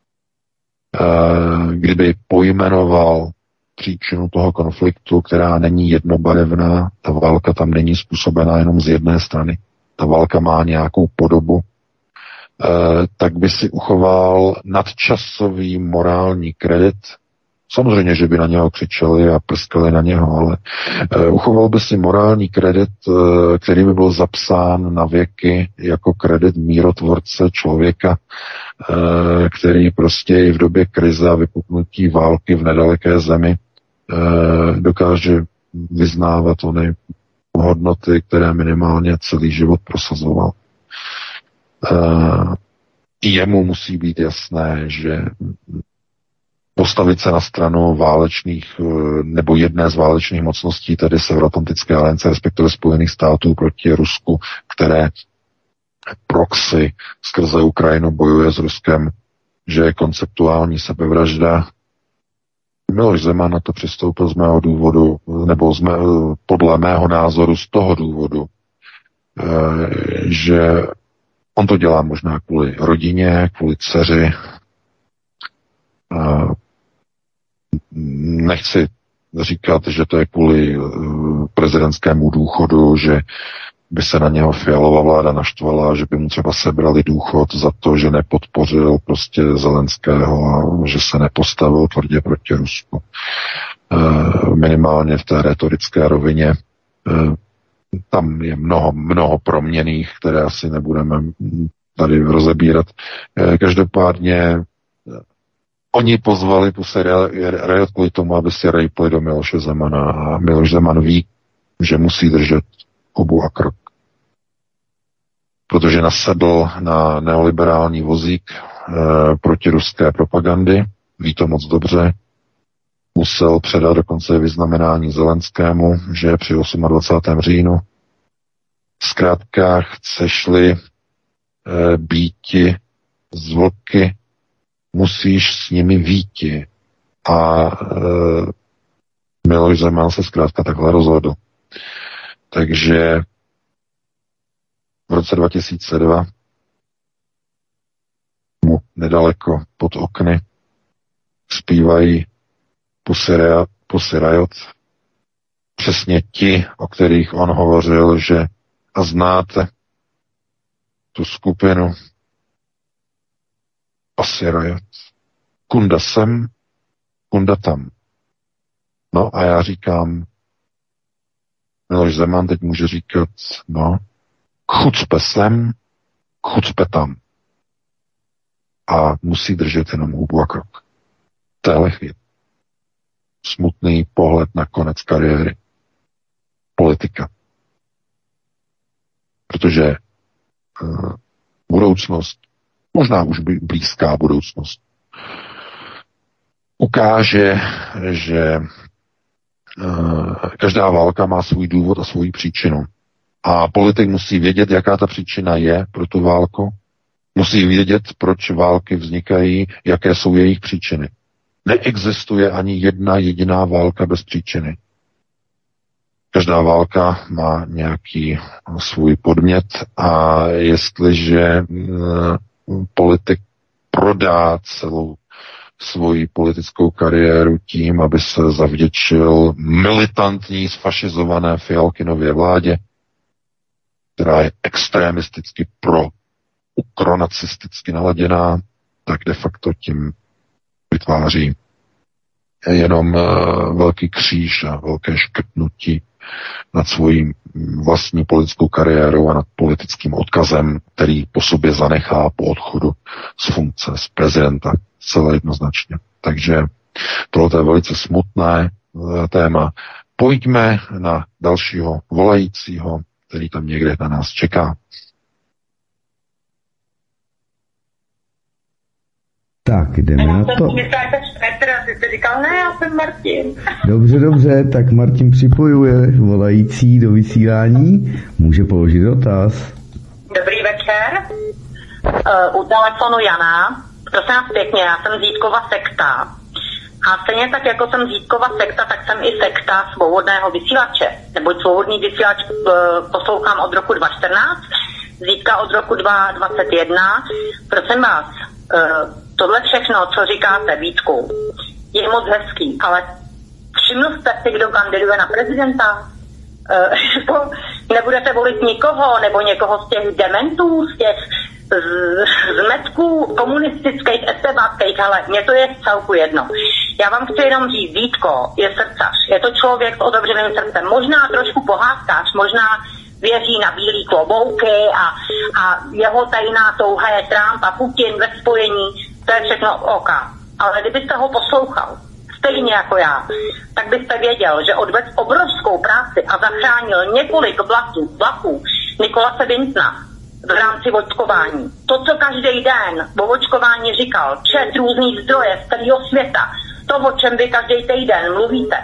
kdyby pojmenoval příčinu toho konfliktu, která není jednobarevná, ta válka tam není způsobená jenom z jedné strany, ta válka má nějakou podobu, tak by si uchoval nadčasový morální kredit. Samozřejmě, že by na něho křičeli a prskali na něho, ale uchoval by si morální kredit, který by byl zapsán na věky jako kredit mírotvorce člověka, který prostě i v době krize a vypuknutí války v nedaleké zemi dokáže vyznávat ony hodnoty, které minimálně celý život prosazoval. Jemu musí být jasné, že postavit se na stranu válečných nebo jedné z válečných mocností, tedy Severoatlantické aliance, respektive Spojených států proti Rusku, které proxy skrze Ukrajinu bojuje s Ruskem, že je konceptuální sebevražda. Miloš Zeman na to přistoupil z mého důvodu, nebo podle mého názoru z toho důvodu, že on to dělá možná kvůli rodině, kvůli dceři. Nechci říkat, že to je kvůli prezidentskému důchodu, že by se na něho Fialová vláda naštvala, že by mu třeba sebrali důchod za to, že nepodpořil prostě Zelenského a že se nepostavil tvrdě proti Rusku. Minimálně v té retorické rovině. Tam je mnoho proměnných, které asi nebudeme tady rozebírat. Každopádně oni pozvali Pussy Riot kvůli tomu, aby si rejpli do Miloše Zemana a Miloš Zeman ví, že musí držet hubu a krok. Protože nasedl na neoliberální vozík protiruské propagandy, ví to moc dobře, musel předat dokonce vyznamenání Zelenskému, že při 28. říjnu zkrátka chceš-li býti z vlky, musíš s nimi výti. A Miloš Zeman se zkrátka takhle rozhodl. Takže v roce 2002 mu nedaleko pod okny zpívají Pussy Riot, přesně ti, o kterých on hovořil, že a znáte tu skupinu Pussy Riot. Kunda sem, kunda tam. No a já říkám, Miloš Zeman teď může říkat, no, chucpe sem, chucpe tam. A musí držet jenom hubu a krok. Téhle chvíli. Smutný pohled na konec kariéry politika. Protože budoucnost, možná už blízká budoucnost, ukáže, že každá válka má svůj důvod a svou příčinu. A politik musí vědět, jaká ta příčina je pro tu válku. Musí vědět, proč války vznikají, jaké jsou jejich příčiny. Neexistuje ani jedna jediná válka bez příčiny. Každá válka má nějaký svůj podmět a jestliže politik prodá celou svoji politickou kariéru tím, aby se zavděčil militantní sfašizované Fialkinově vládě, která je extremisticky ukronacisticky naladěná, tak de facto tím vytváří jenom velký kříž a velké škrtnutí nad svojí vlastní politickou kariérou a nad politickým odkazem, který po sobě zanechá po odchodu z funkce, z prezidenta, celé jednoznačně. Takže tohle je velice smutné téma. Pojďme na dalšího volajícího, který tam někde na nás čeká. Tak, jdeme na to. Ty jsi říkal, ne, já jsem Martin. Dobře, tak Martin připojuje volající do vysílání. Může položit dotaz. Dobrý večer. U telefonu Jana. Prosím vás pěkně, já jsem Zítkova sekta. A stejně tak, jako jsem Zítkova sekta, tak jsem i sekta svobodného vysílače. Neboť svobodný vysílač poslouchám od roku 2014, Zítka od roku 2021. Prosím vás, tohle všechno, co říkáte, Vítku, je moc hezký, ale všiml jste si, kdo kandiduje na prezidenta? Nebudete volit nikoho, nebo někoho z těch dementů, z těch zmetků komunistických, estebáckých, ale mně to je celku jedno. Já vám chci jenom říct, Vítko je srdcař, je to člověk s otevřeným srdcem, možná trošku pohádkář, možná věří na bílý klobouky a jeho tajná touha je Trump a Putin ve spojení, to je všechno OK. Ale kdybyste ho poslouchal, stejně jako já, tak byste věděl, že odvedl obrovskou práci a zachránil několik vlaků Nikolase Wintona v rámci očkování. To, co každý den o očkování říkal, čet různých zdroje z celého světa, to, o čem vy každý týden mluvíte,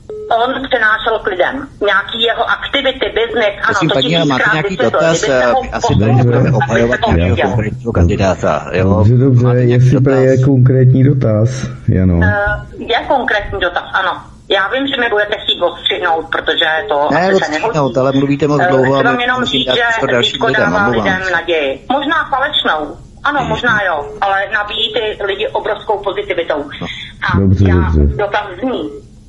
on přenášel k lidem nějaký jeho aktivity, biznis, ano, to ti máte nějaký dotaz, asi tady nebudeme obhajovat nějakého konkrétního kandidáta, jo? Dobře, jestli je konkrétní dotaz, Jano. Je konkrétní dotaz, ano. Já vím, že mi budete chtít odstřihnout, protože to ne, asi se nehodí. Ale mluvíte moc dlouho. Chci vám jenom říct, že Vítko dává lidem naději. Možná falešnou, ano, možná jo, ale nabíjí ty lidi obrovskou pozitivitou. A dobře. dotaz zní,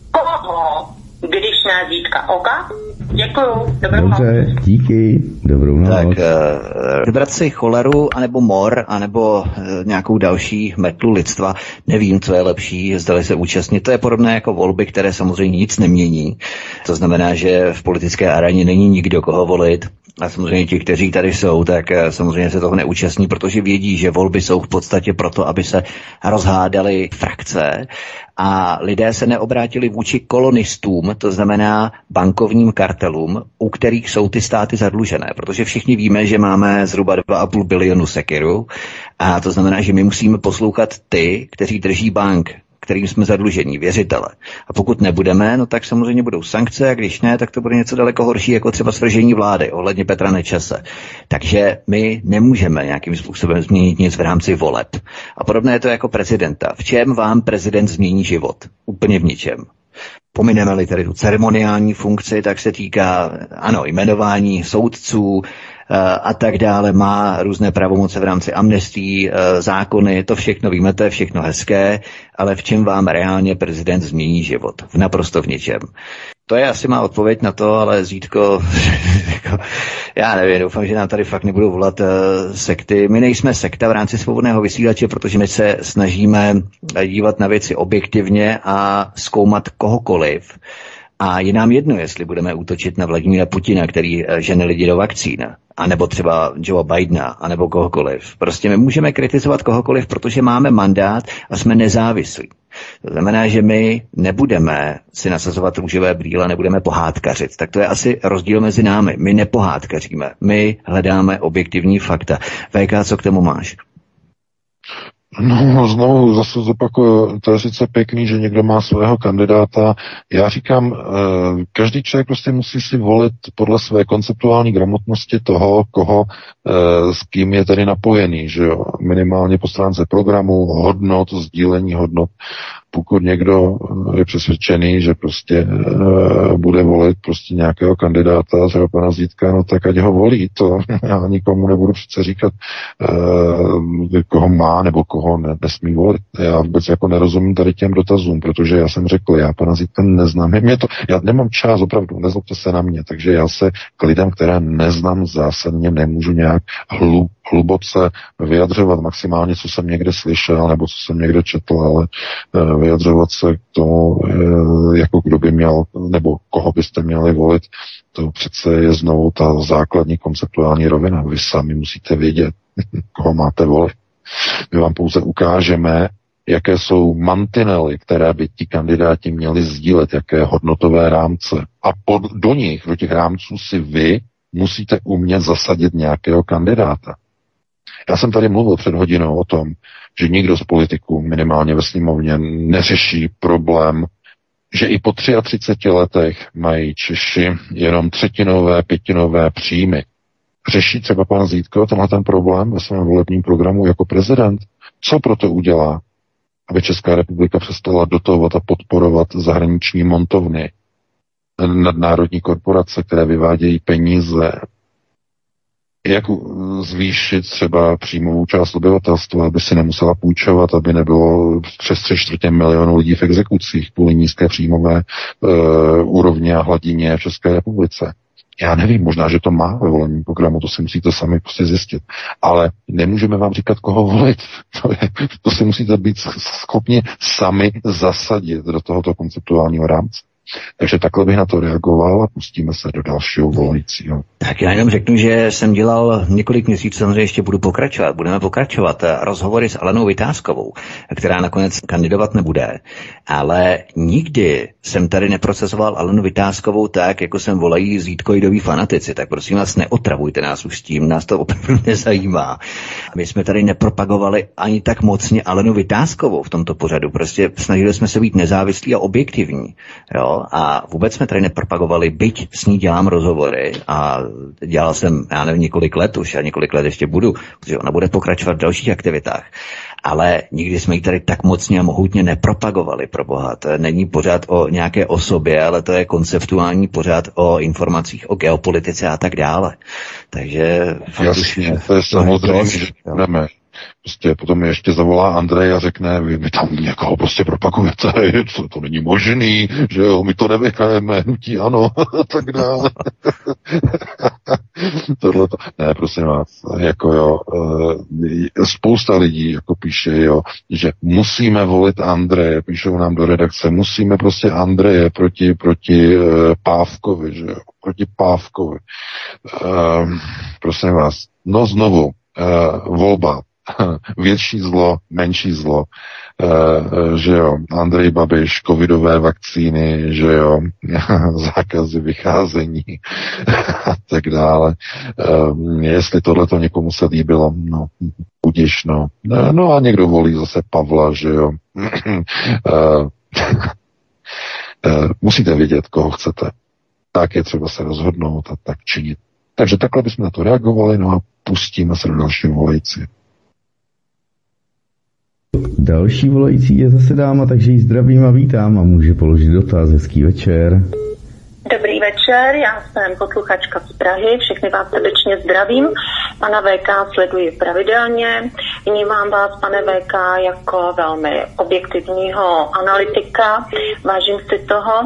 koho, když ne Vítka, oka? Děkuju, dobrou noc. Dobře, díky, dobrou noc. Tak, vybrat si choleru, anebo mor, anebo nějakou další metlu lidstva, nevím, co je lepší, zdali se účastnit. To je podobné jako volby, které samozřejmě nic nemění. To znamená, že v politické aréně není nikdo, koho volit. A samozřejmě ti, kteří tady jsou, tak samozřejmě se toho neúčastní, protože vědí, že volby jsou v podstatě proto, aby se rozhádaly frakce a lidé se neobrátili vůči kolonistům, to znamená bankovním kartelům, u kterých jsou ty státy zadlužené, protože všichni víme, že máme zhruba 2,5 bilionu sekeru a to znamená, že my musíme poslouchat ty, kteří drží bank, kterým jsme zadlužení, věřitele. A pokud nebudeme, no tak samozřejmě budou sankce, a když ne, tak to bude něco daleko horší, jako třeba svržení vlády ohledně Petra Nečase. Takže my nemůžeme nějakým způsobem změnit nic v rámci voleb. A podobné je to jako prezidenta. V čem vám prezident změní život? Úplně v ničem. Pomineme-li tedy tu ceremoniální funkci, tak se týká, ano, jmenování soudců, a tak dále, má různé pravomoce v rámci amnestií, zákony, to všechno víme, to je všechno hezké, ale v čem vám reálně prezident změní život? V naprosto v ničem. To je asi má odpověď na to, ale Zítko, já nevím, doufám, že nám tady fakt nebudou volat sekty. My nejsme sekta v rámci Svobodného vysílače, protože my se snažíme dívat na věci objektivně a zkoumat kohokoliv. A je nám jedno, jestli budeme útočit na Vladimíra Putina, který žene lidi do vakcín, anebo třeba Joe Bidena, anebo kohokoliv. Prostě my můžeme kritizovat kohokoliv, protože máme mandát a jsme nezávislí. To znamená, že my nebudeme si nasazovat růžové brýle, nebudeme pohádkařit. Tak to je asi rozdíl mezi námi. My nepohádkaříme, my hledáme objektivní fakta. VK, co k tomu máš? No, znovu zase zopakuju, to je sice pěkný, že někdo má svého kandidáta. Já říkám, každý člověk prostě musí si volit podle své konceptuální gramotnosti toho, koho, s kým je tedy napojený, že jo. Minimálně po stránce programu, hodnot, sdílení hodnot. Pokud někdo je přesvědčený, že prostě bude volit prostě nějakého kandidáta, třeba pana Zítka, no tak ať ho volí. To já nikomu nebudu přece říkat, koho má nebo koho nesmí volit. Já vůbec jako nerozumím tady těm dotazům, protože já jsem řekl, já pana Zítka neznám. Já nemám čas, opravdu, nezlobte se na mě, takže já se k lidem, které neznám zásadně, nemůžu nějak hluboce vyjadřovat, maximálně, co jsem někde slyšel, nebo co jsem někde četl, ale vyjadřovat se k tomu, jako kdo by měl, nebo koho byste měli volit, to přece je znovu ta základní konceptuální rovina. Vy sami musíte vědět, koho máte volit. My vám pouze ukážeme, jaké jsou mantinely, které by ti kandidáti měli sdílet, jaké hodnotové rámce. A do těch rámců si vy musíte umět zasadit nějakého kandidáta. Já jsem tady mluvil před hodinou o tom, že nikdo z politiků, minimálně ve sněmovně, neřeší problém, že i po 33 letech mají Češi jenom třetinové, pětinové příjmy. Řeší třeba pan Zítko tenhle ten problém ve svém volebním programu jako prezident? Co proto udělá, aby Česká republika přestala dotovat a podporovat zahraniční montovny, nadnárodní korporace, které vyvádějí peníze? Jak zvýšit třeba příjmovou část obyvatelstva, aby si nemusela půjčovat, aby nebylo přes 3/4 milionu lidí v exekucích kvůli nízké příjmové úrovně a hladině v České republice. Já nevím, možná, že to má ve volebním programu, to si musíte sami prostě zjistit. Ale nemůžeme vám říkat, koho volit. To si musíte být schopni sami zasadit do tohoto konceptuálního rámce. Takže takhle bych na to reagoval a pustíme se do dalšího volajícího. Tak já jenom řeknu, že jsem dělal několik měsíců, samozřejmě ještě budeme pokračovat rozhovory s Alenou Vitáskovou, která nakonec kandidovat nebude, ale nikdy jsem tady neprocesoval Alenu Vitáskovou tak, jako sem volají zítkoidoví fanatici, tak prosím vás, neotravujte nás už tím, nás to opravdu nezajímá. My jsme tady nepropagovali ani tak mocně Alenu Vitáskovou v tomto pořadu, prostě snažili jsme se být nezávislí a objektivní, jo? A vůbec jsme tady nepropagovali, byť s ní dělám rozhovory a dělal jsem, já nevím, několik let už a několik let ještě budu, protože ona bude pokračovat v dalších aktivitách. Ale nikdy jsme ji tady tak mocně a mohutně nepropagovali, pro boha. To není pořád o nějaké osobě, ale to je konceptuální pořád o informacích, o geopolitice a tak dále. Takže... Jasně, to je samozřejmě, že budeme. Prostě potom ještě zavolá Andrej a řekne, vy tam někoho prostě propagujete, to není možný, že jo, my to nevyhrajeme, hnutí ano, tak dále. Tohleto. Ne, prosím vás, jako jo, spousta lidí jako píše, jo, že musíme volit Andreje, píšou nám do redakce, musíme prostě Andreje proti Pávkovi, že jo, proti Pávkovi. Prosím vás, no znovu, volba. Větší zlo, menší zlo, že jo, Andrej Babiš, covidové vakcíny, že jo, zákazy vycházení a tak dále. Jestli tohleto někomu se líbilo, no, budiš, no. No a někdo volí zase Pavla, že jo. Musíte vědět, koho chcete. Tak je třeba se rozhodnout a tak činit. Takže takhle bychom na to reagovali, no a pustíme se do dalšího volající. Další volající je zase dáma, takže ji zdravím a vítám a může položit dotaz. Hezký večer. Dobrý večer, já jsem posluchačka z Prahy, všechny vás srdečně zdravím. Pana VK sleduji pravidelně, vnímám vás, pane VK, jako velmi objektivního analytika, vážím si toho.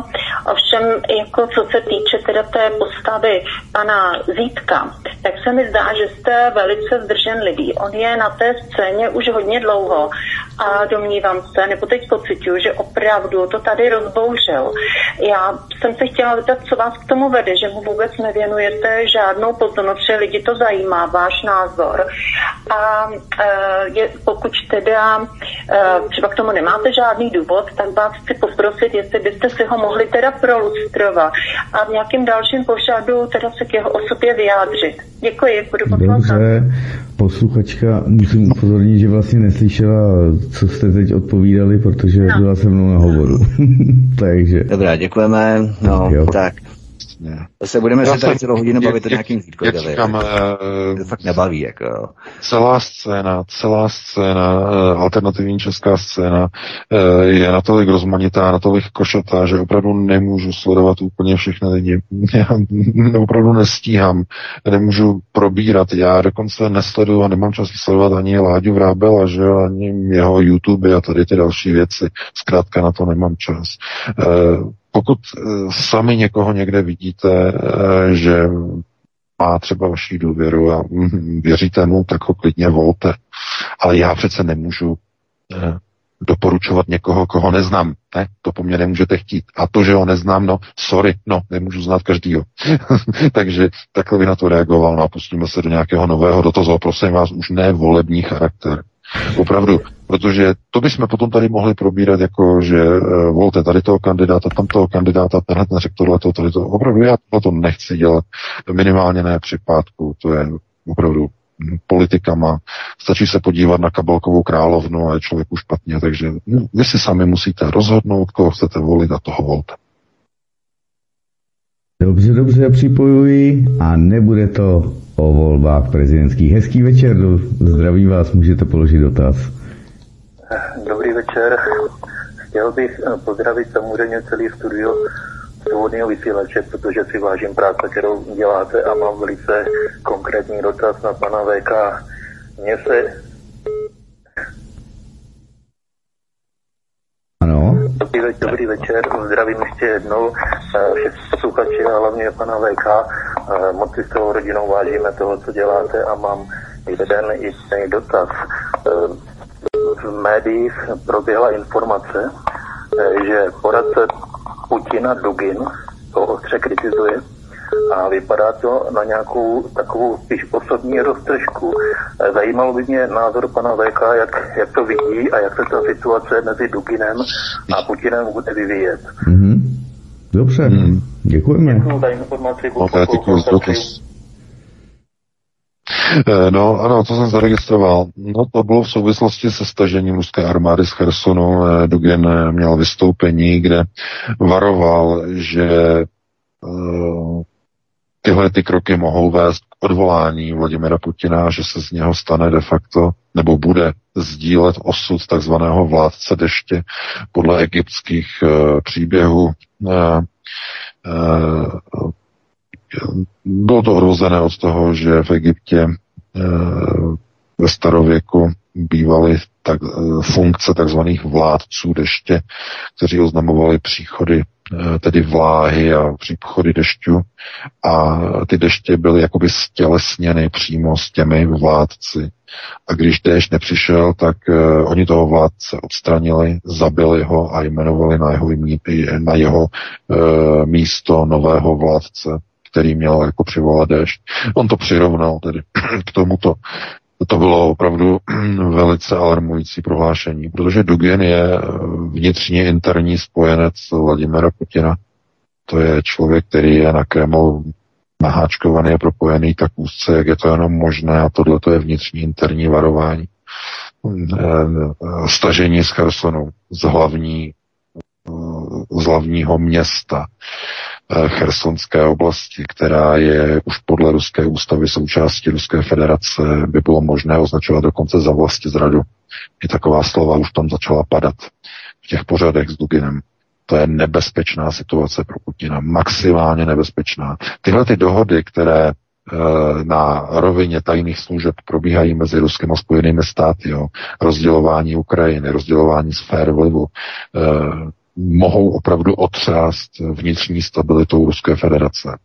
Ovšem, jako co se týče teda té postavy pana Zítka, tak se mi zdá, že jste velice zdrženlivý. On je na té scéně už hodně dlouho a domnívám se, nebo teď pociťuji, že opravdu to tady rozbouřil. Já jsem se chtěla zeptat, co vás k tomu vede, že mu vůbec nevěnujete žádnou pozornost, že lidi to zajímá, váš názor. A pokud teda třeba k tomu nemáte žádný důvod, tak vás chci poprosit, jestli byste si ho mohli teda prolustrovat a v nějakém dalším pořadu teda se k jeho osobě vyjádřit. Děkuji, budu poslouchat. Dobře, posluchačka, musím upozornit, že vlastně neslyšela, co jste teď odpovídali, protože byla se mnou na hovoru. Takže. Dobrá, děkujeme. No, tak. Se budeme se tady celou hodinu bavit o nějakým výtkovi. To fakt nebaví, jako. Celá scéna, alternativní česká scéna je natolik rozmanitá, natolik košatá, že opravdu nemůžu sledovat úplně všechny lidi. Já opravdu nestíhám, nemůžu probírat. Já dokonce nesleduju a nemám čas sledovat ani Láďu Vrábela, že jo, ani jeho YouTube a tady ty další věci. Zkrátka na to nemám čas. Pokud sami někoho někde vidíte, že má třeba vaši důvěru a věříte mu, tak ho klidně volte. Ale já přece nemůžu doporučovat někoho, koho neznám. Ne? To po mně nemůžete chtít. A to, že ho neznám, no, sorry, no, nemůžu znát každýho. Takže takhle bych na to reagoval. No a pustíme se do nějakého nového dotazu. Prosím vás, už ne volební charakter. Opravdu, protože to bychom potom tady mohli probírat jako, že volte tady toho kandidáta, tam toho kandidáta, tenhle ten řekl tohleto, tady to. Opravdu já to nechci dělat, minimálně ne při pátku, to je opravdu politikama. Stačí se podívat na Kabelkovou královnu a je člověku špatně, takže vy si sami musíte rozhodnout, koho chcete volit a toho volte. Dobře, připojuji a nebude to o volbách prezidentských. Hezký večer, zdravím vás, můžete položit dotaz. Dobrý večer. Chtěl bych pozdravit samozřejmě celý studio Svobodného vysílače, protože si vážím práce, kterou děláte a mám velice konkrétní dotaz na pana VK. Mně se... Ano. Dobrý večer, zdravím ještě jednou všechny posluchači a hlavně pana VK. Moc si s tou rodinou vážíme toho, co děláte a mám jeden jediný dotaz. V médiích proběhla informace, že poradce Putina Dugin to ostře kritizuje a vypadá to na nějakou takovou spíš osobní roztržku. Zajímalo by mě názor pana VK, jak to vidí a jak se ta situace mezi Duginem a Putinem bude vyvíjet. Dobře, děkujeme. Děkuji za informaci. No ano, to jsem zaregistroval. No to bylo v souvislosti se stažením ruské armády z Chersonu. Dugin měl vystoupení, kde varoval, že tyhle ty kroky mohou vést k odvolání Vladimira Putina, že se z něho stane de facto, nebo bude sdílet osud takzvaného vládce deště podle egyptských příběhů. Bylo to odvozené od toho, že v Egyptě ve starověku bývaly funkce takzvaných vládců deště, kteří oznamovali příchody, tedy vláhy a příchody dešťů. A ty deště byly jakoby stělesněny přímo s těmi vládci. A když déšť nepřišel, tak oni toho vládce odstranili, zabili ho a jmenovali na jeho místo nového vládce, který měl jako přivolat déšť. On to přirovnal tedy k tomuto. To bylo opravdu velice alarmující prohlášení, protože Dugin je vnitřně interní spojenec Vladimira Putina. To je člověk, který je na Kreml naháčkovaný a propojený tak úzce, jak je to jenom možné, a tohle to je vnitřní interní varování. Stažení z Chersonu, z hlavního města chersonské oblasti, která je už podle ruské ústavy součástí Ruské federace, by bylo možné označovat dokonce za vlastizradu. I taková slova už tam začala padat v těch pořadech s Duginem. To je nebezpečná situace pro Putina, maximálně nebezpečná. Tyhle ty dohody, které na rovině tajných služeb probíhají mezi Ruskem a Spojenými státy, rozdělování Ukrajiny, rozdělování sfér vlivu, mohou opravdu otřást vnitřní stabilitou Ruské federace.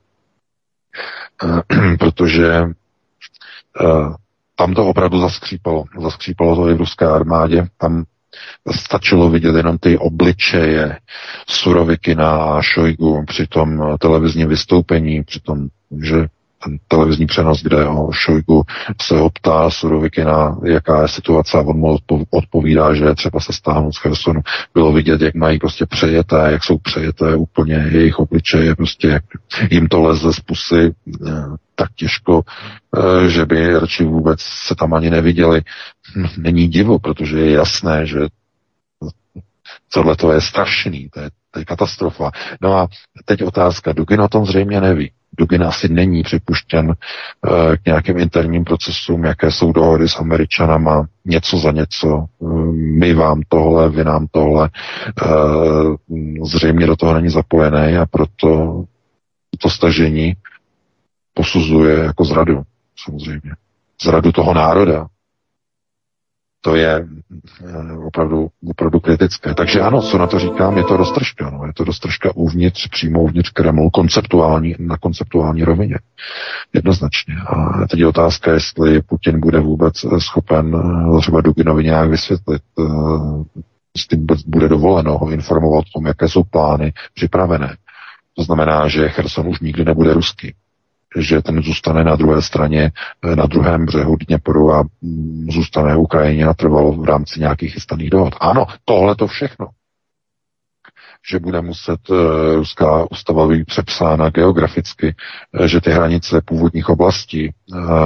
Protože tam to opravdu zaskřípalo. Zaskřípalo to i v ruské armádě. Tam stačilo vidět jenom ty obličeje Surovikina a Šojgu při tom televizním vystoupení, při tom, že ten televizní přenos, kde o Šojgu se ho ptá Surovikina, jaká je situace, a on mu odpovídá, že je třeba se stáhnout z Chersonu. Bylo vidět, jak mají prostě přejeté, jak jsou přejeté úplně jejich obličeje, prostě jak jim to leze z pusy tak těžko, že by radši vůbec se tam ani neviděli. Není divu, protože je jasné, že tohle to je strašný, to je katastrofa. No a teď otázka, Dugin o tom zřejmě neví. Dugin asi není připuštěn k nějakým interním procesům, jaké jsou dohody s Američanama, něco za něco, my vám tohle, vy nám tohle. Zřejmě do toho není zapojený a proto to stažení posuzuje jako zradu, samozřejmě. Zradu toho národa. To je opravdu kritické. Takže ano, co na to říkám, je to roztržka. No. Je to roztržka přímo uvnitř Kremlu, na konceptuální rovině. Jednoznačně. A teď je otázka, jestli Putin bude vůbec schopen třeba Duginovi nějak vysvětlit, jestli bude dovoleno ho informovat o tom, jaké jsou plány připravené. To znamená, že Cherson už nikdy nebude ruský, že ten zůstane na druhé straně, na druhém břehu Dněpru a zůstane Ukrajině natrvalo v rámci nějakých chystaných dohod. Ano, tohle to všechno. Že bude muset ruská ústava být přepsána geograficky, že ty hranice původních oblastí,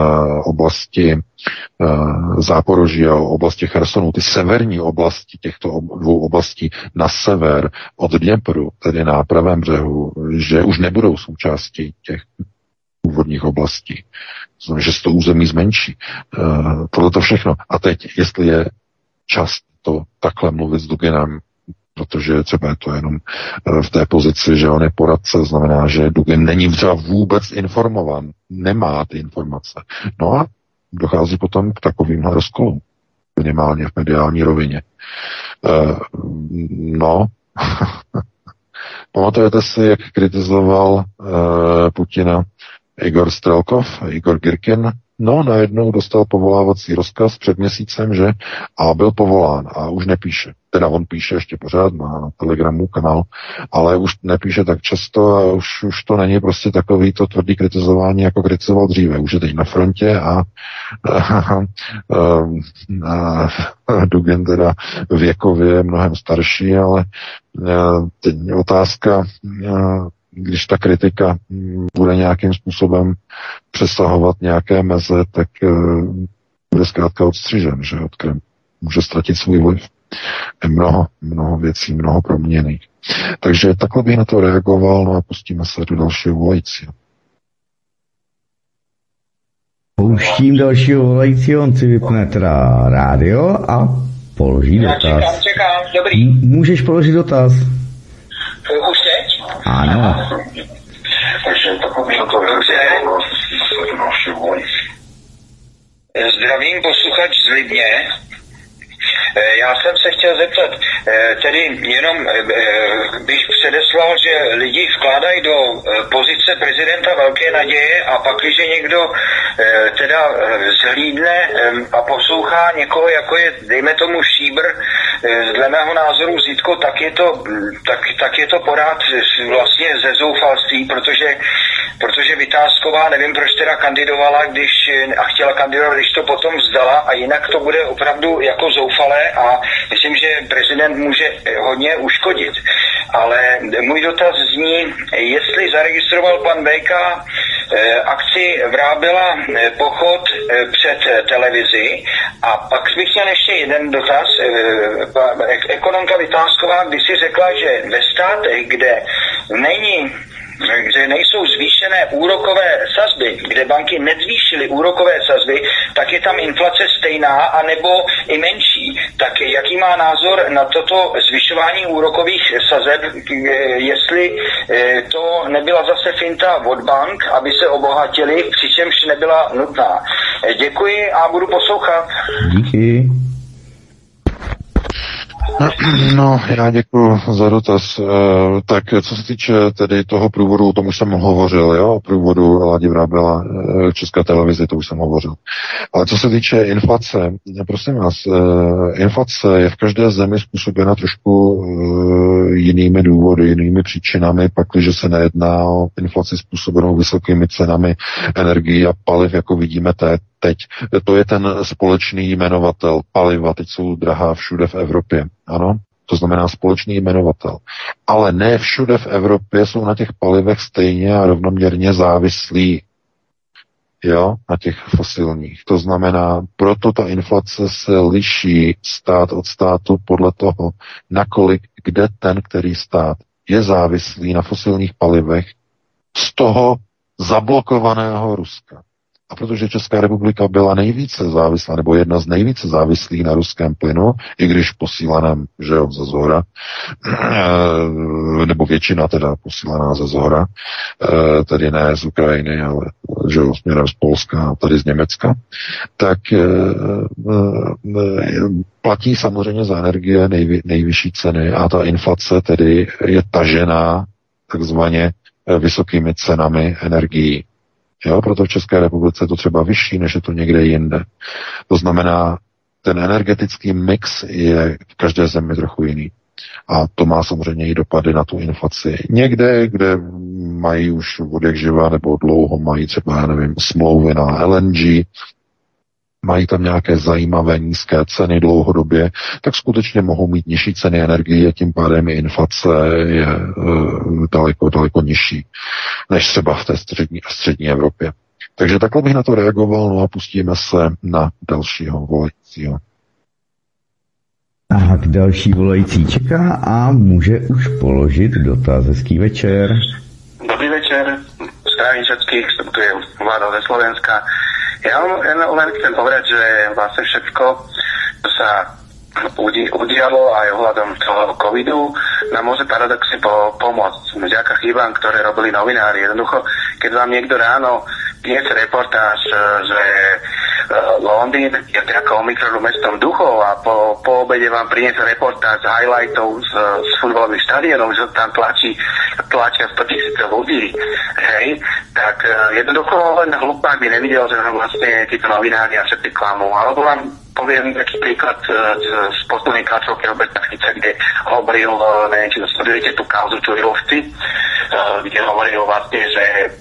Záporoží a oblasti Chersonu, ty severní oblasti těchto dvou oblastí na sever od Dněpru, tedy na pravém břehu, že už nebudou součástí těch původních oblastí. Znamená, že se to území zmenší. Tohle to všechno. A teď, jestli je čas to takhle mluvit s Duginem, protože třeba je to jenom v té pozici, že on je poradce, znamená, že Dugin není třeba vůbec informovan, nemá ty informace. No a dochází potom k takovýmhle rozkolům, minimálně v mediální rovině. Pamatujete si, jak kritizoval Putina Igor Girkin? No, najednou dostal povolávací rozkaz před měsícem, že a byl povolán a už nepíše. Teda on píše ještě pořád na Telegramu kanál, ale už nepíše tak často a už to není prostě takový to tvrdý kritizování, jako kritizoval dříve. Už je teď na frontě a Dugin teda věkově mnohem starší, ale teď je otázka, když ta kritika bude nějakým způsobem přesahovat nějaké meze, tak bude zkrátka odstřižen, že od Kremlu může ztratit svůj vliv. Je mnoho věcí, mnoho proměnných. Takže takhle bych na to reagoval, no a pustíme se do dalšího volajícího. Pouštím dalšího volajícího, on si vypne teda rádio a položí dotaz. Čekám, dobrý. Můžeš položit dotaz. Už teď? Ano. Takže takový to Zdravím, posluchač z Libně. Já jsem se chtěl zeptat, tedy jenom bych předeslal, že lidi vkládají do pozice prezidenta velké naděje a pak, když někdo teda zhlídne a poslouchá někoho, jako je, dejme tomu Šíbr, dle mého názoru Zítko, tak je to porád vlastně ze zoufalství, protože Vitásková, nevím, proč teda kandidovala, a chtěla kandidovat, když to potom vzdala, a jinak to bude opravdu jako zoufalé a myslím, že prezident může hodně uškodit. Ale můj dotaz zní, jestli zaregistroval pan VK akci Vrábela pochod před televizi, a pak bych měl ještě jeden dotaz. Ekonomka Vitásková když si řekla, že ve státech, kde nejsou zvýšené úrokové sazby, kde banky nezvýšily úrokové sazby, tak je tam inflace stejná, anebo i menší. Tak jaký má názor na toto zvyšování úrokových sazeb, jestli to nebyla zase finta od bank, aby se obohatili, přičemž nebyla nutná. Děkuji a budu poslouchat. Díky. No, já děkuji za dotaz. Tak co se týče tedy toho průvodu, o tom už jsem hovořil, jo, o průvodu Ladi Vrábela České televizi, to už jsem hovořil. Ale co se týče inflace, prosím vás, inflace je v každé zemi způsobena trošku jinými důvody, jinými příčinami, pakliže se nejedná o inflaci způsobenou vysokými cenami energií a paliv, jako vidíme teď. To je ten společný jmenovatel paliva, teď jsou drahá všude v Evropě. Ano, to znamená společný jmenovatel. Ale ne všude v Evropě jsou na těch palivech stejně a rovnoměrně závislí, jo, na těch fosilních. To znamená, proto ta inflace se liší stát od státu podle toho, nakolik kde ten, který stát je závislý na fosilních palivech z toho zablokovaného Ruska. A protože Česká republika byla nejvíce závislá, nebo jedna z nejvíce závislých na ruském plynu, i když posílaném, že jo, ze zhora, nebo většina teda posílaná ze zhora, tedy ne z Ukrajiny, ale že jo, směrem z Polska a tady z Německa, tak platí samozřejmě za energie nejvyšší ceny a ta inflace tedy je tažená takzvaně vysokými cenami energií. Jo, proto v České republice je to třeba vyšší, než je to někde jinde. To znamená, ten energetický mix je v každé zemi trochu jiný. A to má samozřejmě i dopady na tu inflaci. Někde, kde mají už od jak živa, nebo dlouho mají třeba, já nevím, smlouvy na LNG, mají tam nějaké zajímavé nízké ceny dlouhodobě, tak skutečně mohou mít nižší ceny energie a tím pádem i inflace je daleko nižší než třeba v té střední Evropě. Takže takhle bych na to reagoval, no a pustíme se na dalšího volajícího. Tak další volající čeká a může už položit dotaz. Hezký večer. Dobrý večer, zdravím všetkých, tu je Vlado ze Slovenska. Ja len chcem povedať, že vlastne všetko, čo sa udialo aj ohľadom toho covidu, nám môže paradoxne pomôcť vďaka chybám, ktoré robili novinári. Jednoducho, keď vám niekto ráno dnes reportáž, že Londýn je takou mikrodomestom duchov a po obede vám priniesie reportáž z highlightov z futbalových štadionov, že tam tlačia 100 000 ľudí, hej, tak jednoducho len hlupák by nevidel, že vám vlastne títo novinári a všetci klamú. Alebo vám poviem taký príklad z poslednej tlačovky Roberta Fica, kde hovoril, neviem, či sledujete tú kauzu Čujrovci, kde hovoril vlastne, že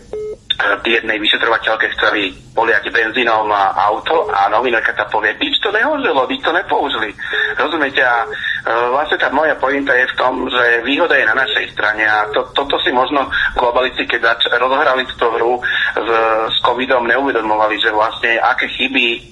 jednej vyšetrovateľke chceli poliať benzínom auto a novinárka tam povie, nič to nehožilo, nič to nepoužili. Rozumiete? A vlastne tá moja pointa je v tom, že výhoda je na našej strane a toto si možno globalisti, keď rozohrali túto hru s covidom, neuvedomovali, že vlastne aké chyby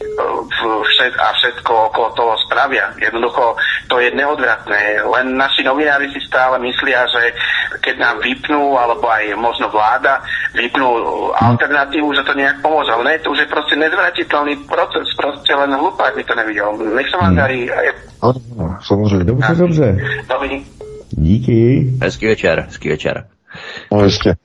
a všetko okolo toho spravia. Jednoducho to je neodvratné. Len naši novinári si stále myslia, že keď nám vypnú, alebo aj možno vláda vypnú alternatívu, že to nejak pomôže. Ale ne, to už je proste nezvratiteľný proces. Proste len hlupák by to nevidel. Nech sa vám darí. Ano, samozřejmě. Dobře. Dobrý. Díky. Hezký večer. No jistě.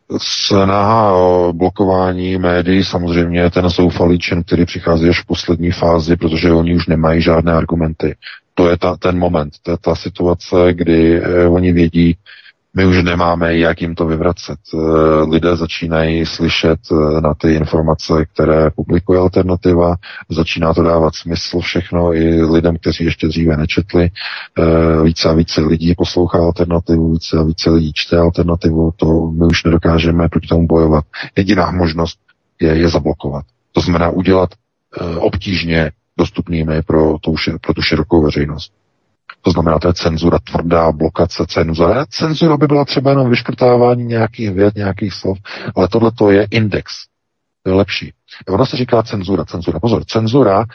Snaha o blokování médií samozřejmě ten zoufalý čin, který přichází až v poslední fázi, protože oni už nemají žádné argumenty. To je ten moment, to je ta situace, kdy oni vědí, my už nemáme, jak jim to vyvracet. Lidé začínají slyšet na ty informace, které publikuje Alternativa, začíná to dávat smysl všechno i lidem, kteří ještě dříve nečetli. Více a více lidí poslouchá Alternativu, více a více lidí čte Alternativu, to my už nedokážeme proti tomu bojovat. Jediná možnost je zablokovat. To znamená udělat obtížně dostupnými pro tu širokou veřejnost. To znamená, to je cenzura, tvrdá blokace, cenzura. Cenzura by byla třeba jenom vyškrtávání nějakých vět, nějakých slov, ale tohle to je index. To je lepší. Ono se říká cenzura. Pozor, cenzura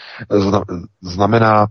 znamená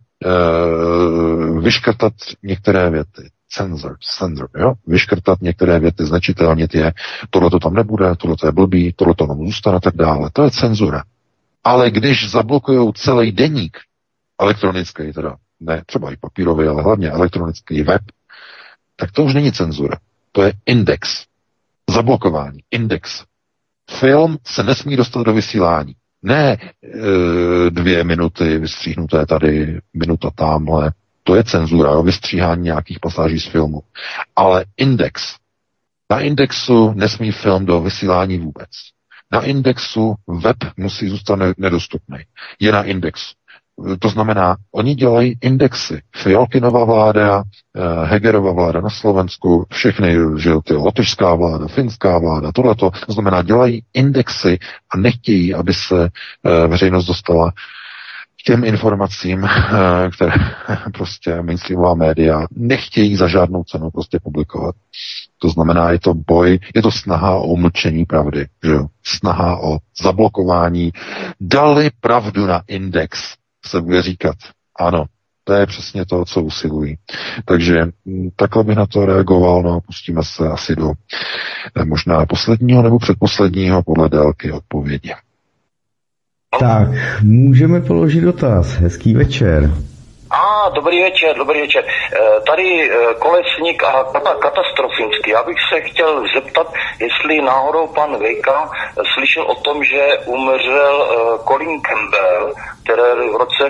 vyškrtat některé věty. Cenzor, jo? Vyškrtat některé věty, značitelnit je, tohle to tam nebude, tohle to je blbý, tohle to tam zůstane, tak dále. To je cenzura. Ale když zablokujou celý deník, elektronický teda, ne třeba i papírový, ale hlavně elektronický web, tak to už není cenzura. To je index. Zablokování. Index. Film se nesmí dostat do vysílání. Ne 2 minuty vystříhnuté tady, minuta tamhle. To je cenzura, vystříhání nějakých pasáží z filmu. Ale index. Na indexu nesmí film do vysílání vůbec. Na indexu web musí zůstat nedostupný. Je na indexu. To znamená, oni dělají indexy. Fialkinova vláda, Hegerova vláda na Slovensku, všechny, že ty lotyšská vláda, finská vláda, tohleto. To znamená, dělají indexy a nechtějí, aby se veřejnost dostala k těm informacím, které prostě mainstreamová média nechtějí za žádnou cenu prostě publikovat. To znamená, je to boj, je to snaha o umlčení pravdy, že jo? Snaha o zablokování. Dali pravdu na index, se bude říkat. Ano, to je přesně to, co usilují. Takže takhle bych na to reagoval, no a pustíme se asi do možná posledního nebo předposledního podle délky odpovědi. Tak, můžeme položit dotaz. Hezký večer. Dobrý večer. Tady Kolesník a Katastrofinsky. Já bych se chtěl zeptat, jestli náhodou pan Vejka slyšel o tom, že umřel Colin Campbell, který v roce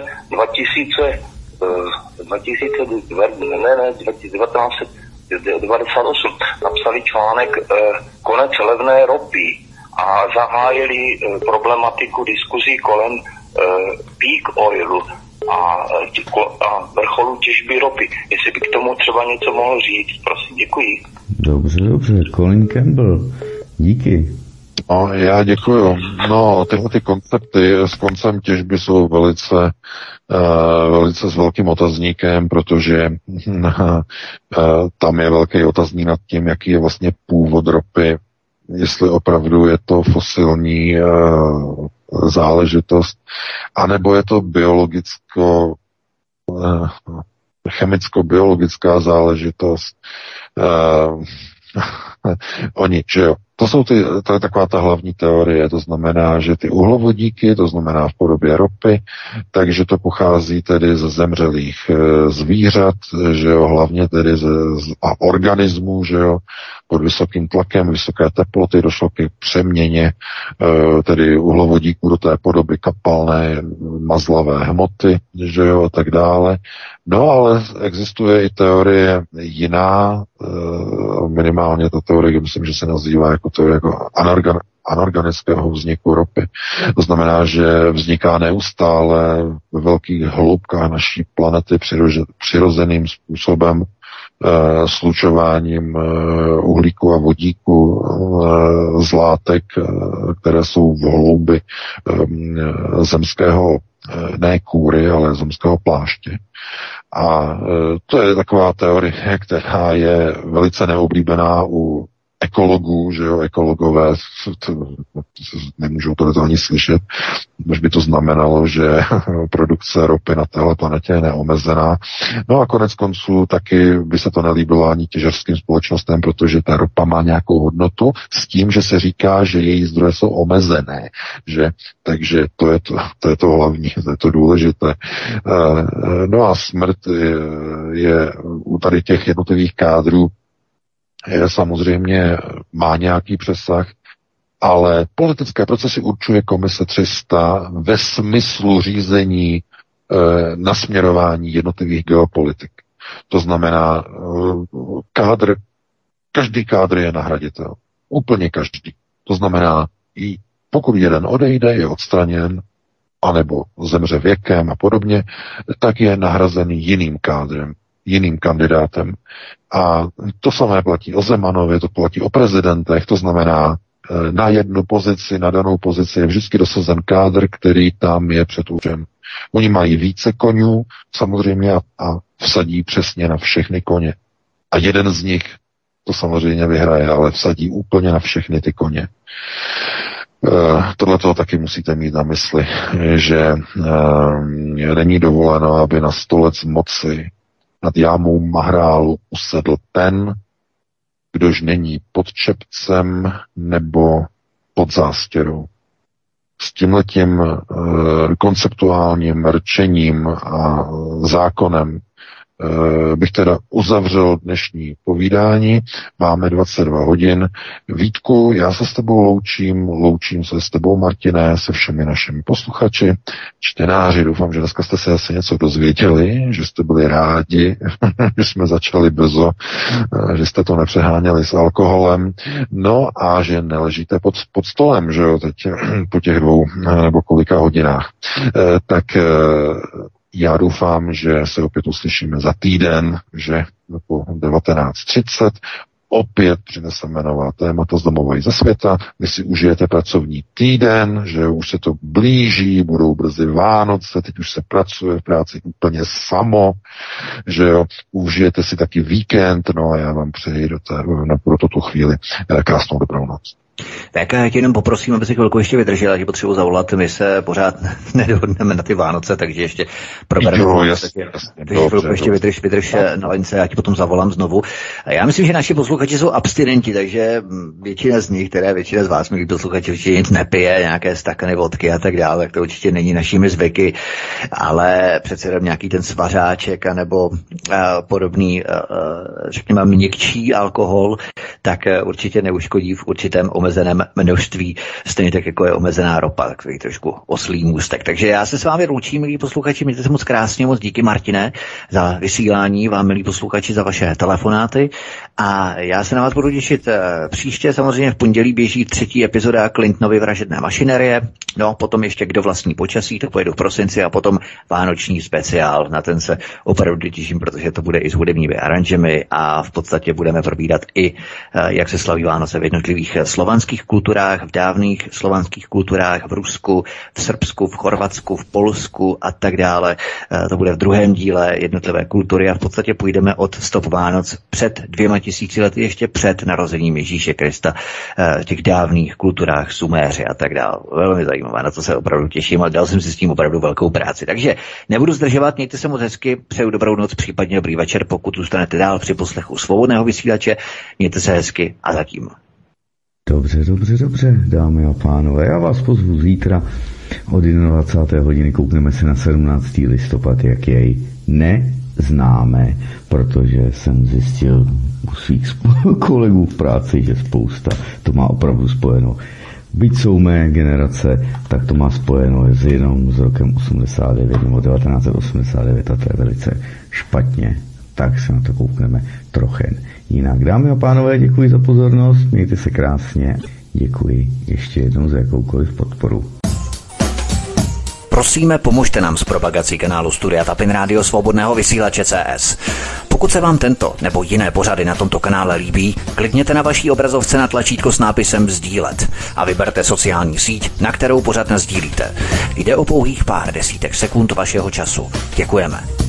1998 napsali článek Konec levné ropy a zahájili problematiku diskuzí kolem peak oilu a vrcholu těžby ropy. Jestli by k tomu třeba něco mohl říct, prosím, děkuji. Dobře, Colin Campbell, díky. No, já děkuju. No, tyhle ty koncepty s koncem těžby jsou velice s velkým otazníkem, protože tam je velký otazník nad tím, jaký je vlastně původ ropy, jestli opravdu je to fosilní záležitost, anebo je to chemicko-biologická záležitost. Oni, že jo. To je taková ta hlavní teorie, to znamená, že ty uhlovodíky, to znamená v podobě ropy, takže to pochází tedy ze zemřelých zvířat, že jo, hlavně tedy a organismů, že jo, pod vysokým tlakem, vysoké teploty došlo k přeměně tedy uhlovodíku do té podoby kapalné mazlavé hmoty, že jo, a tak dále. No, ale existuje i teorie jiná, minimálně ta teorie, myslím, že se nazývá jako teorie jako anorganického vzniku ropy. To znamená, že vzniká neustále ve velkých hloubkách naší planety přirozeným způsobem slučováním uhlíku a vodíku z látek, které jsou v hloubi zemského ne kůry, ale zemského pláště. A to je taková teorie, která je velice neoblíbená u ekologů, že jo, ekologové nemůžou to ani slyšet, než by to znamenalo, že produkce ropy na téhle planetě je neomezená. No a konec konců taky by se to nelíbilo ani těžařským společnostem, protože ta ropa má nějakou hodnotu s tím, že se říká, že její zdroje jsou omezené, že? Takže to je to hlavní, to je to důležité. No a smrt je u tady těch jednotlivých kádrů samozřejmě má nějaký přesah, ale politické procesy určuje komise 300 ve smyslu řízení nasměrování jednotlivých geopolitik. To znamená, každý kádr je nahraditel. Úplně každý. To znamená, pokud jeden odejde, je odstraněn, anebo zemře věkem a podobně, tak je nahrazený jiným kádrem, jiným kandidátem. A to samé platí o Zemanovi, to platí o prezidentech, to znamená, na jednu pozici, na danou pozici je vždycky dosazen kádr, který tam je předurčen. Oni mají více konňů, samozřejmě, a vsadí přesně na všechny koně. A jeden z nich to samozřejmě vyhraje, ale vsadí úplně na všechny ty koně. Tohle toho taky musíte mít na mysli, že není dovoleno, aby na stolec moci nad jámou Mahrálu usedl ten, kdož není pod čepcem nebo pod zástěrou. S tímhletím konceptuálním rčením a zákonem bych teda uzavřel dnešní povídání. Máme 22 hodin. Vítku, já se s tebou loučím se s tebou, Martine, se všemi našimi posluchači, čtenáři. Doufám, že dneska jste se asi něco dozvěděli, že jste byli rádi, že jsme začali brzo, že jste to nepřeháněli s alkoholem, no a že neležíte pod stolem, že jo, teď po těch 2 nebo kolika hodinách. Tak já doufám, že se opět uslyšíme za týden, že po 19:30 opět přineseme nová témata z domova i ze světa. Vy si užijete pracovní týden, že už se to blíží, budou brzy Vánoce, teď už se pracuje v práci úplně samo, že jo, užijete si taky víkend, no a já vám přeji pro tuto chvíli krásnou dobrou noc. Tak já tě jenom poprosím, aby si chvilku ještě vydržel, že potřebuji zavolat, my se pořád nedohodneme na ty Vánoce, takže ještě probereme. Takže chvilku ještě vydrž na lince, já ti potom zavolám znovu. Já myslím, že naši posluchači jsou abstinenti, takže většina z nich, většina z vás, milí posluchači, určitě nic nepije, nějaké stakany vodky a tak dále, tak to určitě není našimi zvyky, ale přece jenom nějaký ten svařáček anebo podobný, řekněme, měkčí alkohol, tak určitě neuškodí v určitém omezeném množství, stejně tak, jako je omezená ropa, takový trošku oslý můstek. Takže já se s vámi loučím, milí posluchači, mějte se moc krásně, moc díky, Martine, za vysílání, vám, milí posluchači, za vaše telefonáty a já se na vás budu těšit příště, samozřejmě v pondělí běží 3. epizoda Clintonovy vražedné mašinerie, no potom ještě Kdo vlastní počasí, to pojedu v prosinci a potom vánoční speciál, na ten se opravdu těším, protože to bude i s hudebními aranžemi a v podstatě budeme probírat i, jak se slaví Vánoce v jednotlivých slovanských kulturách, v dávných slovanských kulturách, v Rusku, v Srbsku, v Chorvatsku, v Polsku a tak dále. To bude v druhém díle jednotlivé kultury a v podstatě půjdeme od stop Vánoc před 2000 lety, ještě před narozením Ježíše Krista, v těch dávných kulturách, Suméři a tak dále. Velmi zajímavé, na to se opravdu těším a dal jsem si s tím opravdu velkou práci. Takže nebudu zdržovat, mějte se moc hezky, přeju dobrou noc, případně dobrý večer, pokud zůstanete dál při poslechu Svobodného vysílače, mějte se hezky a zatím. Dobře, dámy a pánové, já vás pozvu zítra od 21. hodiny, koukneme se na 17. listopad, jak jej neznáme, protože jsem zjistil u svých kolegů v práci, že spousta to má opravdu spojeno. Byť jsou mé generace, tak to má spojeno jenom s rokem 89 nebo 1989 a to je velice špatně. Tak se na to koukneme trochen jinak. Dámy a pánové, děkuji za pozornost, mějte se krásně, děkuji ještě jednou za jakoukoliv podporu. Prosíme, pomožte nám s propagací kanálu Studia Tapin Rádio Svobodného vysílače CS. Pokud se vám tento nebo jiné pořady na tomto kanále líbí, klikněte na vaší obrazovce na tlačítko s nápisem sdílet a vyberte sociální síť, na kterou pořad nasdílíte. Jde o pouhých pár desítek sekund vašeho času. Děkujeme.